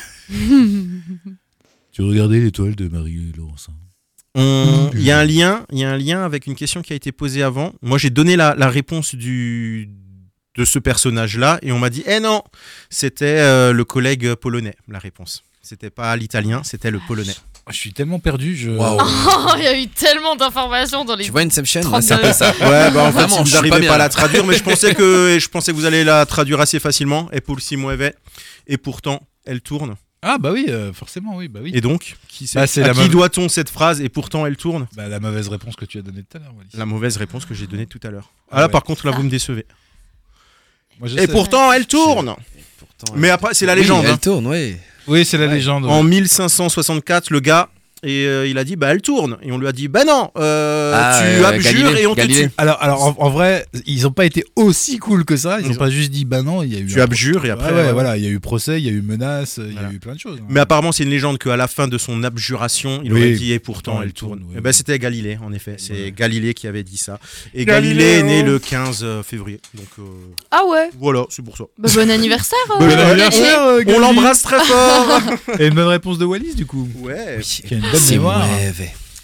Tu regardais l'étoile de Marie-Laurence. On- Il y a un lien, il y a un lien avec une question qui a été posée avant. Moi, j'ai donné la, la réponse du, de ce personnage-là et on m'a dit, eh non, c'était euh, le collègue polonais, la réponse. C'était pas l'italien, c'était le polonais. Je suis tellement perdu. Je... Waouh. Oh, il y a eu tellement d'informations dans les. Tu vois Inception, trente-deux. c'est un peu ça. Ouais, bah en fait, Vraiment, si je vous suis n'arrivez pas pas, bien, à la là. traduire, mais je pensais que et je pensais que vous allez la traduire assez facilement. Et pour le si mueve, et pourtant, elle tourne. Ah bah oui, euh, forcément, oui, bah oui. Et donc, qui c'est Bah, c'est à la qui mauvaise- doit-on cette phrase et pourtant elle tourne? Bah, la mauvaise réponse que tu as donnée tout à l'heure, Wallis. La mauvaise réponse que j'ai donnée tout à l'heure. Ah Ah là, ouais. par contre, là, vous me décevez. Moi, je Et sais. pourtant, elle tourne. Pourtant, Mais elle- après, c'est la Oui, légende. Elle hein. tourne, oui. Oui, c'est la Ouais. légende. En mille cinq cent soixante-quatre, le gars, et euh, il a dit, bah elle tourne. Et on lui a dit, bah non, euh, Ah, tu euh, abjures Galilée, et on te Galilée. tue. Alors, alors en, en vrai, ils ont pas été aussi cool que ça. Ils, Ils ont ont- pas juste dit bah non, il y a eu. Tu un- abjures et après. Ouais, ouais, euh, voilà, il y a eu procès, il y a eu menace, il y Voilà. a eu plein de choses. hein. Mais apparemment, c'est une légende qu'à la fin de son abjuration, il Oui. aurait dit et pourtant Pourtant, elle elle tourne. tourne, ouais. Et ben, c'était Galilée, en effet. C'est Ouais. Galilée qui avait dit ça. Et Galilée, Galilée est né oh. le quinze février. Donc euh, Ah ouais. voilà, c'est pour ça. Bah, bon anniversaire. euh, Bon Galilée. anniversaire, euh, On Gali. l'embrasse très fort. Et une bonne réponse de Wallis du coup. Ouais. Qui a une bonne C'est mémoire. mueve.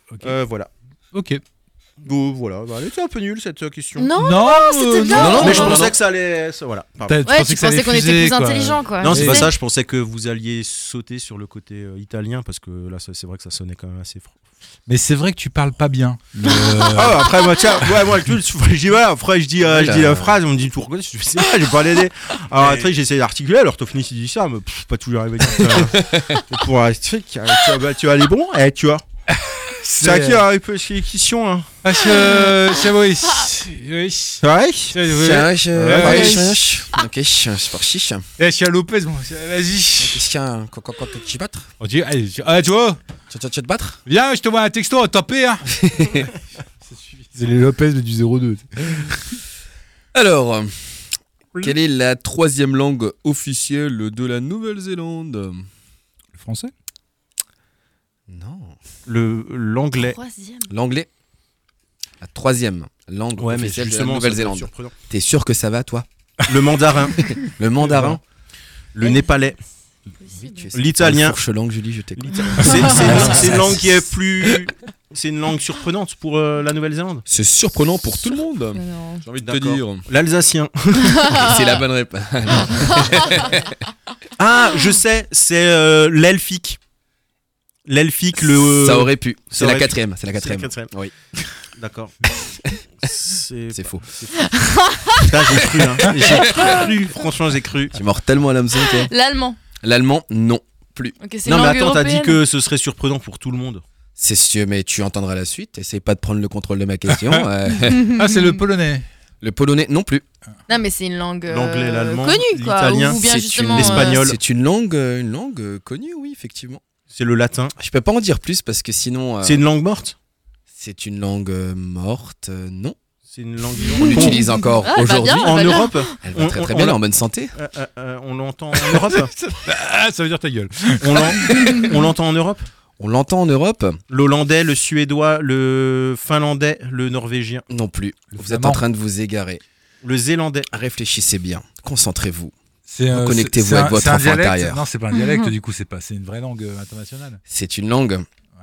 Ok. Euh, voilà. Ok. Bon, voilà, bah, elle était un peu nulle cette euh, question. Non, Non, c'était euh, bien. Non, non, mais je non, pensais non. que ça allait. ça- Voilà. pardon. T'as- tu Ouais, pensais tu que ça allait pensais qu'on était fuser, plus quoi. intelligents, quoi. Non, c'est Je pas sais. ça, je pensais que vous alliez sauter sur le côté euh, italien parce que là, ça- c'est vrai que ça sonnait quand même assez froid. Mais c'est vrai que tu parles pas bien. Le- Ah, après, moi, tiens, ouais, moi, tu- je dis, voilà, après, je dis, euh, je dis la phrase, on me dit, tu reconnais, je sais pas, j'ai pas l'aider. Alors, après, j'essaie d'articuler, l'orthophoniste, il dit ça, mais pff, pas toujours arrivé à dire ça. Pour un truc, tu as, tu as les bons, eh, tu vois. C'est à qui, hein, un peu, c'est les questions, hein. Ah, c'est c'est oui. Oui. C'est vrai? C'est oui. Tiens, je- Ouais, ouais, ouais. je- Ok, c'est par chiche. Eh, c'est à Lopez, bon, vas-y. Qu'est-ce qu'il y a? Quoi, quoi, quoi, tu te battre? On dit, allez, tu- ah, tu vois, Tu vas te battre? viens, je te vois un texto à taper, hein. C'est les Lopez, mais du zéro deux. Alors, quelle est la troisième langue officielle de la Nouvelle-Zélande? Le français? Non. Le, l'anglais. Troisième. L'anglais. La troisième langue Ouais, mais officielle de la justement, ça peut être Nouvelle-Zélande. surprenant. T'es sûr que ça va, toi? Le mandarin, Le mandarin? le népalais, Oui, tu es L'italien. Fourche langue, Julie, je t'écoute. c'est, c'est, Ah, c'est une ça, langue c'est- qui est plus. C'est une langue surprenante pour euh, la Nouvelle-Zélande. C'est surprenant pour tout le monde. Non. J'ai envie de te D'accord. dire. L'alsacien. C'est la bonne réponse. Ah, je sais, c'est euh, l'elfique. L'elfique, le. Ça aurait pu. ça C'est la aurait pu. quatrième. C'est la C'est la quatrième. quatrième. Oui. D'accord. C'est, C'est faux. Putain, j'ai cru, hein. J'ai cru, franchement, j'ai cru. Tu mords tellement à l'hameçon, toi. L'allemand. L'allemand, non. Ok, c'est Non, une mais langue attends, t'as dit européenne. que ce serait surprenant pour tout le monde. C'est sûr, mais tu entendras la suite. Essaye pas de prendre le contrôle de ma question. Euh, Ah, c'est le polonais. le polonais, non plus. Non, mais c'est une langue euh, L'anglais, l'allemand, connue, quoi. l'italien, Ou bien c'est justement. une- l'espagnol. C'est une langue, euh, une langue euh, connue, oui, effectivement. C'est le latin. Je peux pas en dire plus parce que sinon. euh, C'est une langue morte. c'est une langue euh, morte. euh, non. C'est une langue. On l'utilise encore Ah, elle va aujourd'hui. bien. En va bien. Europe. Elle va On- très très on- bien, on elle est l'a- en bonne santé. Euh, euh, euh, on l'entend en Europe. Ah, ça veut dire ta gueule. on, l'en- on l'entend en Europe. On l'entend en Europe? L'hollandais, le suédois, le finlandais, le norvégien, Non plus. Le Vous êtes flamand. en train de vous égarer. le zélandais. Réfléchissez bien. Concentrez-vous. C'est, euh, Connectez-vous c'est- c'est avec un- votre c'est un enfant dialecte. intérieur. Non, c'est pas un dialecte, du coup, c'est pas. C'est une vraie langue euh, internationale. C'est une langue.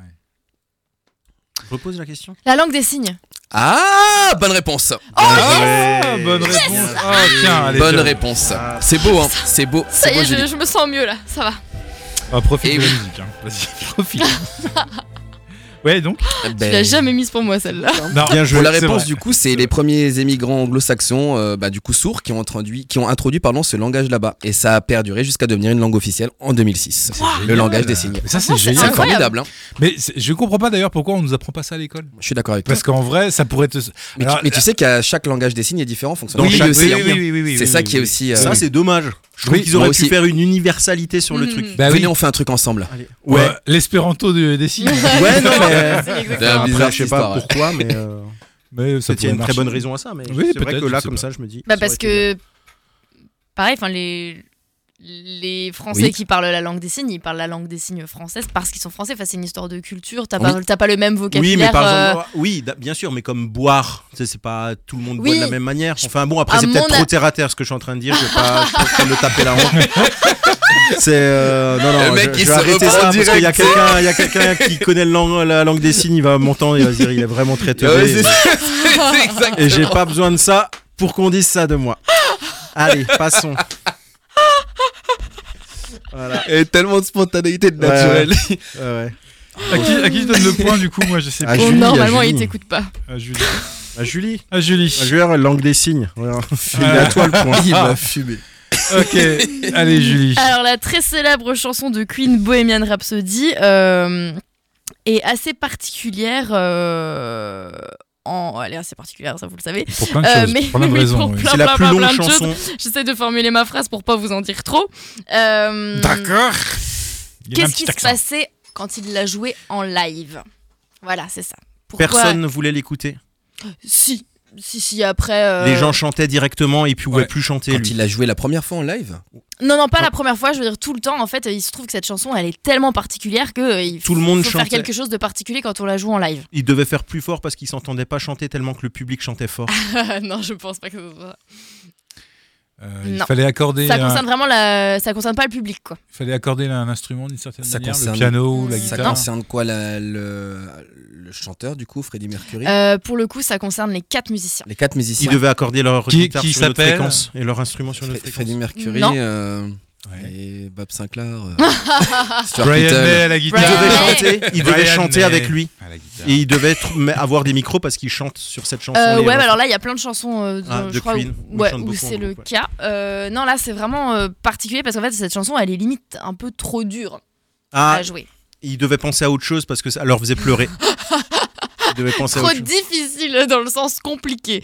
Je repose la question. La langue des signes. Ah, bonne réponse. Ah, bonne réponse. Ah, tiens, allez. Bonne tiens. réponse. Ah. C'est beau, hein. C'est beau. Ça C'est y beau, est, je, Julie. je me sens mieux là. Ça va. Ah, profite Et de la oui. musique. Hein. Vas-y, profite. Ouais, donc. Ben, Tu l'as jamais mise pour moi celle-là. Non, Bien joué. Pour la c'est réponse, vrai. du coup, c'est les premiers émigrants anglo-saxons, euh, bah, du coup sourds, qui ont introduit, qui ont introduit pardon, ce langage là-bas. Et ça a perduré jusqu'à devenir une langue officielle en deux mille six. C'est Le génial. langage des signes. Mais ça, c'est Franchement, c'est génial. C'est incroyable. formidable, hein. Mais c'est- je comprends pas d'ailleurs pourquoi on nous apprend pas ça à l'école. Je suis d'accord avec toi. Parce qu'en vrai, ça pourrait te. Mais, Alors, tu, mais tu sais qu'à chaque langage des signes est différent en fonction Dans du chaque pays aussi. pays, hein. oui, oui, oui, oui, C'est oui, ça oui, qui est oui. aussi. euh, Ça, c'est dommage. Je trouve Oui, qu'ils auraient moi pu aussi. faire une universalité sur le Mhm. truc. Bah Venez, oui. on fait un truc ensemble. Allez. Ouais, Ouais. l'espéranto de- des signes. Ouais, non, mais. C'est exactement. D'un Après, bizarre je sais cette pas histoire, ouais. pourquoi, mais. euh, Mais ça Peut-être qu'il y a pourrait une très marcher. bonne raison à ça, mais Oui, c'est vrai peut-être, que là, je sais comme pas. ça, je me dis. Bah ça parce aurait été que pareil, enfin les les Français Oui. qui parlent la langue des signes, ils parlent la langue des signes française parce qu'ils sont français. Enfin, c'est une histoire de culture. T'as Oui. pas, t'as pas le même bien. vocabulaire. Oui, mais par euh, exemple, oui, da- bien sûr, mais comme boire, tu sais, c'est pas tout le monde boit Oui. de la même manière. Enfin bon, après À c'est peut-être mon trop a- terre à terre ce que je suis en train de dire. Je vais pas, je suis pas en train de le taper la honte. C'est euh, non non, Le mec, je, il je vais se arrêter reprend ça parce qu'il y a direct. quelqu'un, il y a quelqu'un qui connaît le lang- la langue des signes, il va m'entendre, il va se dire, il est vraiment très Ouais, teubé. c'est c'est exactement. Et j'ai pas besoin de ça pour qu'on dise ça de moi. Allez, passons. Voilà. Et tellement de spontanéité de Ouais, naturel. Ouais, ouais. À qui, à qui je donne le point du coup? Moi, je sais Ah, pas. bon, Julie, normalement, à ils Julie. t'écoutent pas. À Julie. À Julie. À Julie. À Julie, langue des signes. Voilà. Il Ah. est à toi le point. Il m'a fumé. Ok, allez Julie. Alors la très célèbre chanson de Queen, Bohemian Rhapsody, euh, est assez particulière. Euh, en... Elle est assez particulière, ça vous le savez. Pour plein de Euh, choses. mais- pour plein de mais raisons. pour oui. plein- C'est la plein, plus plein, longue plein de chanson. J'essaie de formuler ma phrase pour pas vous en dire trop. Euh, D'accord. Il y a un Qu'est-ce petit qui se accent. passait quand il l'a joué en live? Voilà, c'est ça. Pourquoi Personne ne voulait l'écouter. Si, si, si, après... euh, Les gens chantaient directement et puis pouvaient Ouais. plus chanter. Quand lui. il a joué la première fois en live, Non, non, pas Non. la première fois, je veux dire tout le temps. En fait, il se trouve que cette chanson, elle est tellement particulière que euh, il Tout le monde faut faire chantait. quelque chose de particulier quand on la joue en live. Il devait faire plus fort parce qu'il s'entendait pas chanter tellement que le public chantait fort. Non, je pense pas que ce soit... Euh, il Non. fallait accorder Ça un, concerne vraiment la... Ça concerne pas le public, quoi. il fallait accorder un instrument d'une certaine Ça manière, concerne- le piano ou la Ça Ça guitare. concerne quoi la- le, le chanteur du coup, Freddie Mercury Euh, pour le coup, ça concerne les quatre musiciens. Les quatre Ils musiciens. devaient accorder leur Qui- guitare qui sur une autre s'appelle fréquence et leur instrument sur une autre Fre- fréquence. Freddie Mercury Non. euh, Ouais. et Bob Sinclair. euh, Stuart Brian Little. May à la guitare. Ils Brian devaient May. chanter, ils devaient Brian chanter May avec lui. à la guitare. Et ils devaient tr- mais avoir des micros parce qu'ils chantent sur cette chanson. Euh, les ouais, gens- bah alors là, il y a plein de chansons, euh, Ah, dont de je crois, Queen, où, où ils ouais, chantent où beaucoup c'est en le groupe, ouais. cas. Euh, non, là, c'est vraiment euh, particulier parce qu'en fait, cette chanson, elle est limite un peu trop dure Ah, à jouer. ils devaient penser à autre chose parce que ça leur faisait pleurer. Ils devaient penser à Trop autre chose. difficile dans le sens compliqué.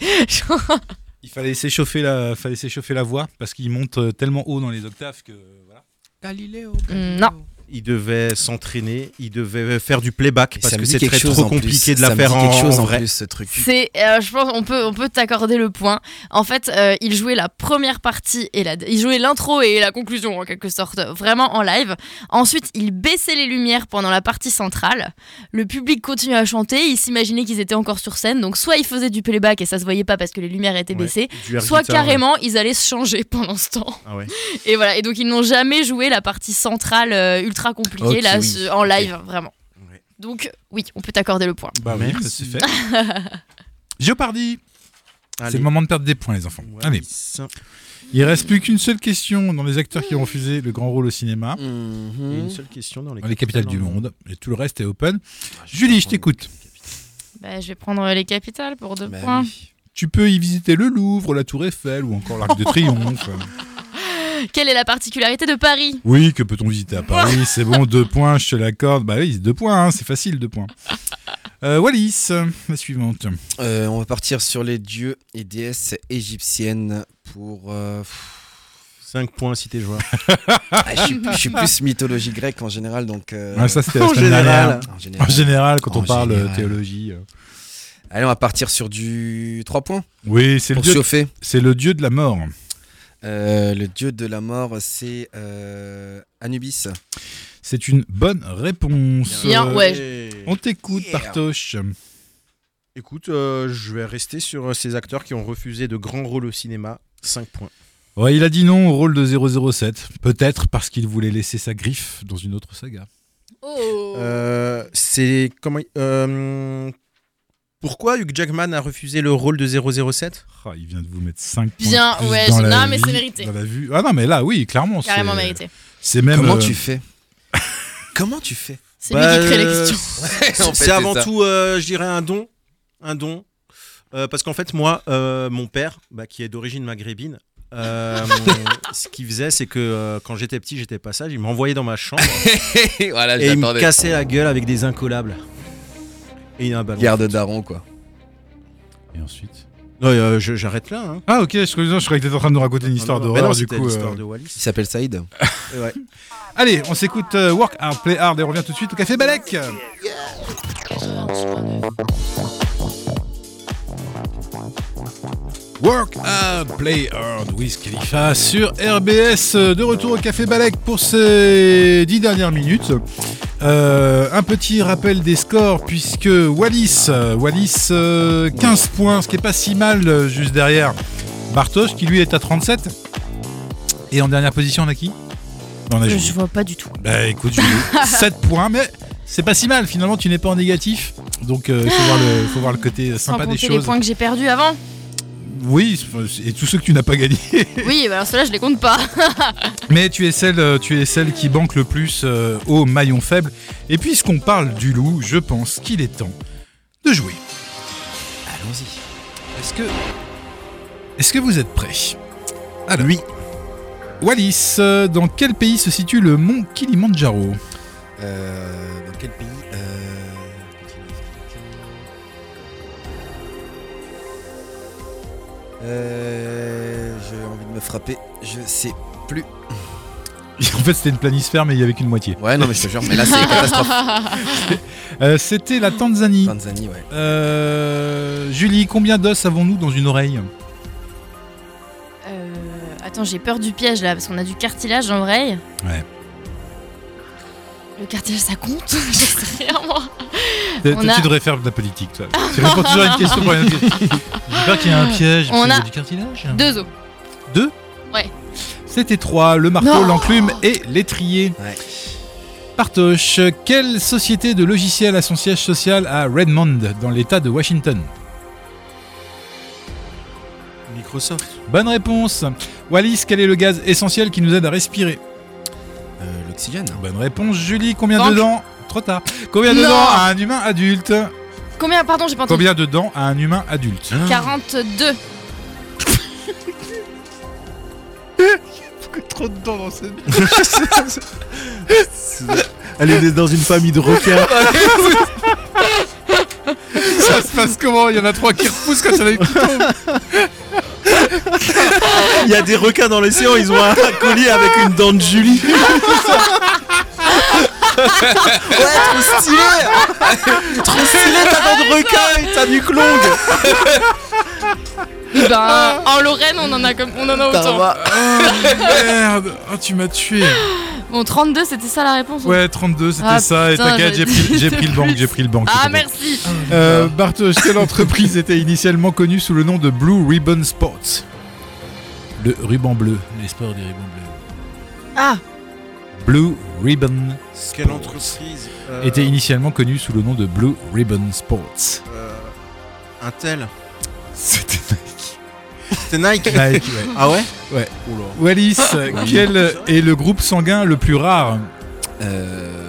Il fallait s'échauffer la, fallait s'échauffer la voix parce qu'il monte euh, tellement haut dans les octaves que voilà. Galileo, Mm, non. Ils devaient s'entraîner, ils devaient faire du playback Et parce ça me que dit c'est quelque très chose trop en plus. compliqué de Ça la me faire dit en, quelque chose en en vrai. plus, ce truc. C'est, euh, je pense, on peut, on peut t'accorder le point. En fait, euh, il jouait la première partie et la, il jouait l'intro et la conclusion en quelque sorte, vraiment en live. Ensuite, il baissait les lumières pendant la partie centrale. Le public continuait à chanter. Il s'imaginait qu'ils étaient encore sur scène. Donc, soit ils faisaient du playback et ça se voyait pas parce que les lumières étaient Ouais, baissées, du air soit guitar, carrément ils allaient se changer pendant ce temps. ouais. Ah ouais. Et voilà. Et donc, ils n'ont jamais joué la partie centrale euh, ultra compliquée Ok, là oui. ce- en Ok. live, vraiment. Ouais. Donc, oui, on peut t'accorder le point. Bah oui, ça Merci. c'est fait. Jeopardy. C'est Allez. le moment de perdre des points, les enfants. Ouais, Allez, ça- il reste plus qu'une seule question dans les acteurs qui ont refusé le grand rôle au cinéma, Il y a Mhm. une seule question dans les, dans les capitales du dans le monde, et tout le reste est open. Ah, Julie, je vais t'écoute. Bah, je vais prendre les capitales pour deux Bah points. oui. Tu peux y visiter le Louvre, la Tour Eiffel ou encore l'Arc de Triomphe. Quelle est la particularité de Paris? Oui, que peut-on visiter à Paris? C'est bon, deux points, je te l'accorde. Bah oui, deux points, hein, c'est facile, deux points. Euh, Wallis, la suivante. Euh, on va partir sur les dieux et déesses égyptiennes pour. euh, pff, cinq points si t'es joueur. ah, je, suis, je suis plus mythologie grecque en général, donc. euh, Ah, ça, c'était la en semaine général. dernière. en En général. général, quand on En parle général. euh, théologie. euh. Allez, on va partir sur du trois points Oui, c'est le, pour dieu, chauffer. c'est le dieu de la mort. Euh, le dieu de la mort, c'est euh, Anubis. C'est une bonne réponse. Bien, Euh, ouais. On t'écoute, Yeah. Partoche. Écoute, euh, je vais rester sur euh, ces acteurs qui ont refusé de grands rôles au cinéma. cinq points. Ouais, il a dit non au rôle de zéro zéro sept. Peut-être parce qu'il voulait laisser sa griffe dans une autre saga. Oh. Euh, c'est comment euh, pourquoi Hugh Jackman a refusé le rôle de zéro zéro sept? Ah, il vient de vous mettre cinq points. Bien, de plus ouais, dans c'est- la non, mais vie, c'est mérité. dans la vue. Ah non, mais là, oui, clairement. Carrément c'est- mérité. C'est même. Comment euh, tu fais Comment tu fais C'est lui qui crée les euh, questions. c'est- En fait, c'est c'est avant ça. tout, euh, je dirais un don, un don, Euh, parce qu'en fait moi, euh, mon père, bah, qui est d'origine maghrébine, euh, ce qu'il faisait, c'est que euh, quand j'étais petit, j'étais pas sage, il m'envoyait dans ma chambre Voilà, et il me j'attendais. cassait la gueule avec des incollables et un ballon. Garde daron, quoi. Et ensuite. Ouais, euh, je- j'arrête là. Hein. Ah, ok, je, je croyais que t'étais en train de nous raconter une histoire Ah, non, non, d'horreur, mais non, du c'était coup. l'histoire euh, de Wallis. Il s'appelle Saïd. Ouais. Allez, on s'écoute euh, Work Hard, Play Hard et on revient tout de suite au Café Balek. Work Hard, Play Hard, Wiz Khalifa sur R B S, euh, de retour au Café Balek pour ces dix dernières minutes. Euh, un petit rappel des scores puisque Wallis, euh, Wallis euh, quinze points, ce qui est pas si mal, euh, juste derrière Bartosz qui lui est à trente-sept. Et en dernière position on a qui? On a Euh, Julie. Je vois pas du tout. Bah écoute, Julie, sept points, mais c'est pas si mal. Finalement, tu n'es pas en négatif. Donc euh, il faut, voir le, faut voir le côté Sans sympa des compter les choses. points que j'ai perdus avant. Oui, et tous ceux que tu n'as pas gagnés. Oui, bah alors ceux-là, je les compte pas. Mais tu es celle, euh, tu es celle qui banque le plus euh, au maillon faible. Et puisqu'on parle du loup, je pense qu'il est temps de jouer. Allons-y. Est-ce que, est-ce que vous êtes prêts? Alors, oui. Wallis, euh, dans quel pays se situe le mont Kilimandjaro? Euh, dans quel pays euh... Euh, J'ai envie de me frapper. Je sais plus. En fait, c'était une planisphère, mais il n'y avait qu'une moitié. Ouais, non, mais je te jure, mais là, c'est catastrophe. Euh, c'était la Tanzanie. Tanzanie, ouais. Euh, Julie, combien d'os avons-nous dans une oreille? Euh, attends, j'ai peur du piège là, parce qu'on a du cartilage dans l'oreille. Ouais. Le cartilage, ça compte? Je sais rien, moi. Tu On a- devrais faire de la politique, toi. Tu réponds toujours à une question pour une autre question. J'ai peur qu'il y ait un piège. On Il y a du cartilage. Deux os. Deux Ouais. C'était trois, le marteau, Non. l'enclume et l'étrier. Ouais. Partoche, quelle société de logiciels a son siège social à Redmond, dans l'état de Washington? Microsoft. Bonne réponse. Wallis, quel est le gaz essentiel qui nous aide à respirer? Euh, L'oxygène. Bonne réponse. Julie, combien Banque. de dents? Trop tard. Combien de Non. dents a un humain adulte? Combien, pardon, j'ai pas entendu. Combien de dents a un humain adulte? quarante-deux. Trop de dents dans cette... Elle est dans une famille de requins. Ça se passe comment? Il y en a trois qui repoussent quand il y en a une qui tombe. Il y a des requins dans l'océan, ils ont un collier avec une dent de Julie. Ouais, trop stylé. Trop stylé, ta dent de requin et ta nuque longue. Ben, en Lorraine, on en a, comme, on en a Ça autant. va. Oh merde. Oh, tu m'as tué. Bon, trente-deux, c'était ça la réponse? Ouais, trente-deux, c'était Ah, ça. Et putain, t'inquiète, j'ai j'ai- pris, j'ai pris le banc. J'ai pris le banc. Ah, s'il te plaît. merci. Euh, Bartosz, quelle entreprise était initialement connue sous le nom de Blue Ribbon Sports? Le ruban bleu, les sports des rubans bleus. Ah, Blue Ribbon Quelle Sports entreprise euh, était initialement connue sous le nom de Blue Ribbon Sports. euh, Intel. C'était C'était Nike. Nike, ouais. Ah ouais. Ouais. Oula. Wallis, quel est le groupe sanguin le plus rare? Euh...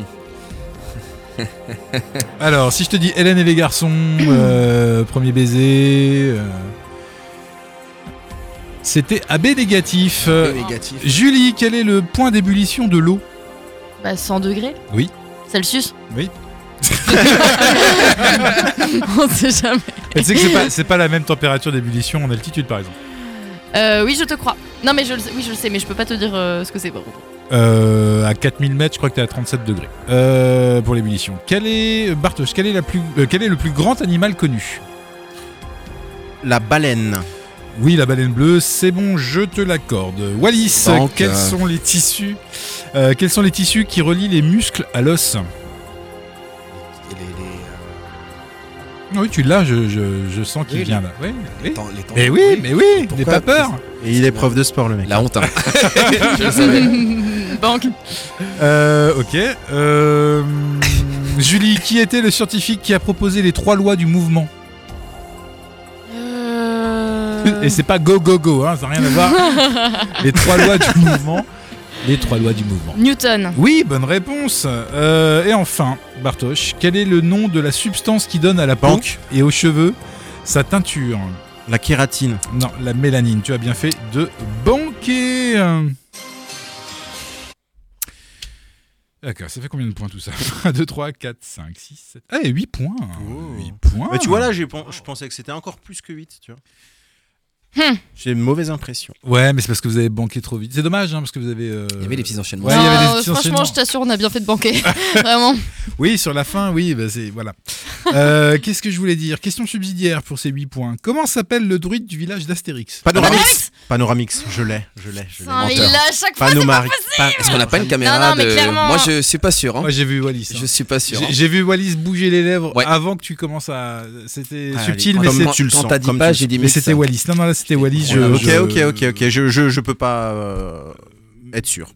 Alors, si je te dis Hélène et les garçons, euh, premier baiser, euh, c'était A B négatif. Euh, négatif. Julie, quel est le point d'ébullition de l'eau? bah cent degrés. Oui. Celsius. Oui. On sait jamais. Tu sais que c'est pas, c'est pas la même température d'ébullition en altitude, par exemple. Euh, oui, je te crois. Non, mais je le sais, oui, je le sais, mais je peux pas te dire euh, ce que c'est. Par contre. Euh, à quatre mille mètres, je crois que t'es à trente-sept degrés euh, pour l'ébullition. Quel est, Bartosz, quel est, la plus, euh, quel est le plus grand animal connu? La baleine. Oui, la baleine bleue, c'est bon, je te l'accorde. Wallis, Donc, quels euh, sont les tissus euh, quels sont les tissus qui relient les muscles à l'os? Et les, les, euh, Oui, tu l'as, je, je, je sens qu'il Oui, vient là. Oui, les oui. temps- les temps- Mais oui, mais oui, n'aie Pourquoi pas peur. Et il est prof de sport, le mec. La honte, hein. Je le savais. Banque. Euh, ok. Euh, Julie, qui était le scientifique qui a proposé les trois lois du mouvement? Euh... Et c'est pas go go go, hein, ça n'a rien à voir. Les trois lois du mouvement. Les trois lois du mouvement. Newton. Oui, bonne réponse. Euh, et enfin, Bartosz, quel est le nom de la substance qui donne à la peau Banque. et aux cheveux sa teinture? La kératine. Non, la mélanine. Tu as bien fait de banquer. D'accord, ça fait combien de points tout ça? un, deux, trois, quatre, cinq, six, sept... Ah, et huit points. Oh. huit points. Mais tu vois là, j'ai pen- je pensais que c'était encore plus que huit, tu vois. Hmm. J'ai une mauvaise impression. Ouais, mais c'est parce que vous avez banqué trop vite. C'est dommage, hein, parce que vous avez... euh, Il y avait les petits enchaînements. Ouais, il y avait des Non, petits franchement, enchaînements. je t'assure, on a bien fait de banquer. Vraiment. Oui, sur la fin, oui, bah c'est... Voilà. Euh, qu'est-ce que je voulais dire? Question subsidiaire pour ces huit points. Comment s'appelle le druide du village d'Astérix? Panoramix. Panoramix, je l'ai, je l'ai, je l'ai. Putain, mais il menteur. l'a à chaque fois, c'est pas Panomaric. possible. Est-ce qu'on n'a pas une caméra Non, non, mais de... clairement. Moi, je suis pas sûr. Hein. Moi, j'ai vu Wallis. hein. Je suis pas sûr. J'ai hein. j'ai vu Wallis bouger les lèvres Ouais. avant que tu commences à... C'était Allez, subtil, mais comme c'est... quand tu le Quand sens, t'as dit comme pas, tu j'ai le dit Mais mais c'était ça. Wallis. Non, non, là, c'était Wallis. je- Ok, je- ok, ok, ok. Je, je, je peux pas euh, être sûr.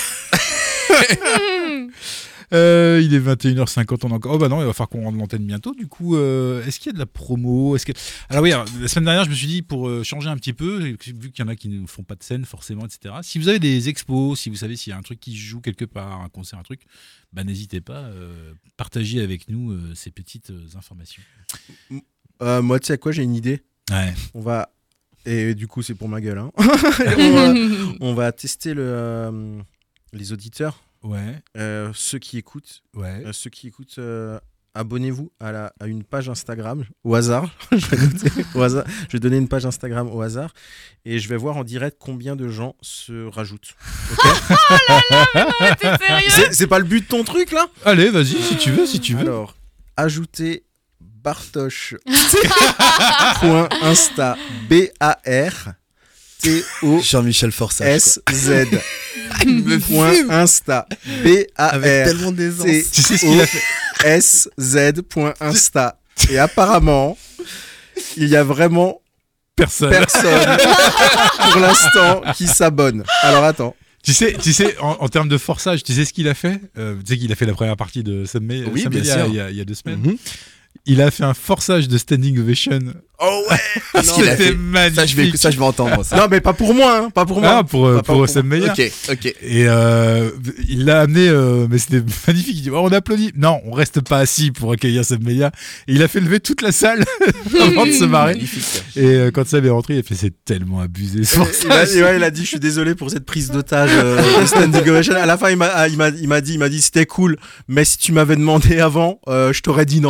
Euh, il est vingt et une heures cinquante, on a encore... Oh bah non, il va falloir qu'on rende l'antenne bientôt. Du coup, euh, est-ce qu'il y a de la promo? Est-ce que... Alors oui, alors, la semaine dernière, je me suis dit, pour euh, changer un petit peu, vu qu'il y en a qui ne font pas de scène forcément, et cetera. Si vous avez des expos, si vous savez s'il y a un truc qui se joue quelque part, un concert, un truc, bah n'hésitez pas, euh, partagez avec nous euh, ces petites euh, informations. Euh, moi, tu sais quoi, j'ai une idée. Ouais. On va. Et du coup, c'est pour ma gueule. Hein. on, va, on va tester le, euh, les auditeurs, Ouais, euh, ceux qui écoutent. ouais. Euh, ceux qui écoutent, euh, abonnez-vous à, la, à une page Instagram au hasard. je, vais noter, au hasard. Je vais donner une page Instagram au hasard et je vais voir en direct combien de gens se rajoutent. Ok. T'es sérieux? c'est, c'est pas le but de ton truc là? Allez, vas-y, si tu veux, si tu veux. Alors, ajoutez Bartosz. point Insta. B A R T O Jean-Michel Forsage. S Z. Il me Point fume. Insta. B A Avec R tellement d'aisance. T Tu sais ce qu'il a fait? O S Z. Point Insta. Et apparemment, il y a vraiment Personne. Personne pour l'instant qui s'abonne. Alors attends. Tu sais, tu sais en, en termes de forçage, tu sais ce qu'il a fait euh, Tu sais qu'il a fait la première partie de Sam May, Oui, Sam bien May, sûr. il y, a, il y a deux semaines. Mhm. Il a fait un forçage de standing ovation. Oh ouais. Parce qu'il il a était fait- magnifique. Ça je vais, ça je vais entendre ça. Non, mais pas pour moi, hein, pas pour moi. Ah, pour, euh, Pas pour Sam Meyer. Ok, ok. Et euh, il l'a amené, euh, mais c'était magnifique. Il dit, oh, on applaudit. Non, on reste pas assis pour accueillir Sam Meyer. Et il a fait lever toute la salle avant de se marrer. Magnifique. Et euh, quand Sam est rentré, il a fait, c'est tellement abusé. ce Il a, forçage. et ouais, il a dit, je suis désolé pour cette prise d'otage euh, de standing ovation. À la fin, il m'a, ah, il m'a, il m'a dit, il m'a dit, c'était cool, mais si tu m'avais demandé avant, euh, je t'aurais dit non.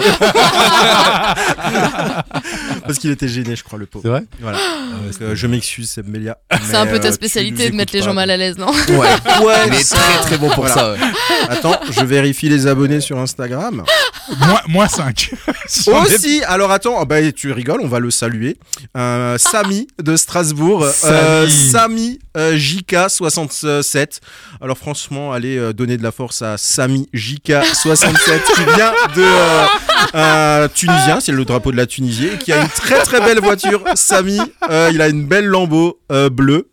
Parce qu'il était gêné, je crois, le pauvre. C'est vrai? Voilà. ouais, Donc, euh, je m'excuse, Seb Melia. C'est un mais, peu ta euh, spécialité tu de nous mettre les écoutes gens pas. mal à l'aise, non? Ouais. Ouais, Il est ça. très très bon pour Voilà. ça. Ouais. Attends, je vérifie les abonnés sur Instagram. moins, moins cinq. Si on est- Aussi, alors attends, oh, bah, tu rigoles, on va le saluer. Euh, Samy de Strasbourg, euh, Samy. Samy euh, J K soixante-sept. Alors franchement, allez euh, donner de la force à Samy J K soixante-sept qui vient de euh, euh, Tunisien, c'est le drapeau de la Tunisie, et qui a une très très belle voiture. Samy, euh, il a une belle Lambo euh, bleue.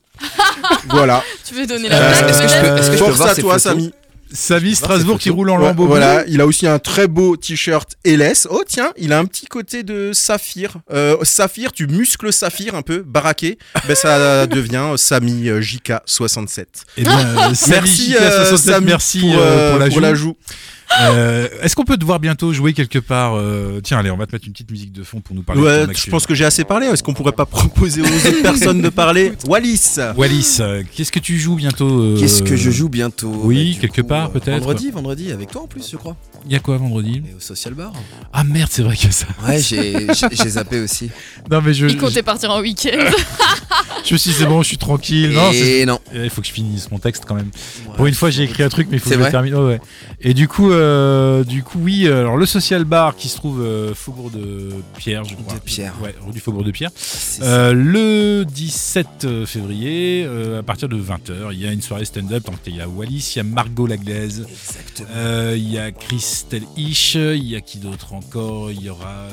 Voilà. Tu veux donner Euh, la place est-ce que je peux- peut-être est-ce que je peux Force voir à ces toi, photos Samy. Samy Strasbourg qui roule en Ouais, lambeau. voilà, il a aussi un très beau t-shirt L S. Oh tiens, il a un petit côté de saphir. Euh, saphir, tu muscles saphir un peu, baraqué. Ben ça devient Samy euh, J K soixante-sept. Eh bien, euh, Samy Merci J K euh, soixante-sept, Samy merci pour, euh, euh, pour la pour joue. l'ajout. Euh, Est-ce qu'on peut te voir bientôt jouer quelque part euh, Tiens, allez, on va te mettre une petite musique de fond pour nous parler de Ouais, ton je actu. pense que j'ai assez parlé. Est-ce qu'on pourrait pas proposer aux autres personnes de parler? Wallis. Wallis, euh, qu'est-ce que tu joues bientôt euh, Qu'est-ce que je joue bientôt? oui, Bah, du quelque coup, part, euh, peut-être. Vendredi, vendredi, avec toi en plus, je crois. Il y a quoi vendredi Et au Social Bar. Ah merde, c'est vrai qu'il y a ça. Ouais, j'ai j'ai- j'ai zappé aussi. Non mais je, Il je, comptait partir en week-end. je me suis dit, c'est bon, je suis tranquille. Non, c'est- Et non. il faut que je finisse mon texte quand même. Ouais. Pour une fois, j'ai écrit un truc, mais il faut C'est que je le vrai termine. Oh, ouais. Et du coup, euh, du coup, oui. Alors le Social Bar qui se trouve euh, Faubourg de Pierre, je crois. De Pierre. Ouais, rue du Faubourg de Pierre. C'est ça. Euh, le dix-sept février, euh, à partir de vingt heures, il y a une soirée stand-up. Donc il y a Wallis, il y a Margot Laglaise, Exactement. euh, il y a Christelle Hiche, il y a qui d'autre encore? Il y aura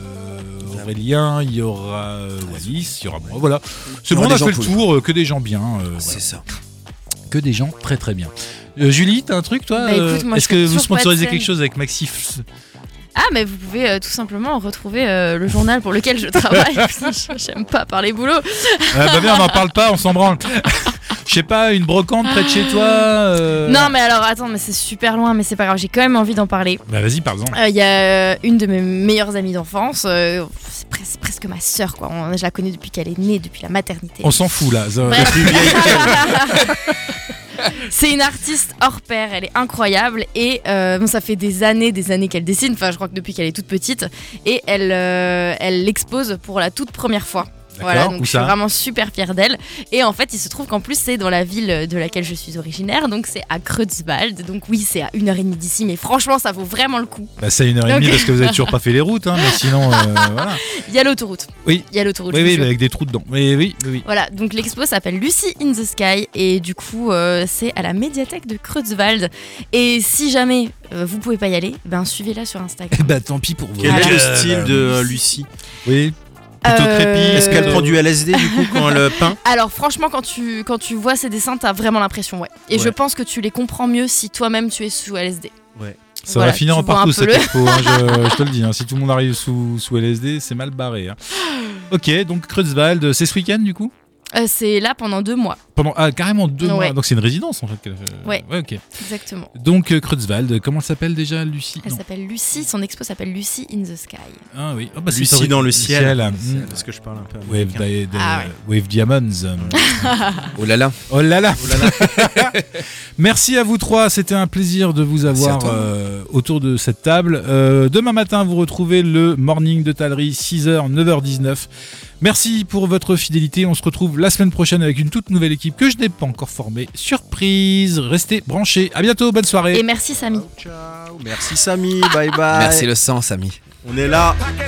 euh, Aurélien, il y aura euh, Wallis, il y aura moi. Voilà. C'est Il y bon, aura on a des fait gens le cool. tour, euh, que des gens bien. euh, voilà. C'est ça. Que des gens très très bien. Euh, Julie, t'as un truc toi Bah, écoute, euh, moi, Est-ce je fais que vous toujours pas de sponsorisez scène. quelque chose avec Maxif? Ah, mais vous pouvez euh, tout simplement retrouver euh, le journal pour lequel je travaille. Putain, j'aime pas parler boulot. Ah bah bien, on n'en parle pas, on s'en branle. Je sais pas, une brocante près de chez toi euh, Non, mais alors attends, mais c'est super loin, mais c'est pas grave, j'ai quand même envie d'en parler. Bah vas-y, par exemple. Il y a euh, une de mes meilleures amies d'enfance, euh, c'est pres- presque ma sœur, quoi. On- je la connais depuis qu'elle est née, depuis la maternité. On s'en fout là. ça- Bref. plus vieille qu'elle. C'est une artiste hors pair, elle est incroyable et euh, bon, ça fait des années, des années qu'elle dessine, enfin je crois que depuis qu'elle est toute petite et elle, euh, elle l'expose pour la toute première fois. Voilà, D'accord, donc où je suis ça vraiment super fière d'elle. Et en fait, il se trouve qu'en plus, c'est dans la ville de laquelle je suis originaire, donc c'est à Kreutzwald. Donc oui, c'est à une heure et demie d'ici, mais franchement, ça vaut vraiment le coup. Bah c'est une heure et demie Donc- parce que vous avez toujours pas fait les routes, hein, mais sinon, euh, voilà. Il y a l'autoroute. Oui. Il y a l'autoroute. Oui, je vous oui, jure. mais avec des trous dedans. Oui, oui, oui. oui. Voilà, donc l'expo s'appelle Lucy in the Sky et du coup euh, c'est à la médiathèque de Kreutzwald. Et si jamais euh, vous pouvez pas y aller, ben suivez-la sur Instagram. Eh bah tant pis pour vous. Quel Voilà. est le style de euh, Lucie? Oui. Plutôt Euh, crépi. Est-ce qu'elle prend du L S D du coup quand elle peint? Alors franchement, quand tu, quand tu vois ces dessins, t'as vraiment l'impression, ouais. Et Ouais. je pense que tu les comprends mieux si toi-même tu es sous L S D. Ça Voilà, va finir tu en vois partout un peu cette le- expo, hein, je, je te le dis. Hein. Si tout le monde arrive sous, sous L S D, c'est mal barré. Hein. Ok, donc Kreutzwald, c'est ce week-end du coup Euh, c'est là pendant deux mois, Pendant ah, carrément deux Ouais. mois. Donc c'est une résidence en fait. qu'elle fait. Ouais. Ouais, ok. exactement. Donc euh, Kreutzwald, comment elle s'appelle déjà, Lucie Elle Non. s'appelle Lucy, son expo s'appelle Lucy in the Sky. Ah oui. Oh, bah, c'est Lucie ori- dans le ciel. Mm. Parce que je parle un peu Wave, américain. di- di- Ah ouais. Wave Diamonds. Oh là là. Oh là là. Merci à vous trois, c'était un plaisir de vous Merci avoir à toi. euh, autour de cette table. Euh, demain matin, vous retrouvez le Morning de Talerie, six heures, neuf heures dix-neuf. Merci pour votre fidélité. On se retrouve la semaine prochaine avec une toute nouvelle équipe que je n'ai pas encore formée. Surprise, restez branchés. À bientôt, bonne soirée. Et merci Samy. Ciao, ciao. Merci Samy, bye bye. Merci le sang, Samy. On est là. Paquet